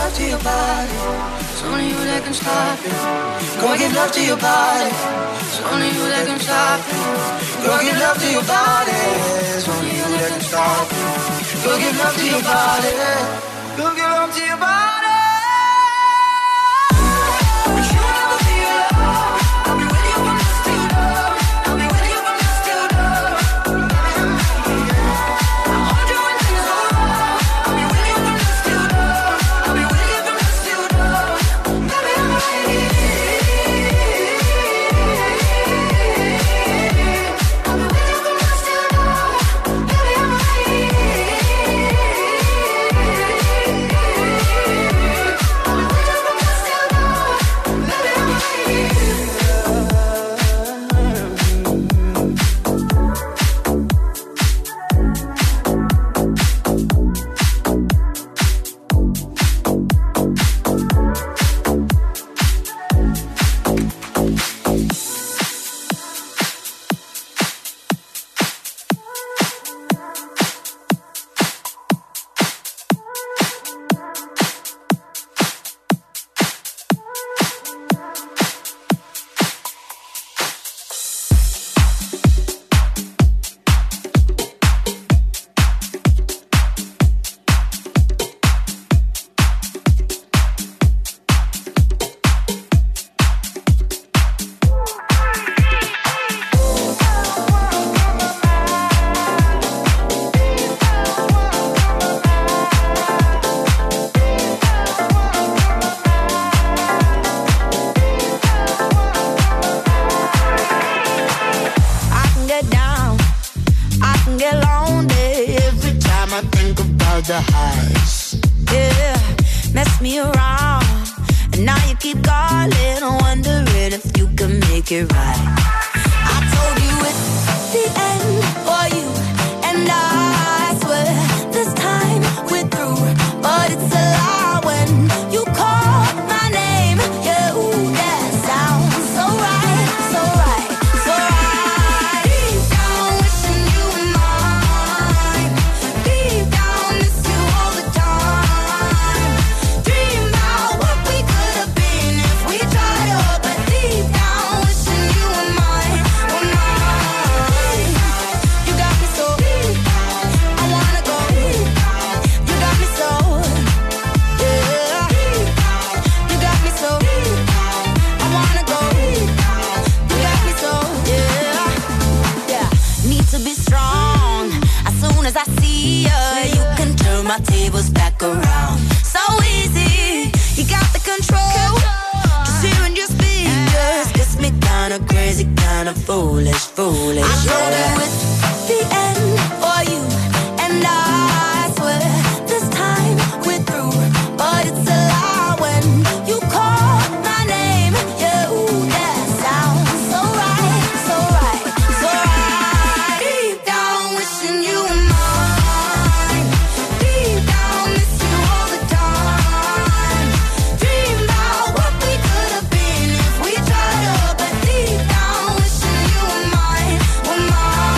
love to your body. It's only you that can stop it. Go and give love to your body. It's only you that can stop it. Go and give love to your body. It's only you that can stop it. Go give love to your body. Go give love to your body. The highs, yeah, mess me around, and now you keep calling, wondering if you can make it right. I told you it's the end for you, and I swear this time we're through, but it's a lie when you call my name. Yeah, ooh, that sounds so right, so right, so right. Deep down, wishing you were mine. Deep down, miss you all the time. Dream about what we could have been if we tried up, but deep down, wishing you were mine, were mine. You got me so deep, I wanna go deep. You got me so, yeah. You got me so deep, I wanna go deep. You got me so, yeah, yeah. Need to be strong. As soon as I see you, you can turn my tables back around. So easy, you got the control. Just hearing your speakers gets me kinda crazy, kinda foolish, foolish. I told you it's the end for you, and I swear this time we're through, but it's a lie when you call my name. Yeah, ooh, that sounds so right, so right, so right. Deep down, wishing you were mine. Deep down, miss you all the time. Dream about what we could have been if we tried up, but deep down, wishing you were mine, were mine.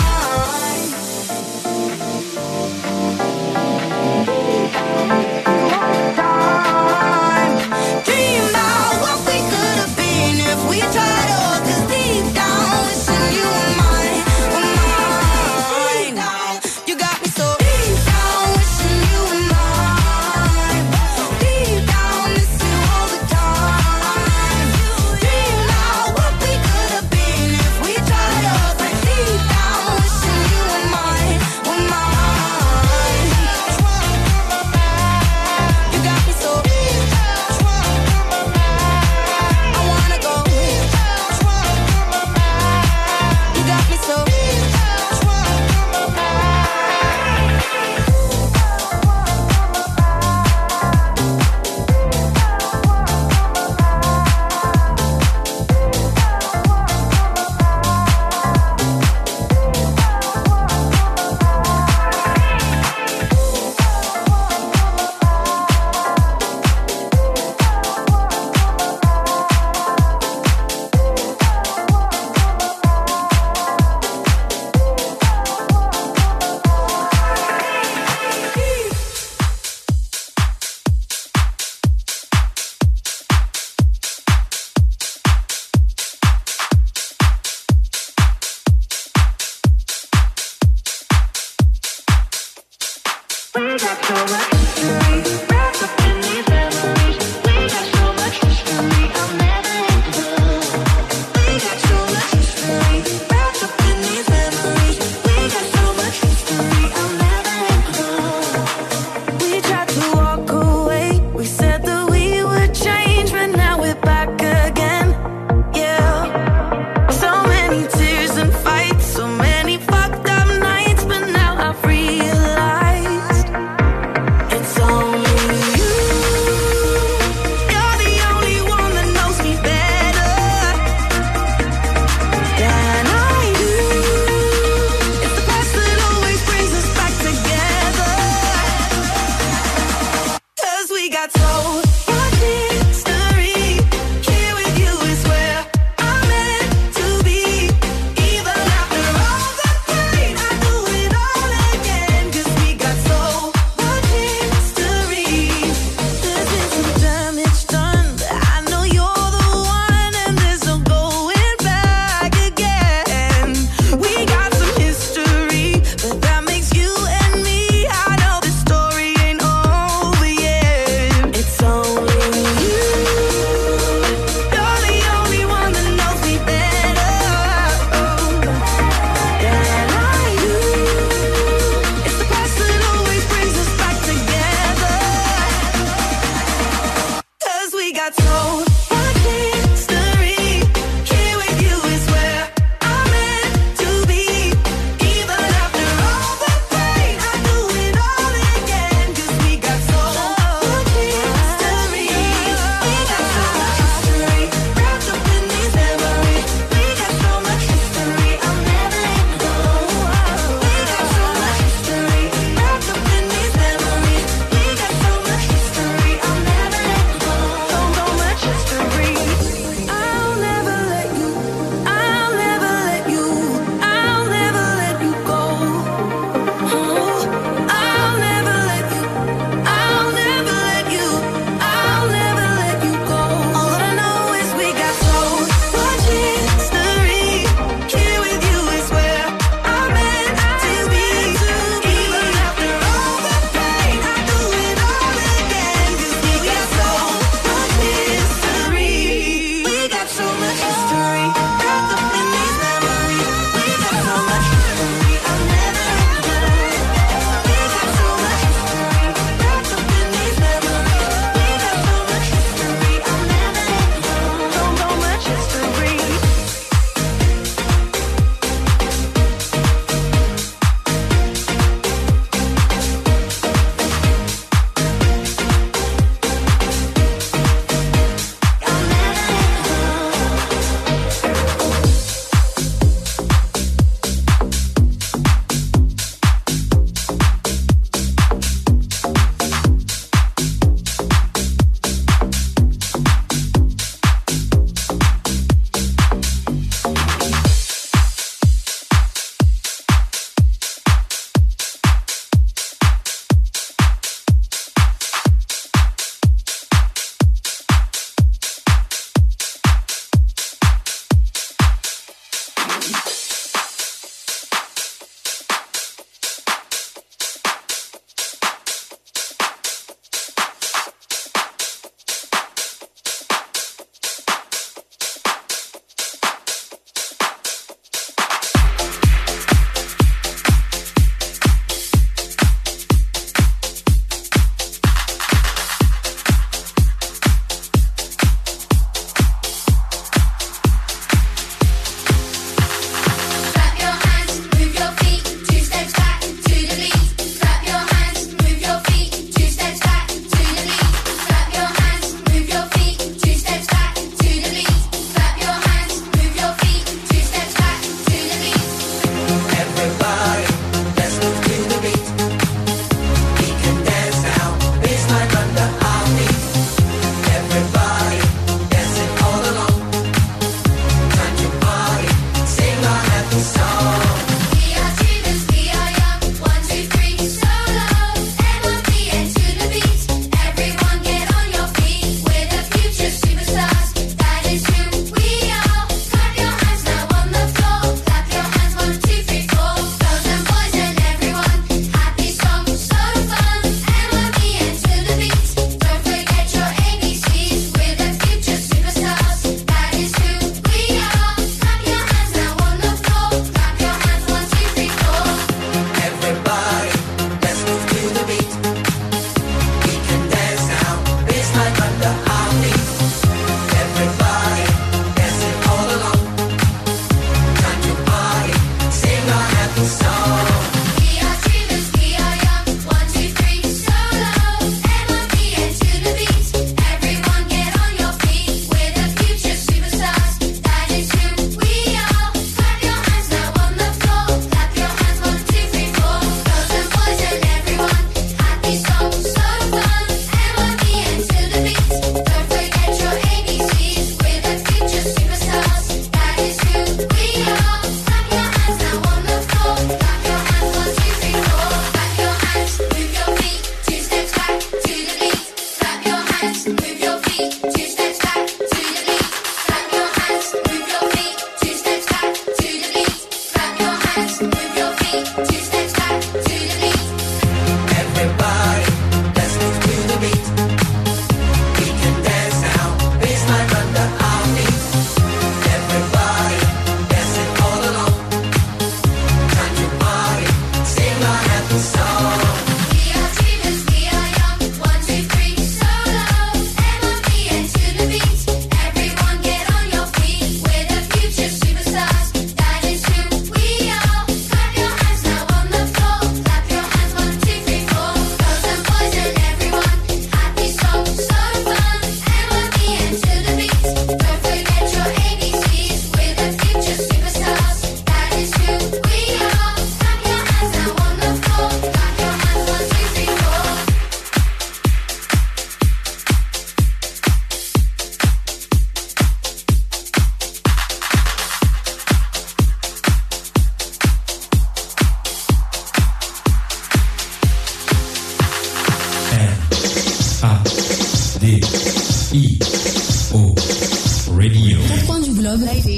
got so much history. Here with you is where I'm meant to be. Even after all the pain, I do it all again. 'Cause we got so much history. There's been some damage done, but I know you're the one, and there's no going back again. We got some history, but that makes you and me. I know this story ain't over yet. It's over.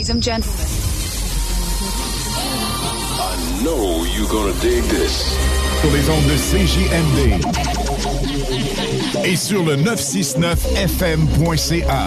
Ladies and gentlemen. I know you're gonna dig this. Sur les ondes de CJMD et sur le 969fm.ca.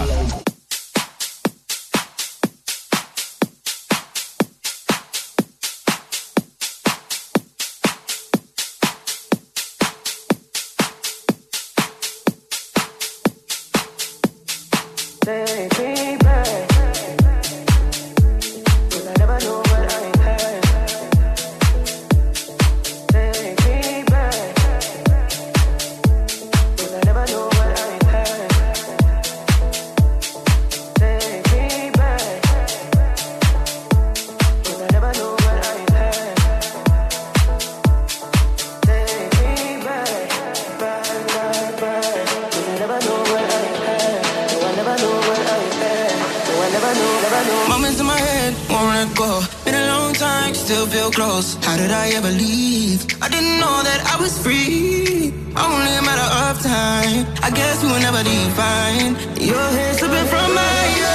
Moments in my head, won't let go. Been a long time, still feel close. How did I ever leave? I didn't know that I was free. Only a matter of time. I guess we will never define. Your hair slipping from my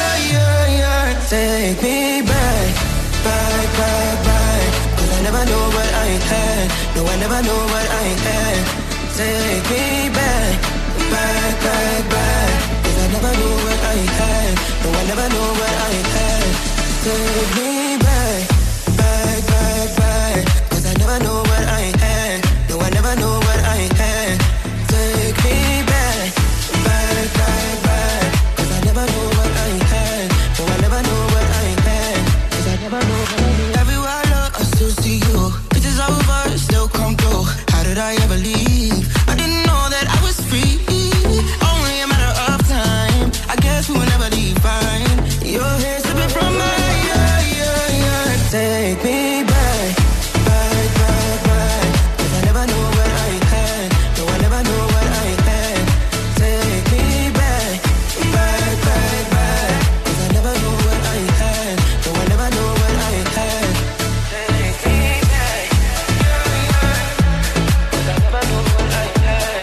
Take me back, back, back, back. Cause I never know what I had. No, I never know what I had. Take me back, back, back, back. Cause I never know what I had. No, I never know what I had. Take me back, back, back, back. Cause I never know what I had. No, I never know what I had. Take me back, back, back, back. Cause I never know what I had. No, I never know what I had. Cause I never know what I had. Everywhere I look, I still see you. Pictures over, still come through. How did I ever leave? I didn't know that I was free. Only a matter of time. I guess we will never define. Your hair slipping from my Take me back, back, back, back. Cause I never know what I had. No, I never know what I had. Take me back, back, back, back. Cause I never know what I had. No, I never know what I had. Take me back, cause I never know what I had.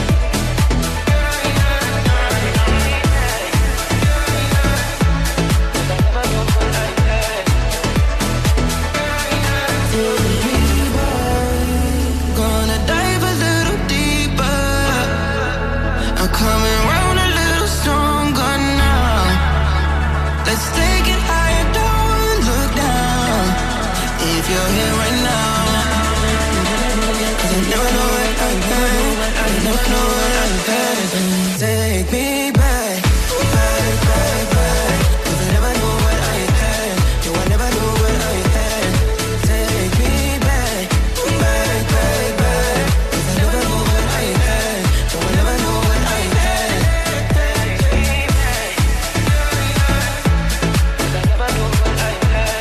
Gonna dive a little deeper. I'm coming round a little stronger now. Let's take it higher, don't look down. If you're here right now, cause I never know what I had. I never know what I had. Take me back, back, back, back. Cause I never know what I had. No, I never know what I had. Take me back, back, back, back. Cause I never know what I had. No, I never know what I had. Take me back, cause I never know what I had.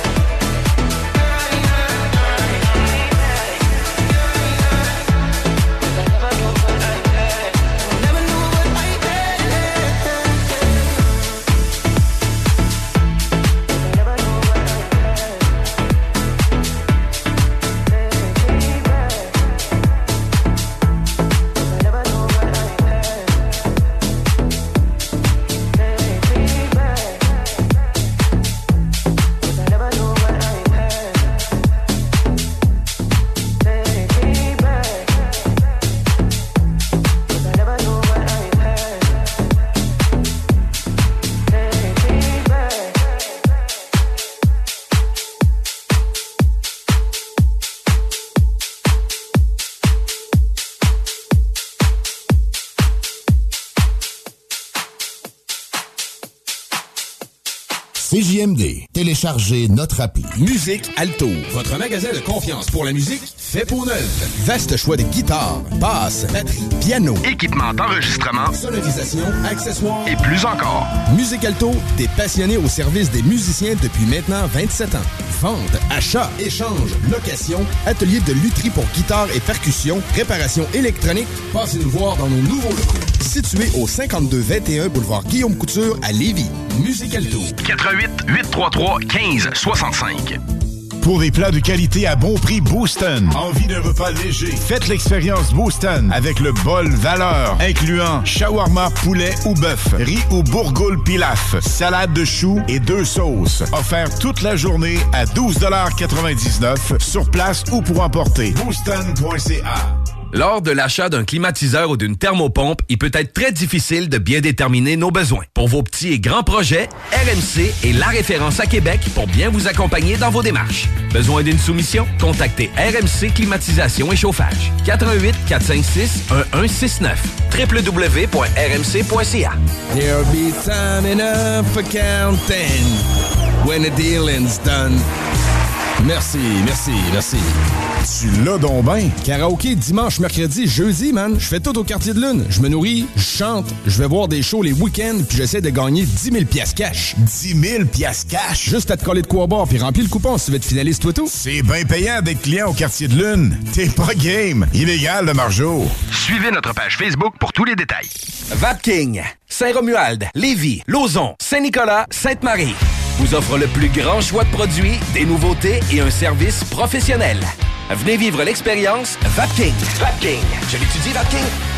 CJMD. Téléchargez notre appli. Musique Alto. Votre magasin de confiance pour la musique fait peau neuve. Vaste choix de guitares, basses, batteries, piano, équipement d'enregistrement, sonorisation, accessoires et plus encore. Musique Alto, des passionnés au service des musiciens depuis maintenant 27 ans. Vente, achat, échange, location, atelier de lutherie pour guitare et percussion, réparation électronique. Passez nous voir dans nos nouveaux locaux. Situé au 5221 boulevard Guillaume Couture à Lévis. Musique Alto. 88 833 15 65. Pour des plats de qualité à bon prix, Booston. Envie d'un repas léger? Faites l'expérience Booston avec le bol valeur, incluant shawarma, poulet ou bœuf, riz ou bourgoule pilaf, salade de choux et 2 sauces. Offert toute la journée à 12,99 $ sur place ou pour emporter. Booston.ca. Lors de l'achat d'un climatiseur ou d'une thermopompe, il peut être très difficile de bien déterminer nos besoins. Pour vos petits et grands projets, RMC est la référence à Québec pour bien vous accompagner dans vos démarches. Besoin d'une soumission? Contactez RMC Climatisation et Chauffage. 88 456 1169 www.rmc.ca. There'll be time enough for counting when the dealing's done. Merci. Tu l'as donc ben. Karaoké dimanche, mercredi, jeudi, man. Je fais tout au Quartier de Lune. Je me nourris, je chante, je vais voir des shows les week-ends, puis j'essaie de gagner 10 000 piastres cash. 10 000 piastres cash? Juste à te coller de quoi boire, puis remplir le coupon si tu veux être finaliste toi tout. C'est bien payant d'être client au Quartier de Lune. T'es pas game. Illégal, le margeau. Suivez notre page Facebook pour tous les détails. Vapking, Saint-Romuald, Lévis, Lauson, Saint-Nicolas, Sainte-Marie vous offre le plus grand choix de produits, des nouveautés et un service professionnel. Venez vivre l'expérience Vapking. Vapking. Je l'étudie, Vapking.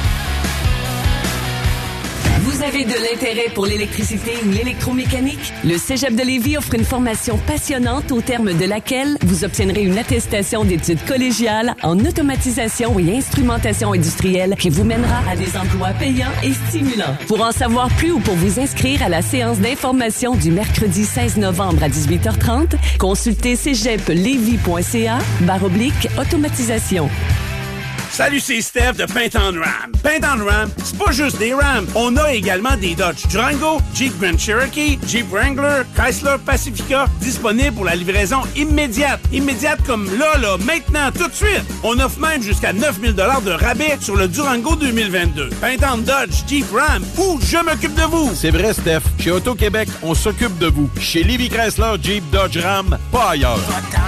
Vous avez de l'intérêt pour l'électricité ou l'électromécanique? Le Cégep de Lévis offre une formation passionnante au terme de laquelle vous obtiendrez une attestation d'études collégiales en automatisation et instrumentation industrielle qui vous mènera à des emplois payants et stimulants. Pour en savoir plus ou pour vous inscrire à la séance d'information du mercredi 16 novembre à 18h30, consultez cégeplevy.ca/automatisation. Salut, c'est Steph de Paint on Ram. Paint on Ram, c'est pas juste des Rams. On a également des Dodge Durango, Jeep Grand Cherokee, Jeep Wrangler, Chrysler Pacifica, disponibles pour la livraison immédiate. Immédiate comme là, maintenant, tout de suite. On offre même jusqu'à 9 000 $ de rabais sur le Durango 2022. Paint on Dodge, Jeep Ram, ou je m'occupe de vous. C'est vrai, Steph. Chez Auto-Québec, on s'occupe de vous. Chez Lévis Chrysler, Jeep, Dodge, Ram, pas ailleurs.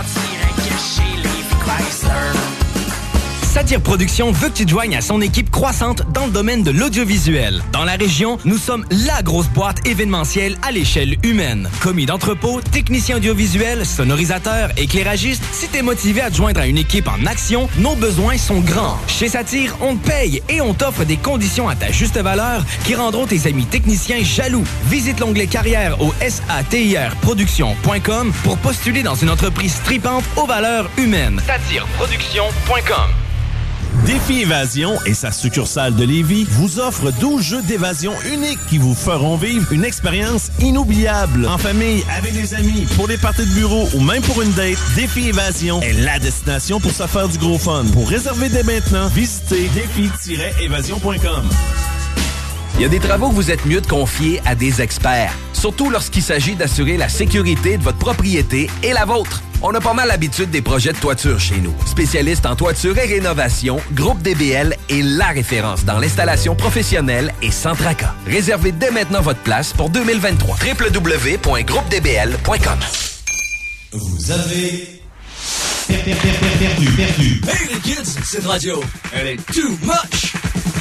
Satire Productions veut que tu te joignes à son équipe croissante dans le domaine de l'audiovisuel. Dans la région, nous sommes la grosse boîte événementielle à l'échelle humaine. Commis d'entrepôt, technicien audiovisuel, sonorisateur, éclairagiste, si t'es motivé à te joindre à une équipe en action, nos besoins sont grands. Chez Satire, on te paye et on t'offre des conditions à ta juste valeur qui rendront tes amis techniciens jaloux. Visite l'onglet carrière au satirproduction.com pour postuler dans une entreprise tripante aux valeurs humaines. Satireproduction.com. Défi Évasion et sa succursale de Lévis vous offre 12 jeux d'évasion uniques qui vous feront vivre une expérience inoubliable. En famille, avec des amis, pour des parties de bureau ou même pour une date, Défi Évasion est la destination pour se faire du gros fun. Pour réserver dès maintenant, visitez défi-évasion.com. Il y a des travaux que vous êtes mieux de confier à des experts, surtout lorsqu'il s'agit d'assurer la sécurité de votre propriété et la vôtre. On a pas mal l'habitude des projets de toiture chez nous. Spécialiste en toiture et rénovation, Groupe DBL est la référence dans l'installation professionnelle et sans tracas. Réservez dès maintenant votre place pour 2023. www.groupedbl.com. Vous avez perdu. Hey les kids, cette radio, elle est too much!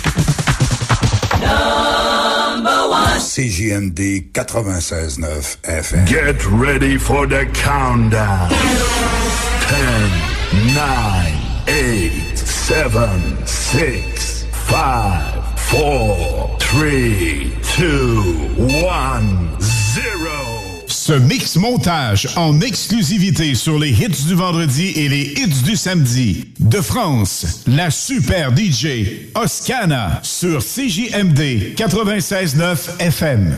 Number one. CJMD 96.9 FM. Get ready for the countdown. 10, 9, 8, 7, 6, 5, 4, 3, 2, 1, 0. Ce mix montage en exclusivité sur les hits du vendredi et les hits du samedi. De France, la super DJ Oscana sur CJMD 96.9 FM.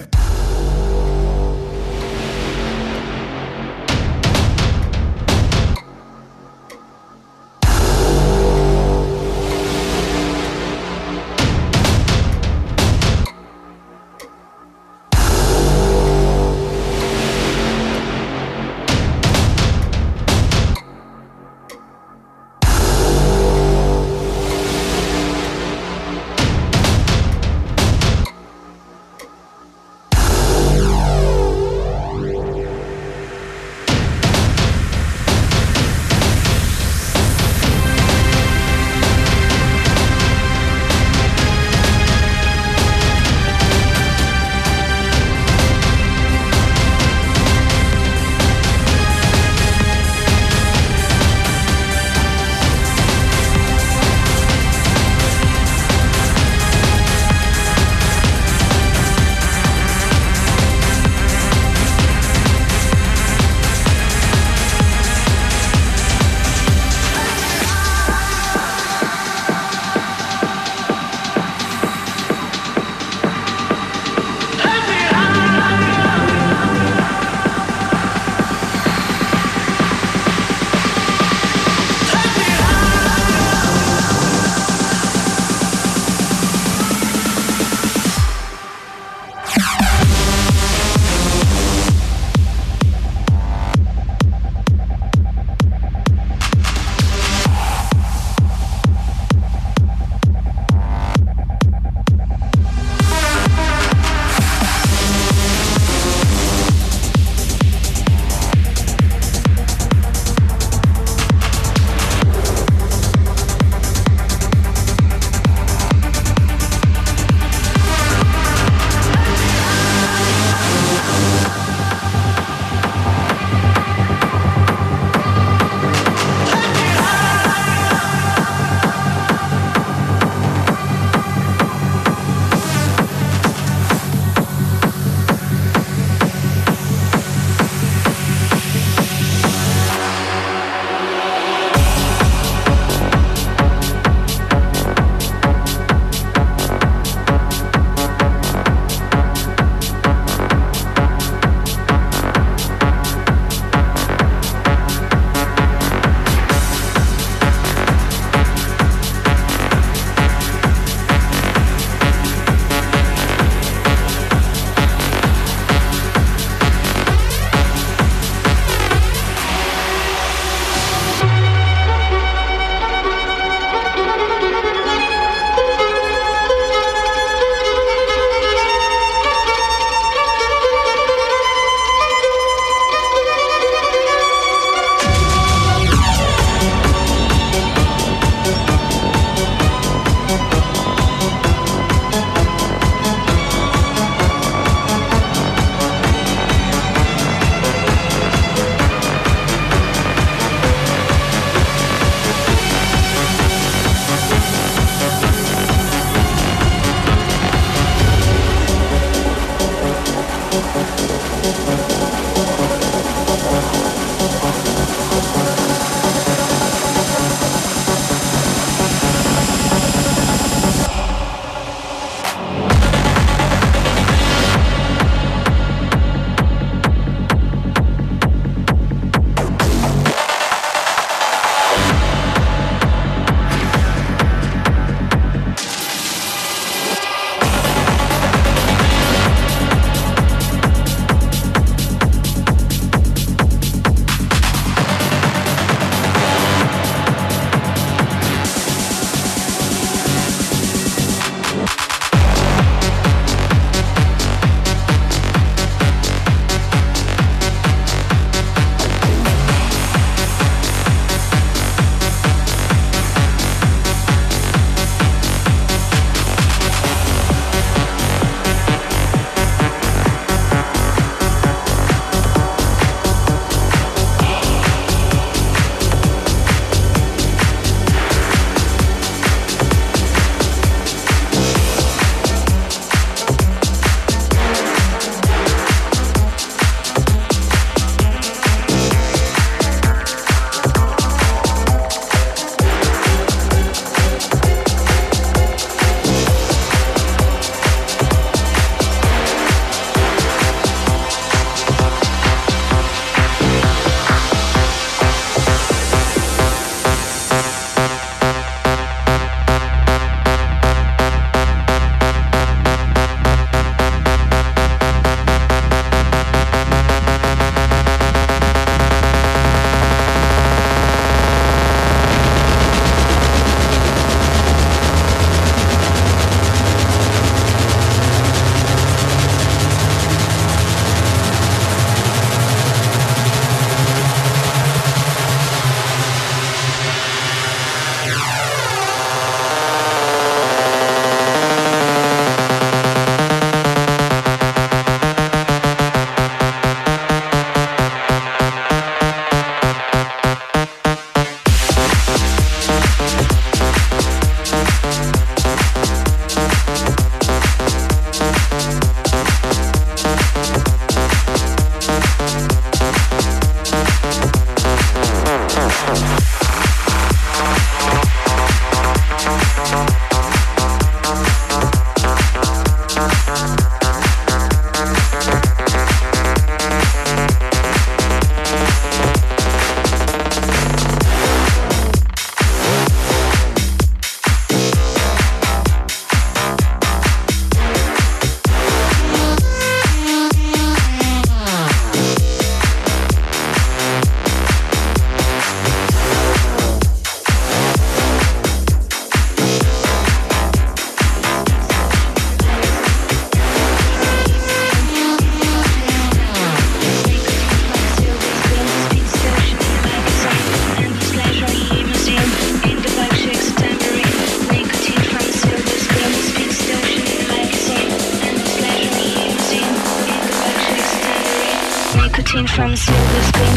Nicotine from silver screen.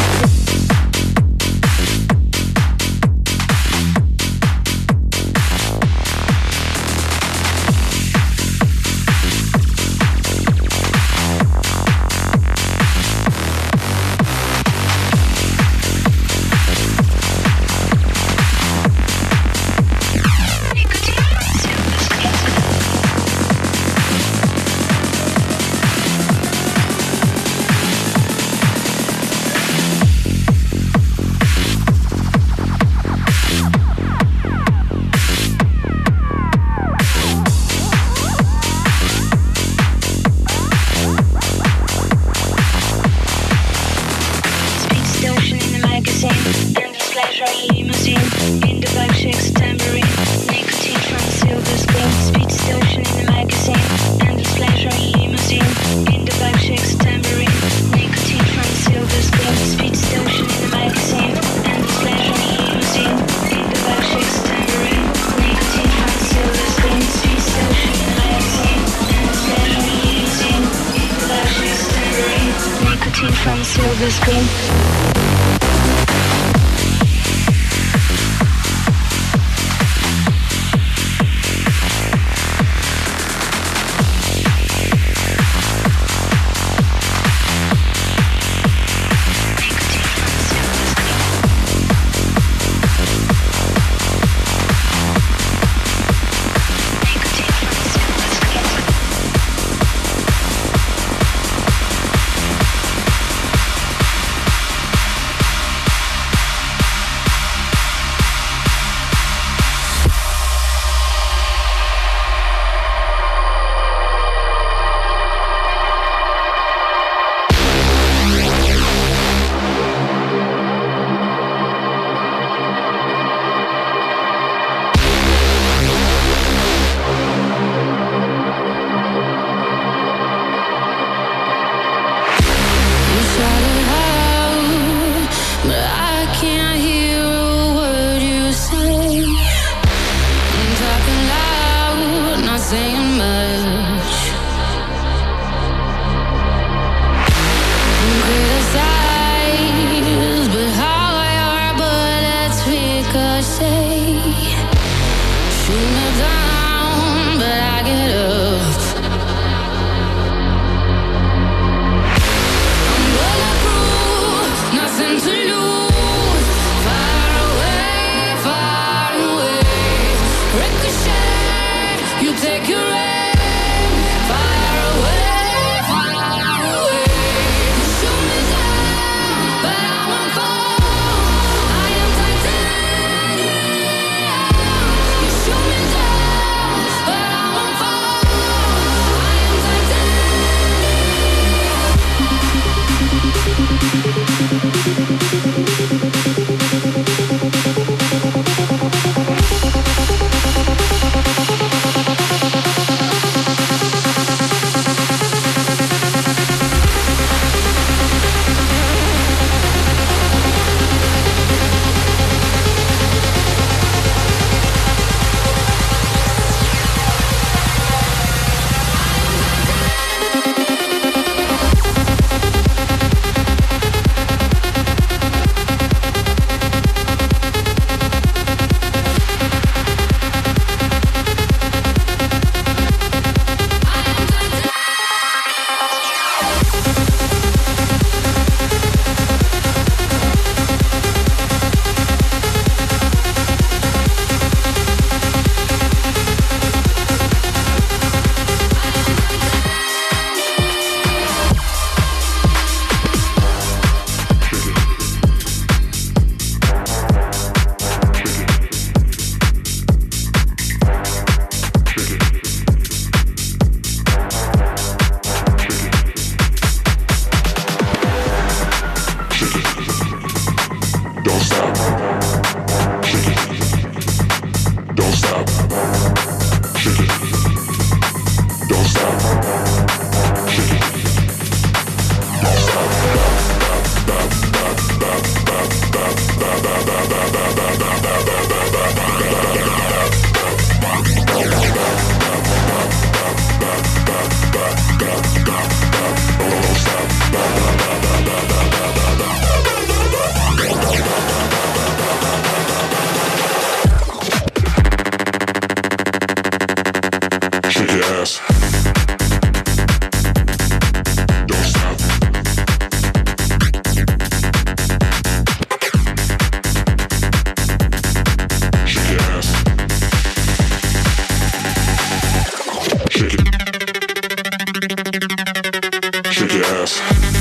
ass.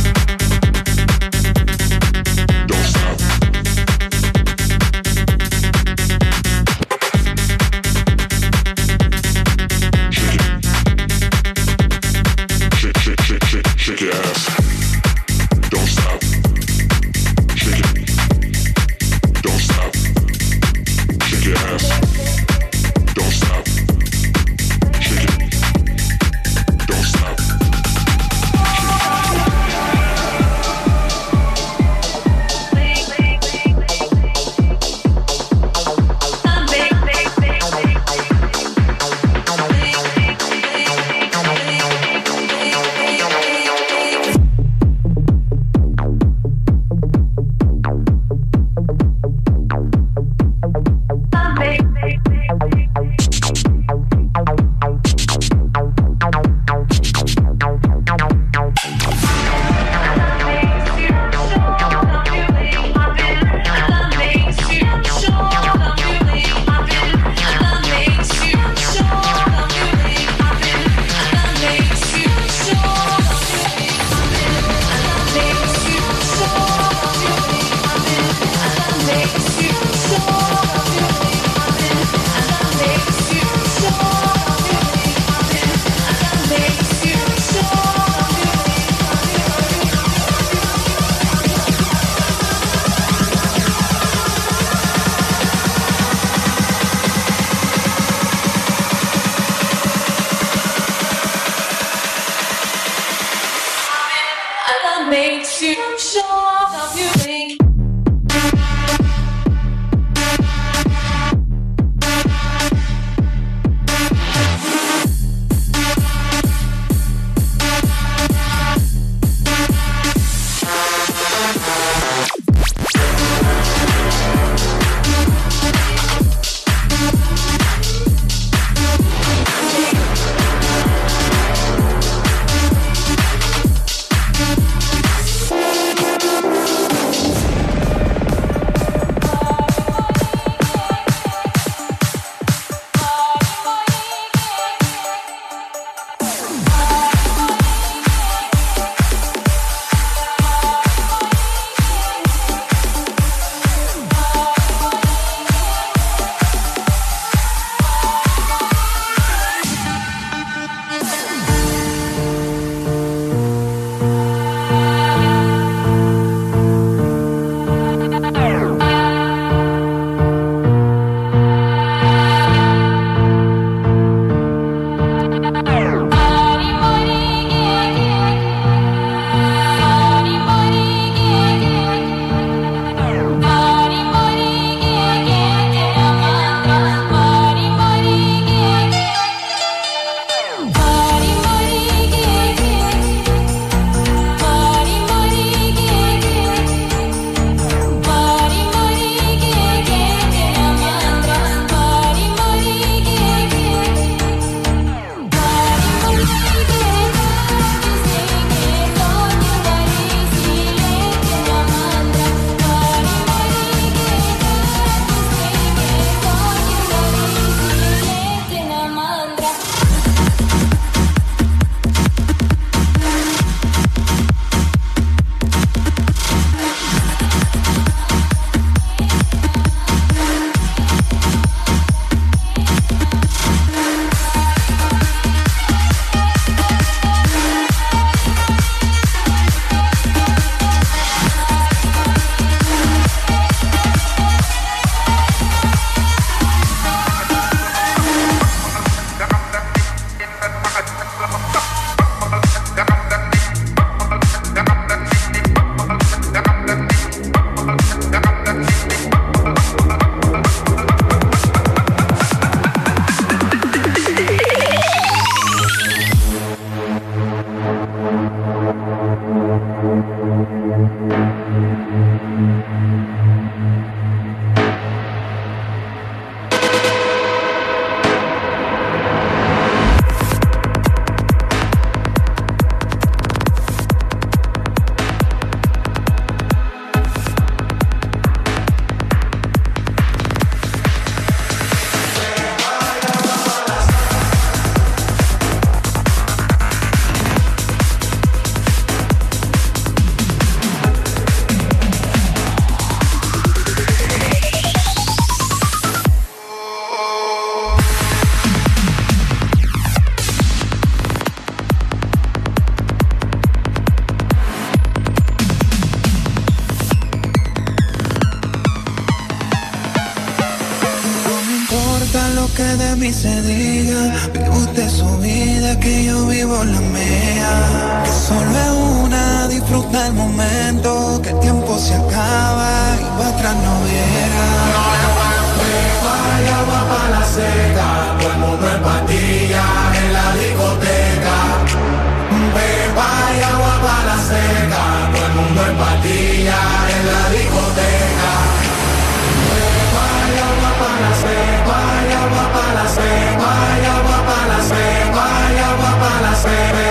Don't stop. Shake your ass. Don't stop. Shake it. Don't stop. Shake your ass. Don't stop. Shake it. Don't stop. Makes you sure of you think. que de mí se diga, vive usted su vida, que yo vivo la mía. Que solo es una, disfruta el momento, que el tiempo se acaba y para atrás no viera. Vaya, va pa' la seca, todo el mundo en patilla en la discoteca. Vaya, va pa' la seca, todo el mundo en patilla en la discoteca. Vaya, va pa' la seca, vaya, va pa' la seca, vaya, va pa' la seca, vaya, va pa' la seca.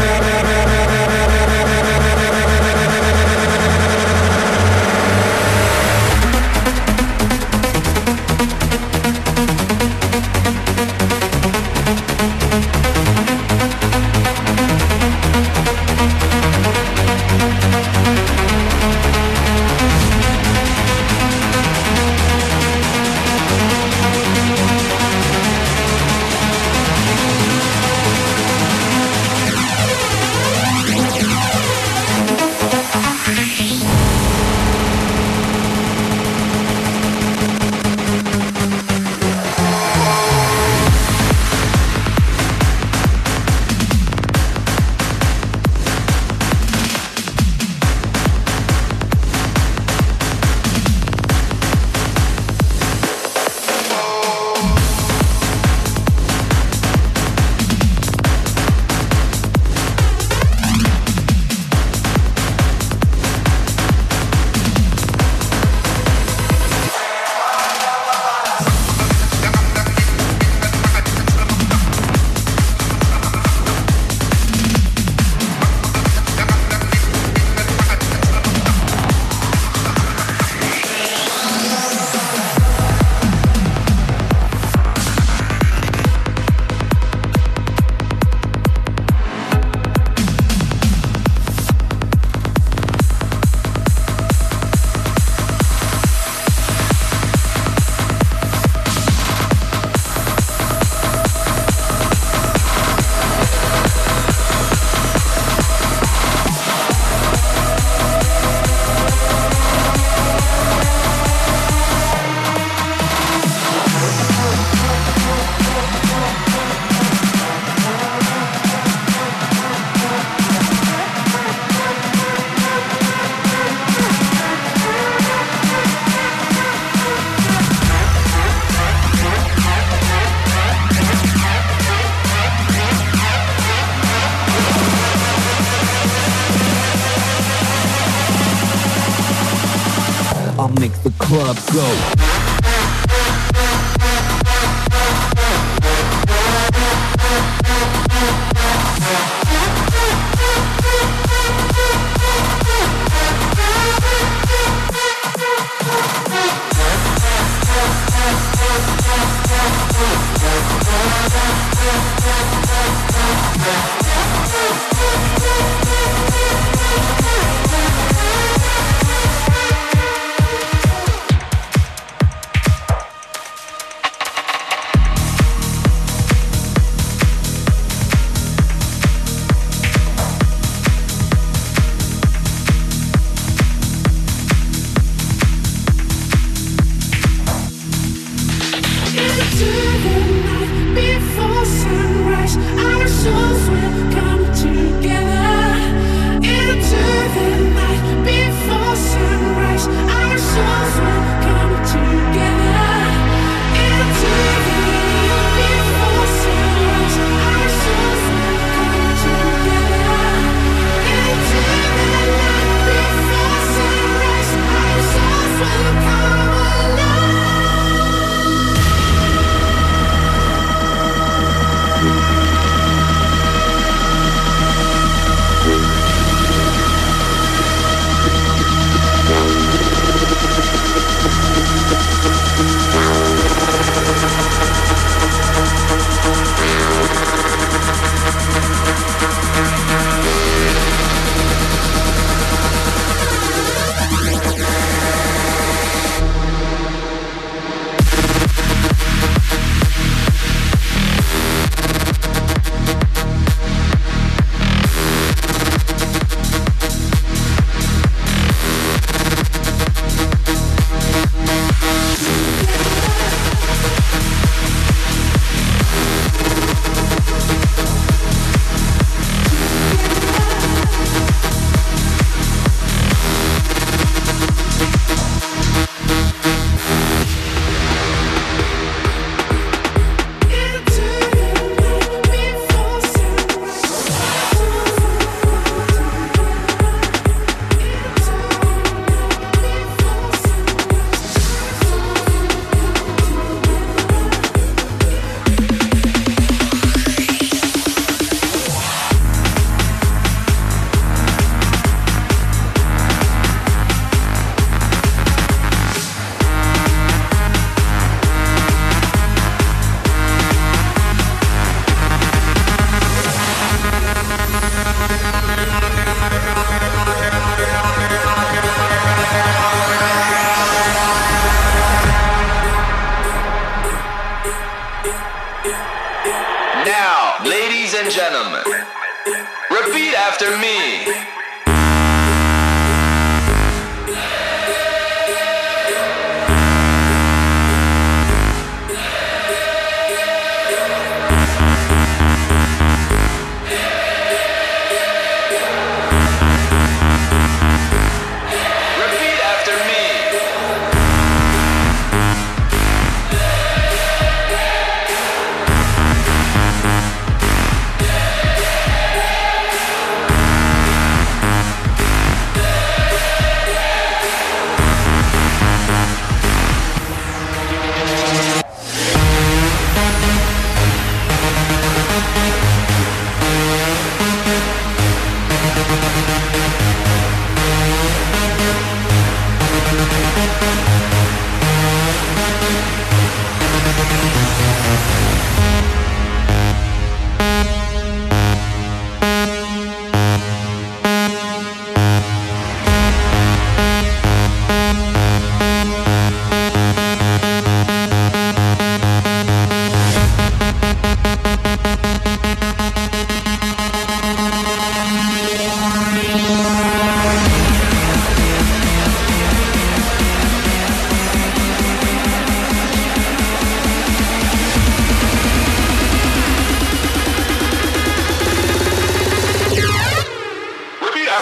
club go.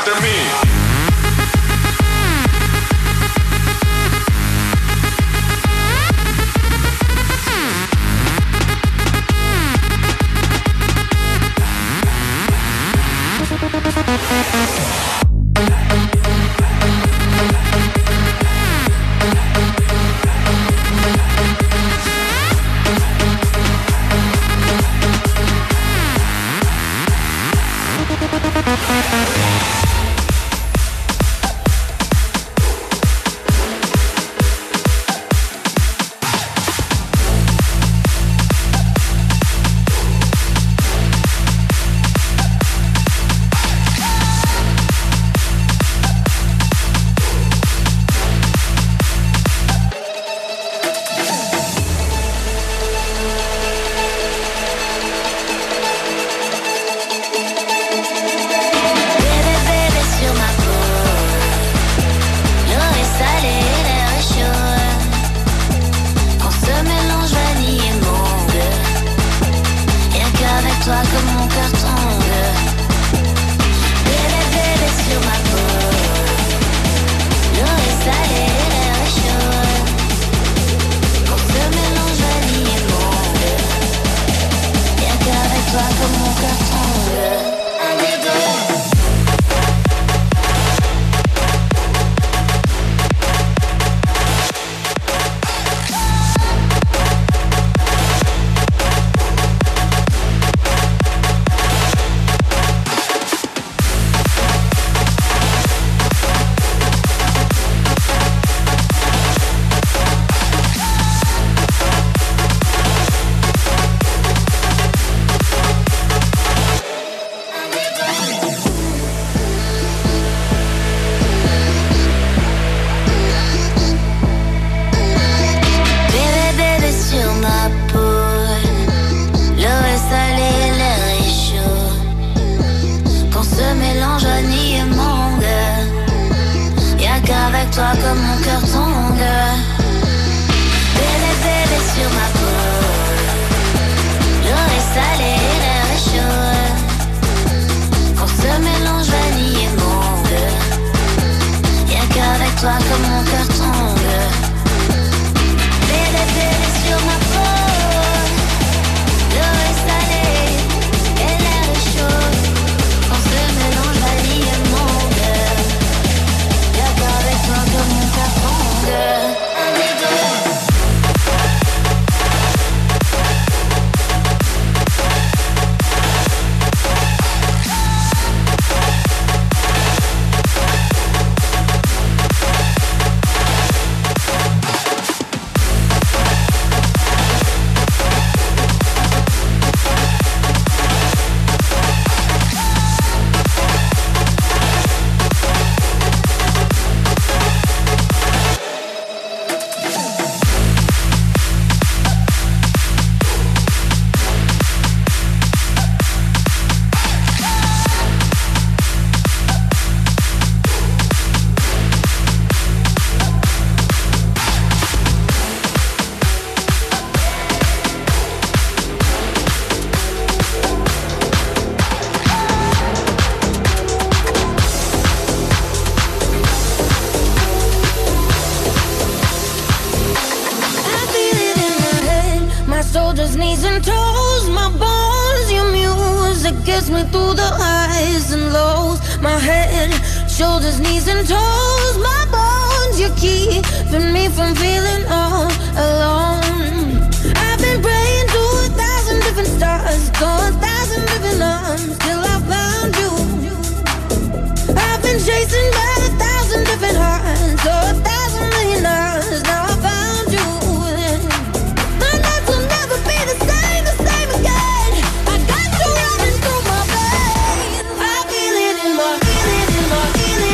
after me. Shoulders, knees and toes, my bones, your music gets me through the highs and lows. My head, shoulders, knees and toes, my bones, you're keeping me from feeling all alone. I've been praying to 1,000 different stars, to 1,000 different arms, till I found you. I've been chasing by 1,000 different hearts, to 1,000 million hours, now I found you.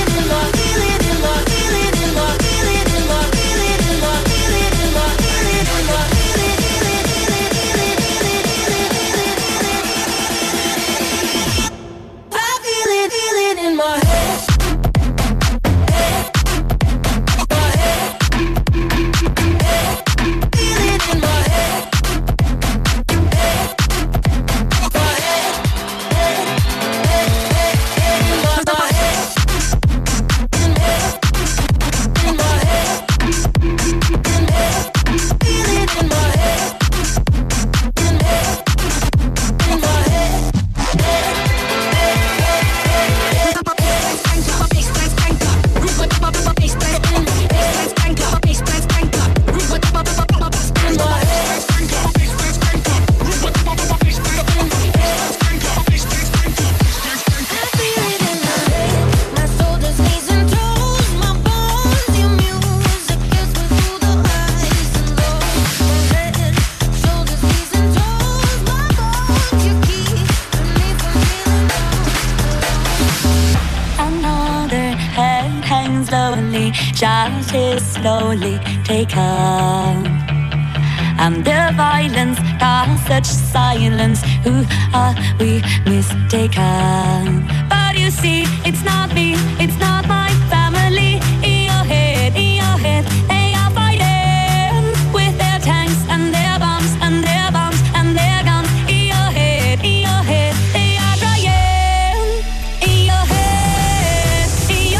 Feel it in my slowly, just slowly taken. And the violence caused such silence. Who are we mistaken? But you see, it's not me, it's not my family. In your head, they are fighting with their tanks and their bombs and their bombs and their guns. In your head, they are crying. In your head,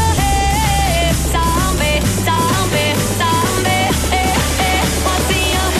zombie, zombie, zombie. What's in your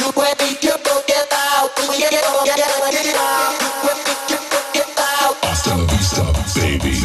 Hasta la vista, baby.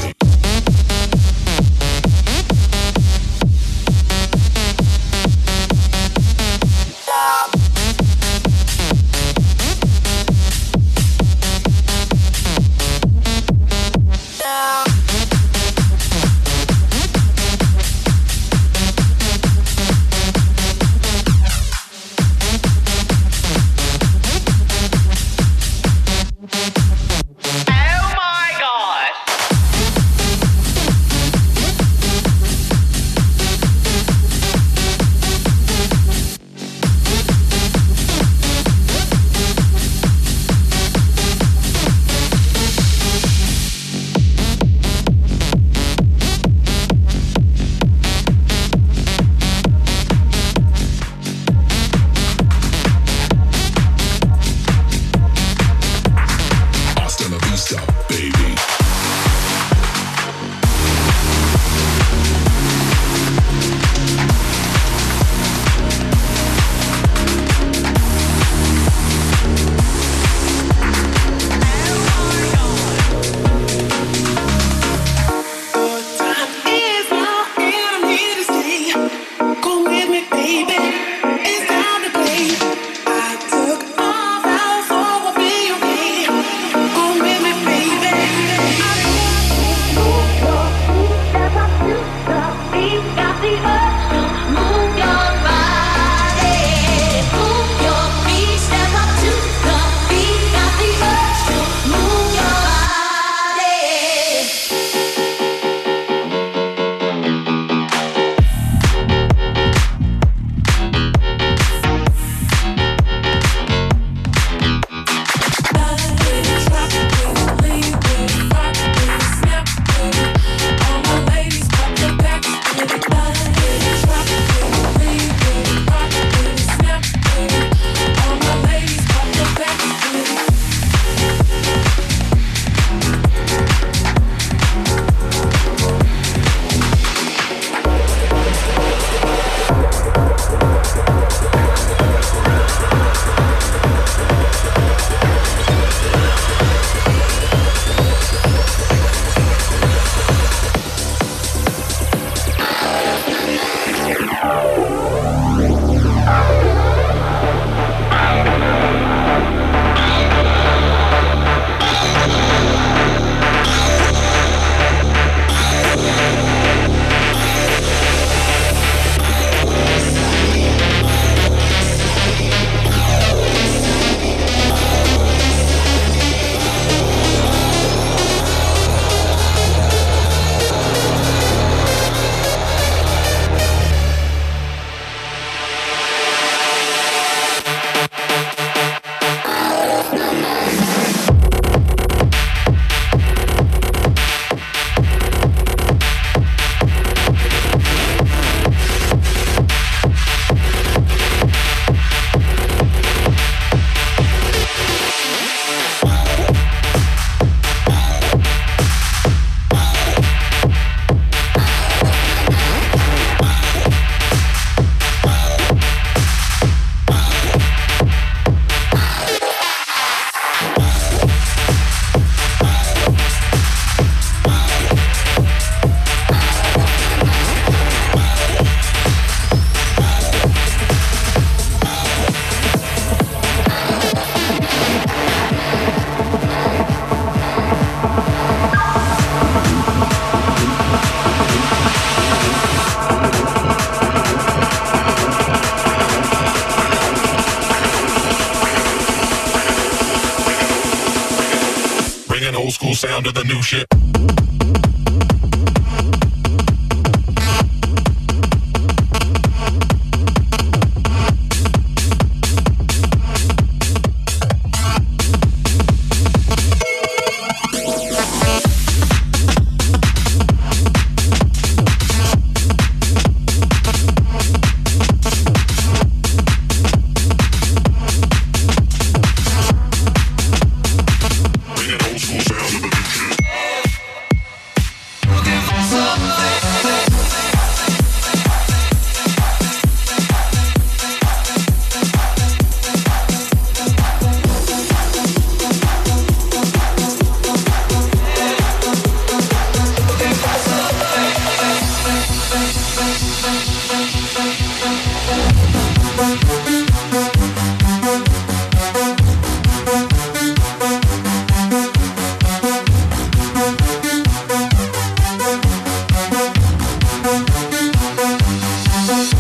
old school sound to the new shit.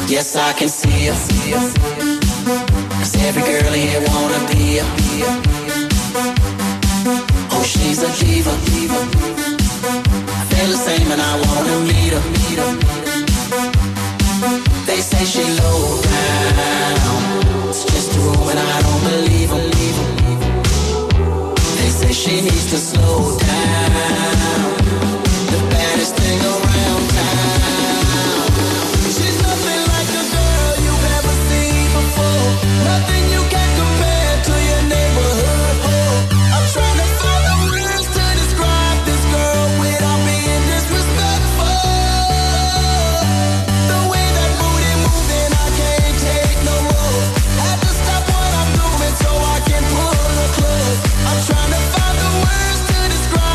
Yes, I can see her. 'Cause every girl here wanna be her. Oh, she's a diva. I feel the same and I wanna meet her. They say she low down. It's just a rumor and I don't believe her. They say she needs to slow down. The baddest thing around town. She's nothing like a girl you've ever seen before. Nothing you can compare to your neighborhood. I'm trying to find the words to describe this girl without being disrespectful. The way that booty moving, I can't take no more. Had to stop what I'm doing so I can pull her close. I'm trying to find the words to describe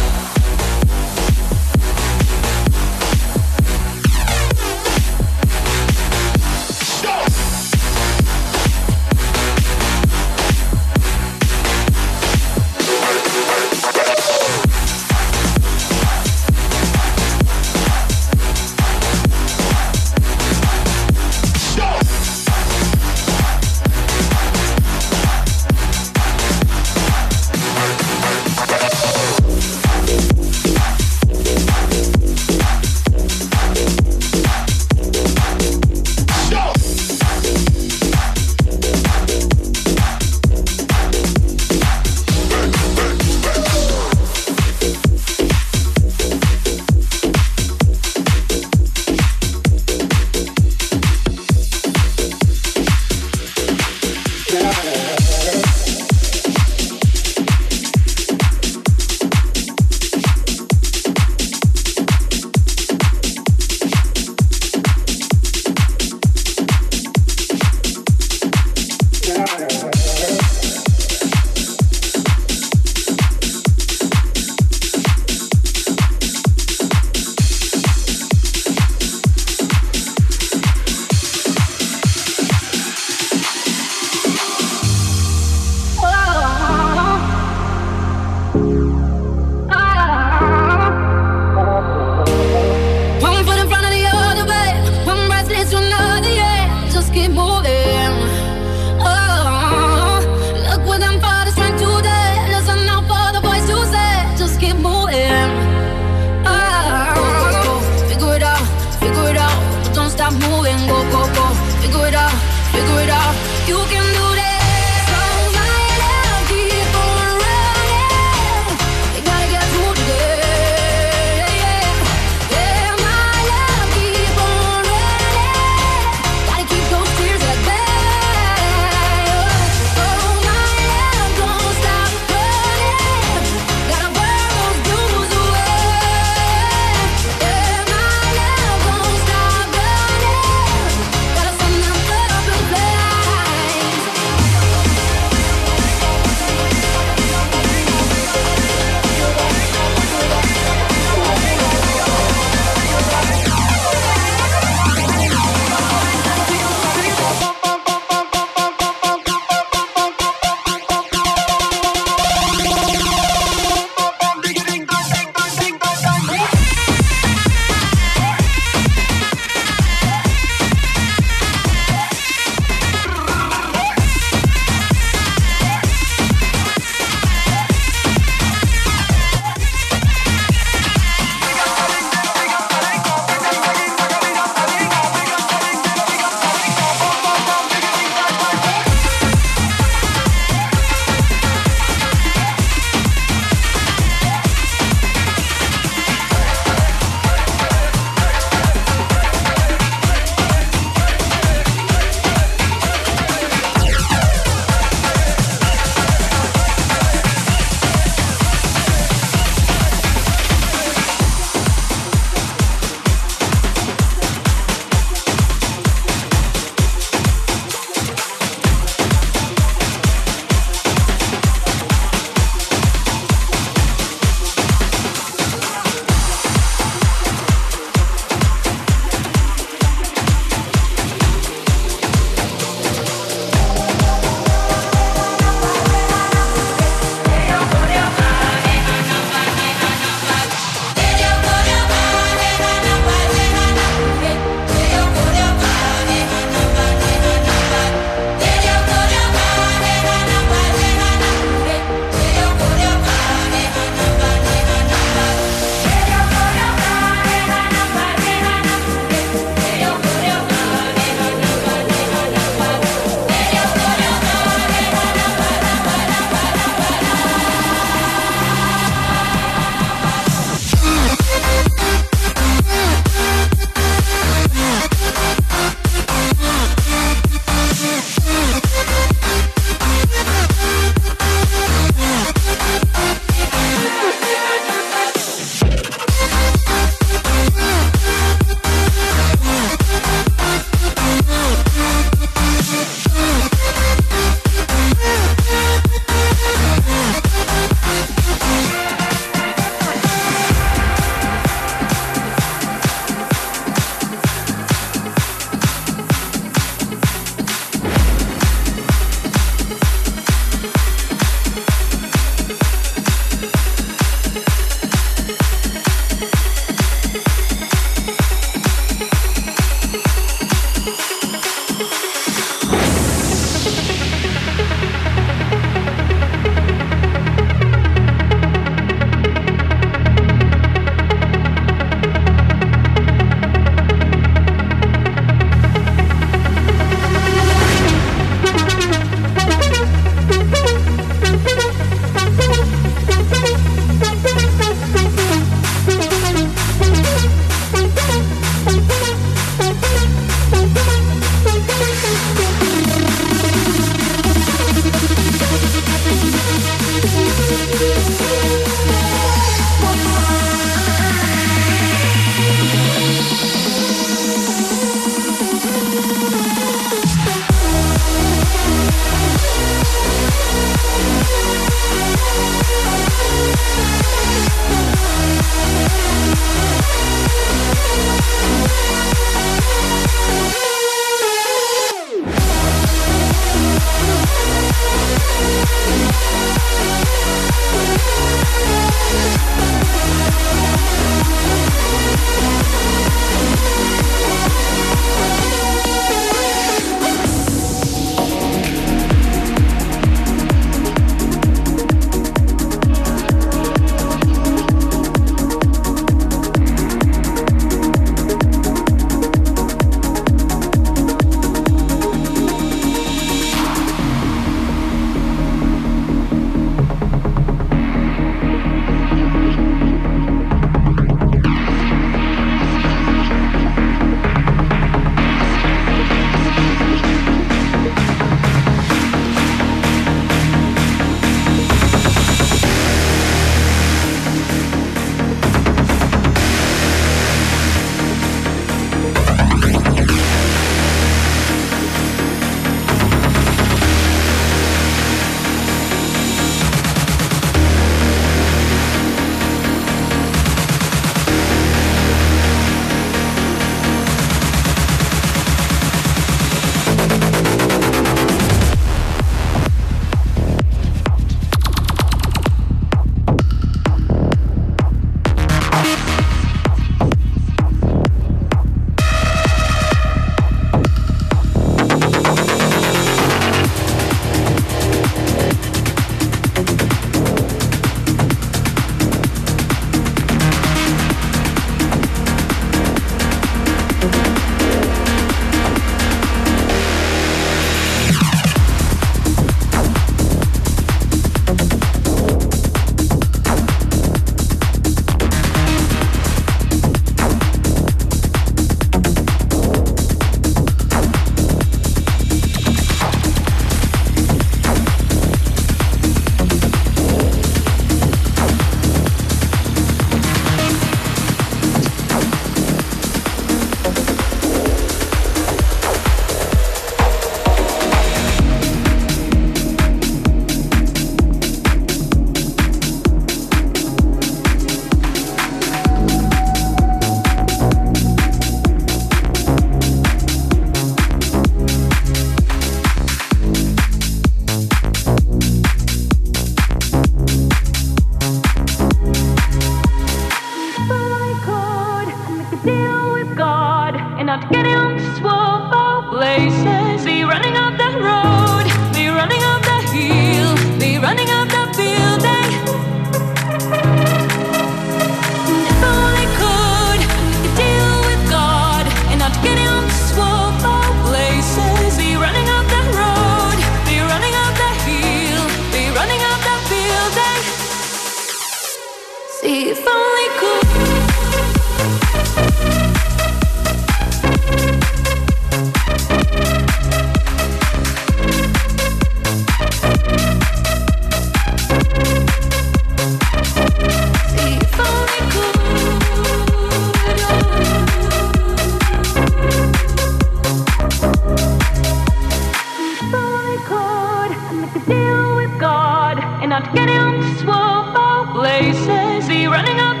not getting on to swap our places. Be running up